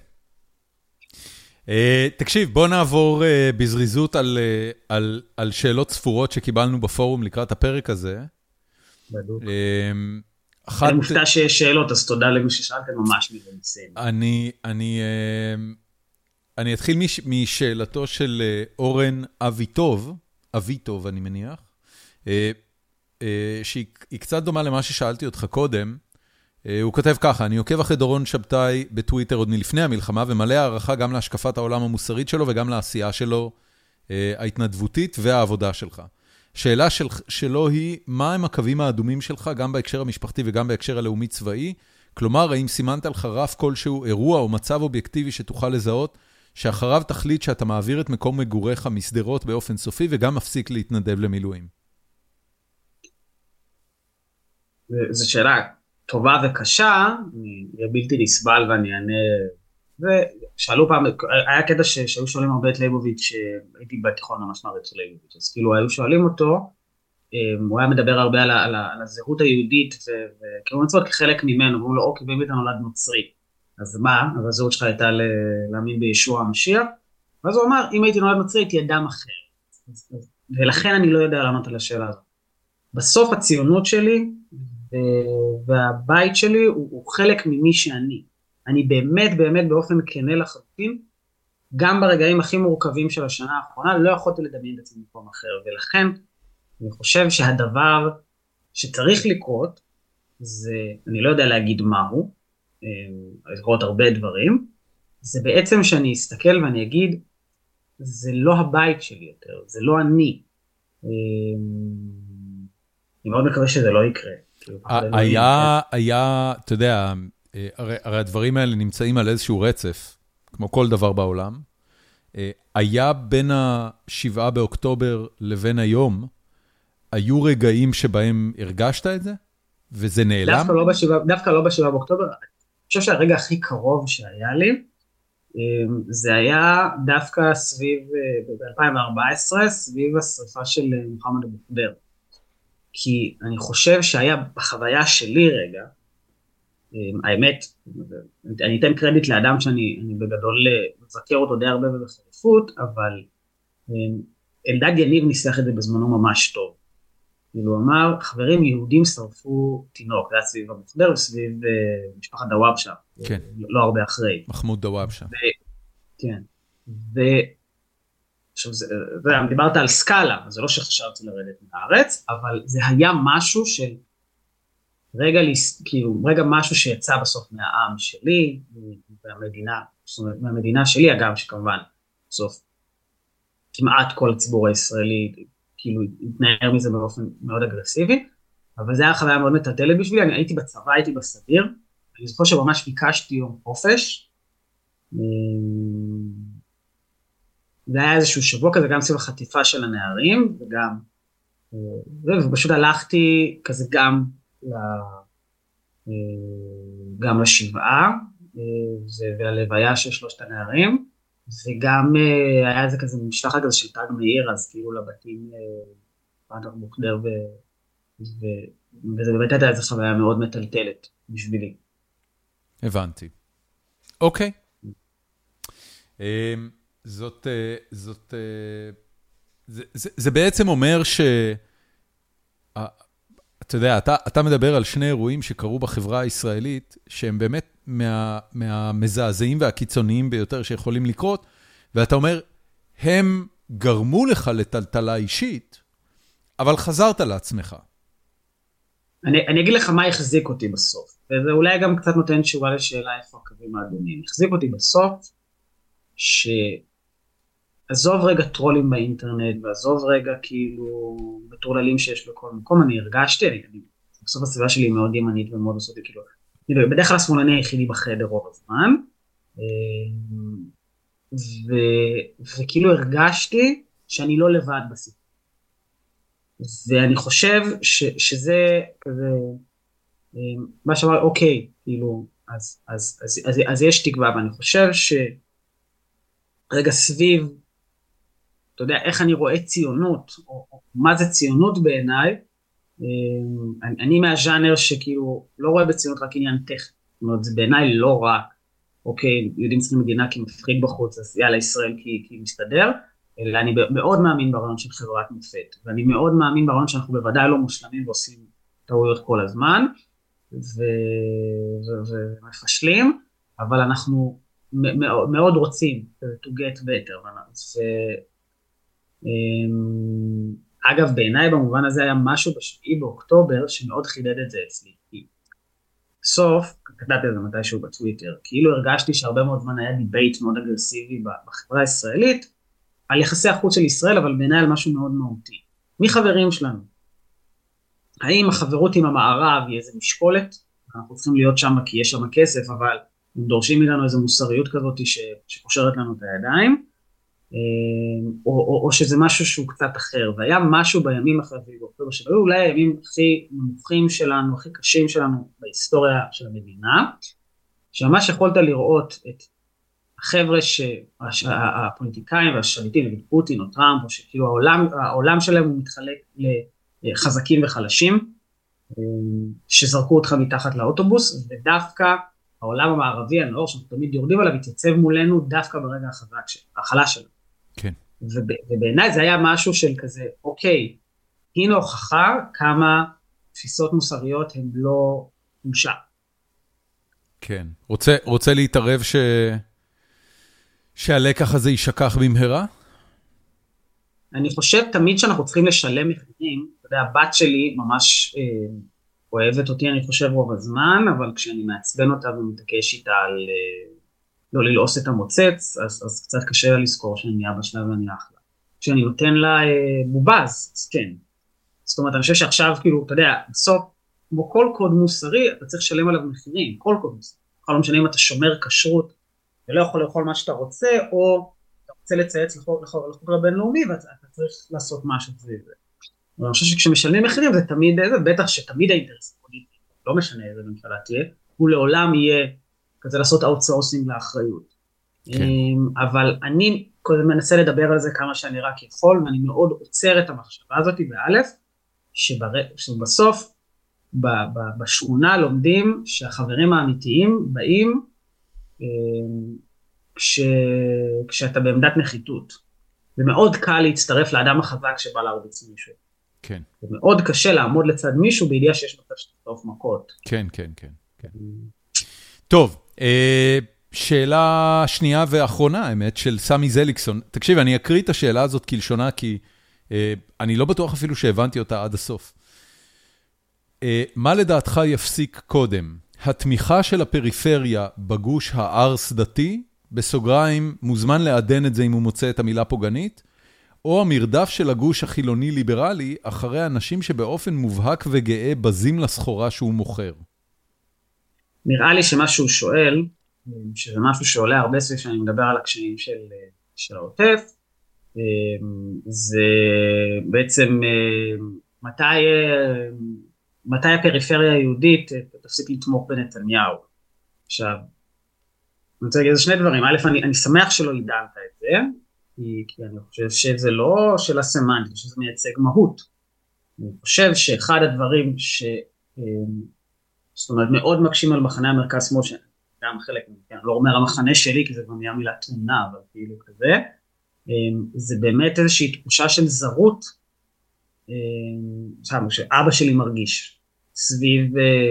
תקשיב, בוא נעבור בזריזות על, על, על שאלות ספורות שקיבלנו בפורום לקראת הפרק הזה. אני מופתע שיש שאלות, אז תודה למי ששאלתם ממש מנסים. אני, אני, אני אתחיל משאלתו של אורן אביטוב, אביטוב אני מניח, שהיא קצת דומה למה ששאלתי אותך קודם. הוא כותב ככה, אני עוקב אחרי דורון שבתאי בטוויטר עוד מלפני המלחמה, ומלא הערכה גם להשקפת העולם המוסרית שלו, וגם לעשייה שלו, ההתנדבותית והעבודה שלך. שאלה של, שלו היא, מה הם הקווים האדומים שלך, גם בהקשר המשפחתי וגם בהקשר הלאומי צבאי? כלומר, האם סימנת לך רף כלשהו, אירוע או מצב אובייקטיבי שתוכל לזהות, שאחריו תחליט שאתה מעביר את מקום מגוריך מסדרות באופן סופי, וגם מפסיק להתנדב למילואים? זו שאלה טובה וקשה, היא בלתי נסבל ואני אענה, ושאלו פעם, היה קטע שהיו שואלים הרבה את ליבוביץ', שהייתי בתיכון ממש מעריץ של ליבוביץ', אז כאילו היו שואלים אותו, הוא היה מדבר הרבה על, על, על הזהות היהודית, וכאילו מצוות כחלק ממנו, והוא לא, אוקיי, באמת נולד נוצרי, אז מה? אז הזהות שלך הייתה להאמין בישוע המשיח, ואז הוא אמר, אם הייתי נולד נוצרי, הייתי אדם אחר, ולכן אני לא יודע לענות על השאלה הזאת. בסוף הציונות שלי, והבית שלי הוא, הוא חלק ממי שאני. אני באמת באמת באופן כנה לחלוטין, גם ברגעים הכי מורכבים של השנה האחרונה, לא יכולתי לדמיין את עצמי במקום אחר, ולכן אני חושב שהדבר שצריך לקרות, זה, אני לא יודע להגיד מהו, לקרות הרבה דברים, זה בעצם שאני אסתכל ואני אגיד, זה לא הבית שלי יותר, זה לא אני. אני מאוד מקווה שזה לא יקרה. היה, היה, אתה יודע, הרי, הרי הדברים האלה נמצאים על איזשהו רצף, כמו כל דבר בעולם. היה בין השבעה באוקטובר לבין היום, היו רגעים שבהם הרגשת את זה? וזה נעלם? דווקא לא בשבעה, דווקא לא בשבעה באוקטובר. אני חושב שהרגע הכי קרוב שהיה לי, זה היה דווקא סביב, ב-אלפיים וארבע עשרה, סביב השריפה של מוחמד אבו ח'דיר. כי אני חושב שהיה בחוויה שלי רגע, האמת, אני אתן קרדיט לאדם שאני אני בגדול מזכר אותו די הרבה ובחריפות, אבל אלדד יניב ניסח את זה בזמנו ממש טוב. הוא אמר, חברים יהודים שרפו תינוק, זה היה סביב אבו ח'דיר וסביב משפחת דוואבשה, כן. לא הרבה אחרי. מחמוד דוואבשה. כן, ו... עכשיו, זה, זה, דיברת על סקאלה, זה לא שחשבתי לרדת מהארץ, אבל זה היה משהו של, רגע, כאילו, רגע משהו שיצא בסוף מהעם שלי, מהמדינה, זאת אומרת, מהמדינה שלי, אגב, שכמובן, בסוף, כמעט כל הציבור הישראלי, כאילו, התנער מזה באופן מאוד אגרסיבי, אבל זה היה חוויה מאוד מטלטלת בשבילי, אני הייתי בצבא, הייתי בסדיר, אני זוכר שממש ביקשתי יום חופש, זה היה איזשהו שבוע כזה, גם סביב החטיפה של הנערים, וגם, ופשוט הלכתי כזה גם, גם לשבעה, וללוויה של שלושת הנערים, וגם היה איזה כזה משלחת כזה של תג מאיר, אז כאילו לבתים, פנטר מוקדר, וזה באמת הייתה איזו חוויה מאוד מטלטלת בשבילי. הבנתי. אוקיי. זאת, זאת, זה, זה, זה בעצם אומר ש, אתה יודע, אתה, אתה מדבר על שני אירועים שקרו בחברה הישראלית, שהם באמת מה, מהמזעזעים והקיצוניים ביותר שיכולים לקרות, ואתה אומר, הם גרמו לך לטלטלה אישית, אבל חזרת לעצמך. אני, אני אגיד לך מה החזיק אותי בסוף, וזה אולי גם קצת נותן תשובה לשאלה איפה הקווים האדומים. החזיק אותי בסוף, שעזוב רגע טרולים באינטרנט, ועזוב רגע כאילו בטרוללים שיש בכל מקום, אני הרגשתי, אני, אני, בסוף הסביבה שלי היא מאוד ימנית ומאוד עושה, כאילו, בדרך כלל השמאלני היחידי בחדר רוב הזמן, ו, וכאילו הרגשתי שאני לא לבד בסיפור. ואני חושב ש, שזה כזה, מה שאמר, אוקיי, כאילו, אז, אז, אז, אז, אז יש תקווה, ואני חושב ש, רגע סביב, אתה יודע, איך אני רואה ציונות, או, או מה זה ציונות בעיניי, אני, אני מהז'אנר שכאילו לא רואה בציונות רק עניין טכני, זאת אומרת, זה בעיניי לא רק, אוקיי, יודעים צריכים מדינה כי מפחיד בחוץ, אז יאללה ישראל כי, כי מסתדר, אלא אני מאוד מאמין ברעיון של חברת מופת, ואני מאוד מאמין ברעיון שאנחנו בוודאי לא מושלמים ועושים טעויות כל הזמן, ומפשלים, אבל אנחנו מאוד רוצים to get better. אגב, בעיניי במובן הזה היה משהו בשביעי באוקטובר שמאוד חידד את זה אצלי. בסוף, כתבתי על זה מתישהו בטוויטר, כאילו הרגשתי שהרבה מאוד זמן היה דיבייט מאוד אגרסיבי בחברה הישראלית, על יחסי החוץ של ישראל, אבל בעיניי על משהו מאוד מהותי. מי חברים שלנו? האם החברות עם המערב היא איזה משקולת? אנחנו צריכים להיות שם כי יש שם כסף, אבל הם דורשים מאיתנו איזו מוסריות כזאת שקושרת לנו את הידיים, או, או, או שזה משהו שהוא קצת אחר, והיה משהו בימים אחרי באוקטובר, שהיו אולי הימים הכי נמוכים שלנו, הכי קשים שלנו בהיסטוריה של המדינה, שממש יכולת לראות את החבר'ה שהפוליטיקאים והשליטים, נגיד פוטין או טראמפ, או שכאילו העולם, העולם שלהם הוא מתחלק לחזקים וחלשים, שזרקו אותך מתחת לאוטובוס, ודווקא העולם המערבי הנאור, שאנחנו תמיד יורדים עליו, התייצב מולנו דווקא ברגע החזק של, החלש שלנו. כן. ובעיניי זה היה משהו של כזה, אוקיי, הנה הוכחה כמה תפיסות מוסריות הן לא חולשה. כן. רוצה, רוצה להתערב ש... שהלקח הזה יישכח במהרה? אני חושב תמיד שאנחנו צריכים לשלם מחירים, אתה יודע, הבת שלי ממש אה, אוהבת אותי, אני חושב רוב הזמן, אבל כשאני מעצבן אותה ומתעקש איתה על אה, לא ללעוס את המוצץ, אז, אז קצת קשה לה לזכור שאני אבא שלה ואני אחלה. כשאני נותן לה אה, בובז, אז כן. זאת אומרת, אני חושב שעכשיו, כאילו, אתה יודע, בסוף, כמו כל קוד מוסרי, אתה צריך לשלם עליו מחירים, כל קוד מוסרי. לא משנה אם אתה שומר כשרות, ולא יכול לאכול מה שאתה רוצה, או אתה רוצה לצייץ לחוק לבינלאומי, ואתה צריך לעשות משהו סביב זה. אני חושב שכשמשלמים מחירים, זה תמיד, זה בטח שתמיד האינטרס הפוליטי, לא משנה איזה ממשלה תהיה, הוא לעולם יהיה כזה לעשות אאוטסורסינג לאחריות. אבל אני מנסה לדבר על זה כמה שאני רק יכול, ואני מאוד עוצר את המחשבה הזאת באלף, שבסוף, בשכונה לומדים שהחברים האמיתיים באים, כש, כשאתה בעמדת נחיתות. זה מאוד קל להצטרף לאדם החזק שבא להרביץ מישהו. כן. זה מאוד קשה לעמוד לצד מישהו בידיעה שיש מצב שתטוף מכות. כן, כן, כן. כן. טוב, שאלה שנייה ואחרונה, האמת, של סמי זליקסון. תקשיב, אני אקריא את השאלה הזאת כלשונה, כי אני לא בטוח אפילו שהבנתי אותה עד הסוף. מה לדעתך יפסיק קודם? התמיכה של הפריפריה בגוש הארס-דתי, בסוגריים, מוזמן לעדן את זה אם הוא מוצא את המילה פוגענית, או המרדף של הגוש החילוני-ליברלי אחרי אנשים שבאופן מובהק וגאה בזים לסחורה שהוא מוכר? נראה לי שמה שהוא שואל, שזה משהו שעולה הרבה סביב שאני מדבר על הקשיים של, של העוטף, זה בעצם מתי... מתי הפריפריה היהודית תפסיק לתמוך בנתניהו? עכשיו, אני רוצה להגיד איזה שני דברים. א', אני, אני שמח שלא עידנת את זה, כי, כי אני חושב שזה לא של הסמנטי, שזה מייצג מהות. אני חושב שאחד הדברים ש... זאת אומרת, מאוד מקשים על מחנה המרכז שמאל, שגם חלק, אני לא אומר המחנה שלי, כי זה כבר נהיה מילה תמונה, אבל כאילו כזה, זה באמת איזושהי תחושה של זרות, שאבא שלי מרגיש. סביב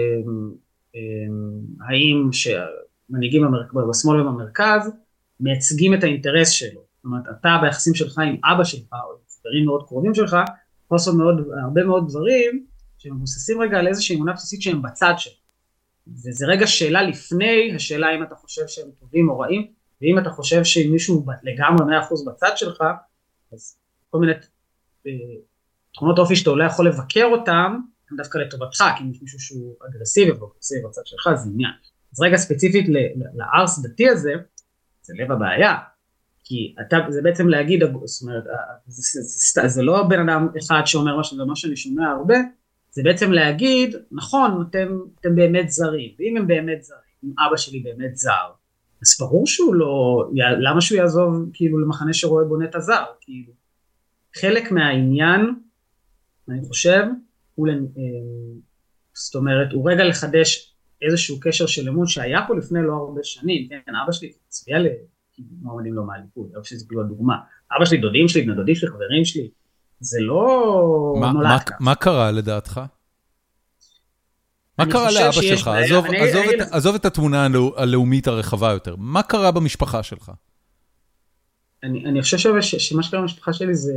האם שמנהיגים בשמאל ובמרכז מייצגים את האינטרס שלו. זאת אומרת, אתה ביחסים שלך עם אבא שלך, או סדרים מאוד קרובים שלך, יכול לעשות מאוד, הרבה מאוד דברים, שמבוססים רגע על איזושהי אמונה בסיסית שהם בצד שלך. וזה רגע שאלה לפני, השאלה אם אתה חושב שהם טובים או רעים, ואם אתה חושב שאם מישהו לגמרי מאה אחוז בצד שלך, אז כל מיני תכונות אופי שאתה אולי יכול לבקר אותם, דווקא לטובתך, כי יש מישהו שהוא אגרסיבי ואגרסיבי בצד שלך, זה עניין. אז רגע ספציפית לארס דתי הזה, זה לב הבעיה, כי אתה, זה בעצם להגיד, זאת אומרת, זה, זה, זה, זה לא בן אדם אחד שאומר משהו, זה מה שאני שומע הרבה, זה בעצם להגיד, נכון, אתם, אתם באמת זרים, ואם הם באמת זרים, אם אבא שלי באמת זר, אז ברור שהוא לא, למה שהוא יעזוב כאילו למחנה שרואה בונה את הזר, כאילו, חלק מהעניין, אני חושב, הוא, זאת אומרת, הוא רגע לחדש איזשהו קשר של אמון שהיה פה לפני לא הרבה שנים, כן, אבא שלי צביע למועמדים לא מהליכוד, אבא שלי זה כאילו הדוגמה, אבא שלי, דודים שלי, בני דודים שלי, חברים שלי, זה לא מה, נולד מה, כך. מה קרה לדעתך? מה קרה לאבא שלך? עזוב את התמונה הלאומית הרחבה יותר. מה קרה במשפחה שלך? אני חושב שמה שקרה במשפחה שלי זה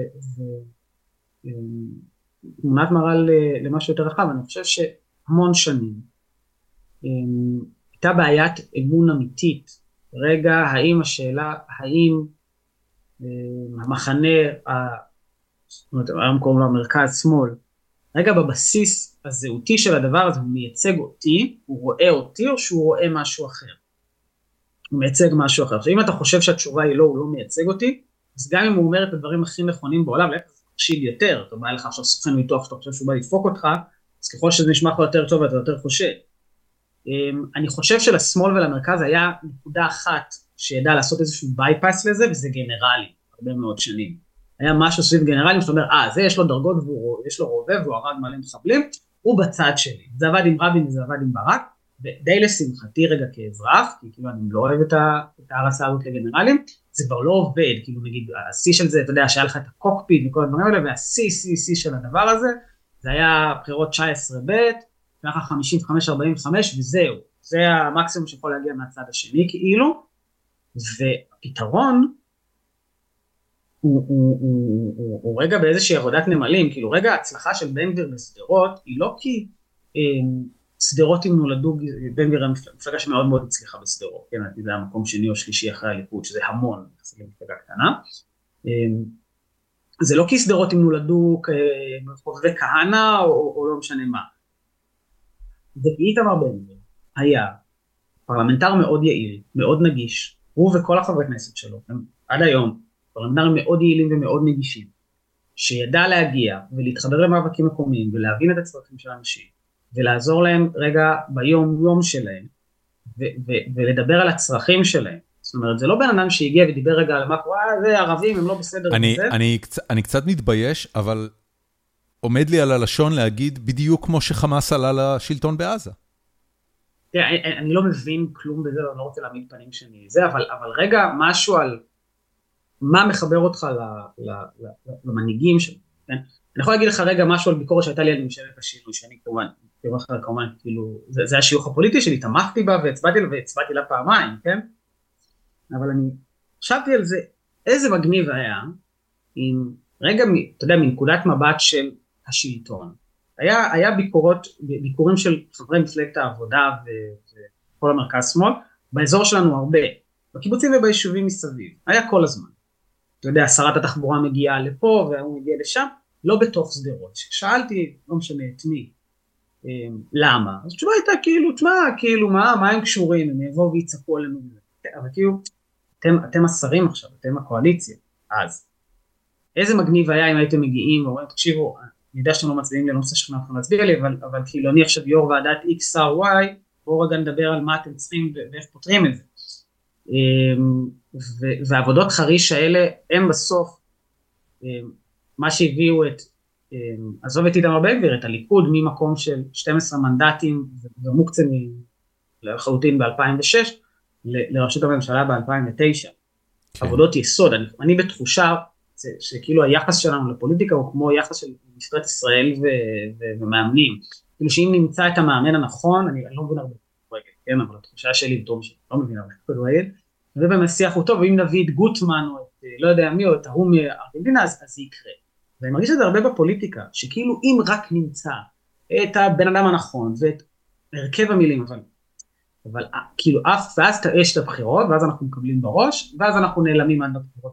תמונת מראה למשהו יותר רחב. אני חושב שהמון שנים הייתה בעיית אמון אמיתית. רגע, האם השאלה, האם המחנה, זאת אומרת, היום קוראים לו המרכז שמאל, רגע בבסיס הזהותי של הדבר הזה, הוא מייצג אותי, הוא רואה אותי, או שהוא רואה משהו אחר? הוא מייצג משהו אחר. עכשיו, אם אתה חושב שהתשובה היא לא, הוא לא מייצג אותי, אז גם אם הוא אומר את הדברים הכי נכונים בעולם, לך זה תחשיב יותר, אתה בא לך עכשיו סוכן ניתוח, שאתה חושב שהוא בא לדפוק אותך, אז ככל שזה נשמע לך יותר טוב, אתה יותר חושב. אני חושב שלשמאל ולמרכז היה נקודה אחת, שידע לעשות איזשהו בייפס לזה, וזה גנרלי, הרבה מאוד שנים. היה משהו סביב גנרלים, שאתה אומר, אה, זה יש לו דרגות, ויש לו רובה, והוא הרג מלא מחבלים, הוא בצד שלי. זה עבד עם רבין, וזה עבד עם ברק, ודי לשמחתי רגע כאזרח, כי כאילו אני לא אוהב את ההרצאה הזאת לגנרלים, זה כבר לא עובד, כאילו נגיד, השיא של זה, אתה יודע, שהיה לך את הקוקפיט וכל הדברים האלה, והשיא, שיא, שיא של הדבר הזה, זה היה בחירות תשע עשרה ב', ואחר חמישים וחמש ארבעים וחמש, וזהו. זה המקסימום שיכול להגיע מהצד השני, כאילו, והפתרון, הוא, הוא, הוא, הוא, הוא רגע באיזושהי עבודת נמלים, כאילו רגע ההצלחה של בן גביר בסדרות, היא לא כי אה, סדרות אם נולדו, בן גביר המפלגה שמאוד מאוד הצליחה בסדרות, כן, זה המקום שני או שלישי אחרי הליכוד, שזה המון, זה מפלגה קטנה, אה, זה לא כי סדרות אם נולדו כחובבי כהנא, או, או לא משנה מה, זה כי איתמר בן גביר היה פרלמנטר מאוד יעיל, מאוד נגיש, הוא וכל החברי כנסת שלו, הם עד היום, פרלמנטרים מאוד יעילים ומאוד נגישים, שידע להגיע ולהתחבר למאבקים מקומיים ולהבין את הצרכים של האנשים, ולעזור להם רגע ביום יום שלהם, ו- ו- ולדבר על הצרכים שלהם. זאת אומרת, זה לא בן אדם שהגיע ודיבר רגע על מה קורה, זה ערבים, הם לא בסדר. אני, אני, אני קצת מתבייש, אבל עומד לי על הלשון להגיד בדיוק כמו שחמאס עלה לשלטון בעזה. אני, אני לא מבין כלום בזה, אני לא רוצה להעמיד פנים שני זה, אבל, אבל רגע משהו על מה מחבר אותך למנהיגים שלו, כן? אני יכול להגיד לך רגע משהו על ביקורת שהייתה לי על ממשלת השינוי, שאני כמובן, כמובן, כאילו, זה, זה השיוך הפוליטי שלי, תמכתי בה והצבעתי לה והצבעתי לה פעמיים, כן? אבל אני חשבתי על זה, איזה מגניב היה, עם רגע, אתה יודע, מנקודת מבט של השלטון. היה, היה ביקורות, ביקורים של חברי מפלגת העבודה וכל המרכז שמאל, באזור שלנו הרבה, בקיבוצים וביישובים מסביב, היה כל הזמן. אתה יודע, שרת התחבורה מגיעה לפה, והוא מגיע לשם, לא בתוך סדרות. שאלתי, לא משנה את מי, למה? אז התשובה הייתה כאילו, תשמע, כאילו, מה, מה הם קשורים? הם יבואו ויצעקו עלינו. אבל כאילו, אתם, אתם השרים עכשיו, אתם הקואליציה. אז, איזה מגניב היה אם הייתם מגיעים, ואומרים, תקשיבו, אני יודע שאתם לא מצביעים לי, לא נושא שאנחנו יכולים להצביע לי, אבל, אבל כאילו, אני עכשיו יו"ר ועדת X, R, Y, בואו רגע נדבר על מה אתם צריכים ואיך פותרים את זה. ועבודות חריש האלה הם בסוף מה שהביאו את עזוב את איתמר בן גביר, את הליכוד ממקום של שנים עשר מנדטים ומוקצה לחלוטין ב-אלפיים ושש לראשות הממשלה ב-אלפיים ותשע. עבודות יסוד. אני, אני בתחושה שכאילו היחס שלנו לפוליטיקה הוא כמו יחס של משטרת ישראל ו- ו- ומאמנים. כאילו שאם נמצא את המאמן הנכון, אני, אני לא מבין הרבה כדורגל, כן, אבל התחושה שלי בתור שאני לא מבין הרבה כדורגל, ובמשיח הוא טוב, ואם נביא את גוטמן, או את, לא יודע מי, או את ההוא מארגנטינה, אז, אז זה יקרה. ואני מרגיש את זה הרבה בפוליטיקה, שכאילו אם רק נמצא את הבן אדם הנכון, ואת הרכב המילים, אבל, אבל כאילו אף, ואז יש את הבחירות, ואז אנחנו מקבלים בראש, ואז אנחנו נעלמים עד הבחירות.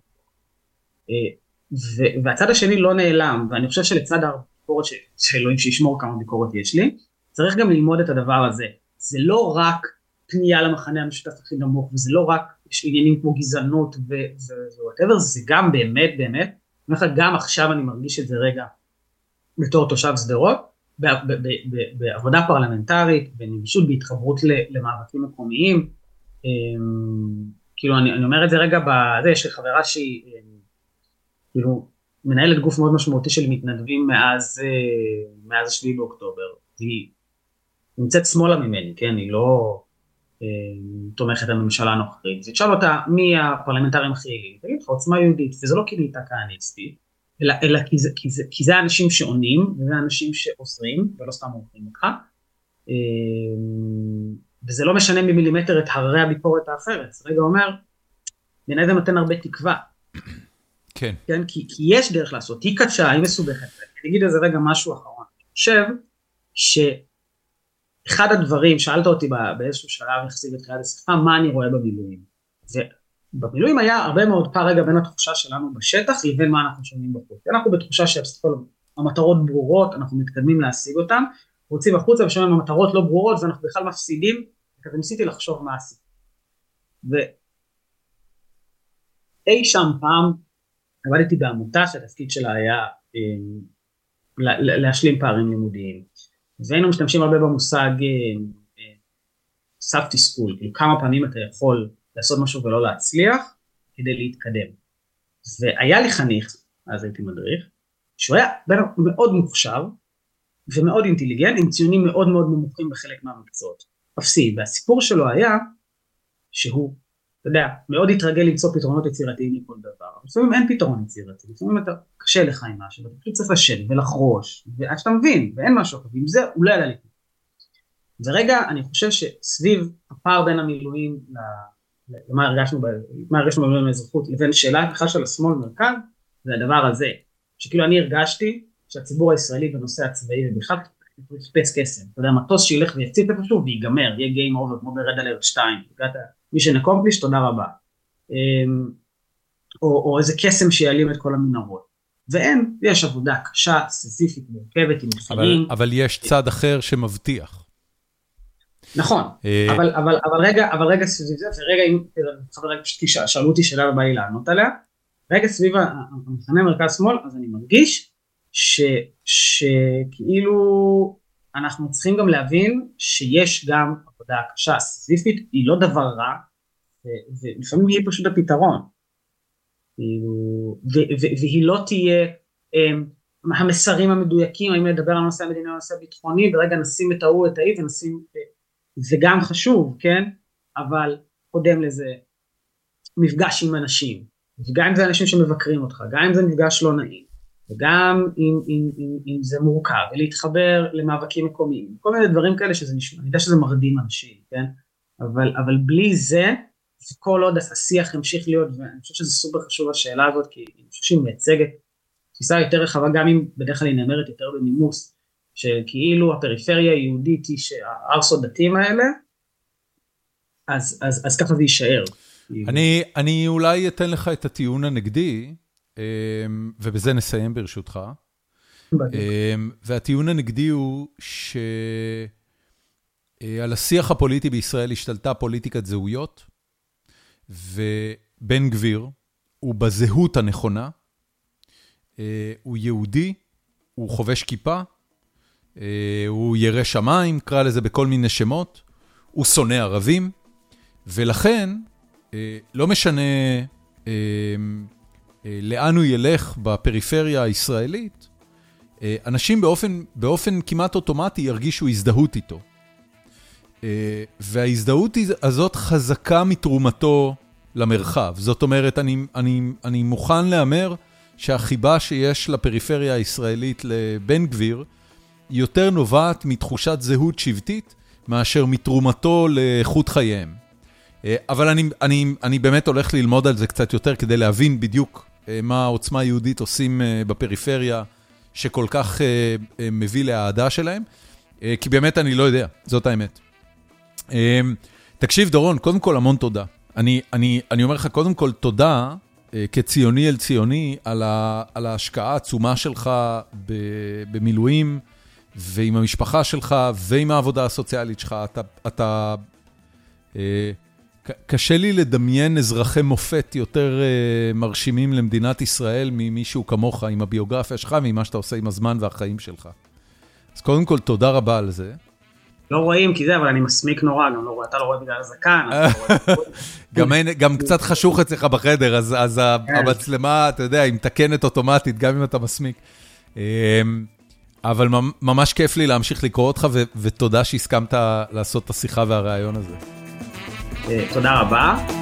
ו- והצד השני לא נעלם, ואני חושב שלצד הביקורת ש- שאלוהים שישמור כמה ביקורת יש לי, צריך גם ללמוד את הדבר הזה. זה לא רק פנייה למחנה המשותף הכי נמוך, וזה לא רק יש עניינים כמו גזענות ו-whatever, זה גם באמת, באמת, גם עכשיו אני מרגיש את זה רגע, בתור תושב סדרות, בעבודה פרלמנטרית, בנגישות, בהתחברות למאבקים מקומיים, כאילו אני אומר את זה רגע, יש לי חברה שהיא, כאילו, מנהלת גוף מאוד משמעותי של מתנדבים מאז, מאז השביעי באוקטובר, היא נמצאת שמאלה ממני, כן, היא לא תומכת הממשלה הנוכחית, זה תשאל אותה מי הפרלמנטרים הכי יעילים, תגיד לך, עוצמה יהודית, וזה לא כי נהייתה כהניסטית, אלא, אלא כי, זה, כי, זה, כי זה האנשים שעונים, וזה האנשים שעוזרים, ולא סתם עורכים אותך, וזה לא משנה במילימטר את הררי הביקורת האחרת, זה רגע אומר, בעיניי זה נותן הרבה תקווה. כן. כן? כי, כי יש דרך לעשות, היא קשה, היא מסובכת. אני אגיד לזה רגע משהו אחרון. אני חושב שאחד הדברים, שאלת אותי באיזשהו שלב יחסי בתחילת השפה, מה אני רואה במילואים. ובמילואים היה הרבה מאוד פער רגע בין התחושה שלנו בשטח, לבין מה אנחנו שומעים בחוץ. אנחנו בתחושה שהמטרות ברורות, אנחנו מתקדמים להשיג אותן, רוצים החוצה ושומעים המטרות לא ברורות, ואנחנו בכלל מפסידים, וכזה ניסיתי לחשוב מה עשיתי. ואי שם פעם, עבדתי בעמותה שהתפקיד שלה היה להשלים פערים לימודיים. והיינו משתמשים הרבה במושג סף תסכול, כאילו כמה פעמים אתה יכול לעשות משהו ולא להצליח, כדי להתקדם. והיה לי חניך, אז הייתי מדריך, שהוא היה מאוד מוכשר, ומאוד אינטליגנט, עם ציונים מאוד מאוד נמוכים בחלק מהמקצועות. אפסי, והסיפור שלו היה, שהוא, אתה יודע, מאוד התרגל למצוא פתרונות יצירתיים לכל דבר. לפעמים אין פתרון יצירתי, לפעמים אתה קשה לך עם משהו, ואתה פשוט צריך לשבת ולחרוש, ועד שאתה מבין, ואין משהו, ועם זה אולי עלה לי. ורגע, אני חושב שסביב הפער בין המילואים, למה הרגשנו, מה הרגשנו במילואים האזרחות, לבין שאלה בכלל של השמאל מרכז, זה הדבר הזה, שכאילו אני הרגשתי, שהציבור הישראלי בנושא הצבאי, ובכלל תפץ קסם, אתה יודע, מטוס שילך ויפציץ איפשהו, ויגמר, יהיה גיים אובר, כמו ברד אלרט שתיים, מישן אקומפליש, תודה רבה. או, או איזה קסם שיעלים את כל המנהרות. ואין, יש עבודה קשה, סזיפית, מורכבת, עם מחירים. אבל, אבל יש צד אחר שמבטיח. נכון, אבל, אבל, אבל רגע, אבל רגע סביב זה, ורגע, אם חבר רגע פשוט שאלו אותי שאלה ובא לי לענות עליה, רגע סביב המחנה מרכז שמאל, אז אני מרגיש ש, שכאילו אנחנו צריכים גם להבין שיש גם עבודה קשה, סזיפית, היא לא דבר רע, ולפעמים היא פשוט הפתרון. והיא לא תהיה המסרים המדויקים, האם לדבר על הנושא המדיני או הנושא הביטחוני, ורגע נשים את ההוא, את ההיא, ונשים, זה גם חשוב, כן? אבל קודם לזה, מפגש עם אנשים, וגם אם זה אנשים שמבקרים אותך, גם אם זה מפגש לא נעים, וגם אם, אם, אם, אם זה מורכב, ולהתחבר למאבקים מקומיים, כל מיני דברים כאלה שזה נשמע, אני יודע שזה מרדים אנשים, כן? אבל, אבל בלי זה, כל עוד השיח ימשיך להיות, ואני חושב שזה סופר חשוב השאלה הזאת, כי אני חושב שהיא מייצגת תפיסה יותר רחבה, גם אם בדרך כלל היא נאמרת יותר בנימוס, שכאילו הפריפריה היהודית היא שהארסודתים האלה, אז, אז, אז ככה זה יישאר. אני, אני אולי אתן לך את הטיעון הנגדי, ובזה נסיים ברשותך. והטיעון הנגדי הוא שעל השיח הפוליטי בישראל השתלטה פוליטיקת זהויות, ובן גביר הוא בזהות הנכונה, הוא יהודי, הוא חובש כיפה, הוא ירא שמיים, קרא לזה בכל מיני שמות, הוא שונא ערבים, ולכן לא משנה לאן הוא ילך בפריפריה הישראלית, אנשים באופן, באופן כמעט אוטומטי ירגישו הזדהות איתו. וההזדהות הזאת חזקה מתרומתו למרחב. זאת אומרת, אני, אני, אני מוכן לאמר שהחיבה שיש לפריפריה הישראלית לבן גביר, יותר נובעת מתחושת זהות שבטית, מאשר מתרומתו לאיכות חייהם. אבל אני, אני, אני באמת הולך ללמוד על זה קצת יותר, כדי להבין בדיוק מה העוצמה היהודית עושים בפריפריה, שכל כך מביא להעדה שלהם, כי באמת אני לא יודע, זאת האמת. תקשיב דורון, קודם כל המון תודה. אני, אני, אני אומר לך קודם כל תודה, כציוני אל ציוני, על, ה, על ההשקעה העצומה שלך במילואים, ועם המשפחה שלך, ועם העבודה הסוציאלית שלך. אתה, אתה, קשה לי לדמיין אזרחי מופת יותר מרשימים למדינת ישראל, ממישהו כמוך, עם הביוגרפיה שלך, ועם מה שאתה עושה עם הזמן והחיים שלך. אז קודם כל תודה רבה על זה. לא רואים כי זה, אבל אני מסמיק נורא, גם לא רואה, אתה לא רואה בגלל הזקן. גם קצת חשוך אצלך בחדר, אז המצלמה, אתה יודע, היא מתקנת אוטומטית, גם אם אתה מסמיק. אבל ממש כיף לי להמשיך לקרוא אותך, ותודה שהסכמת לעשות את השיחה והרעיון הזה. תודה רבה.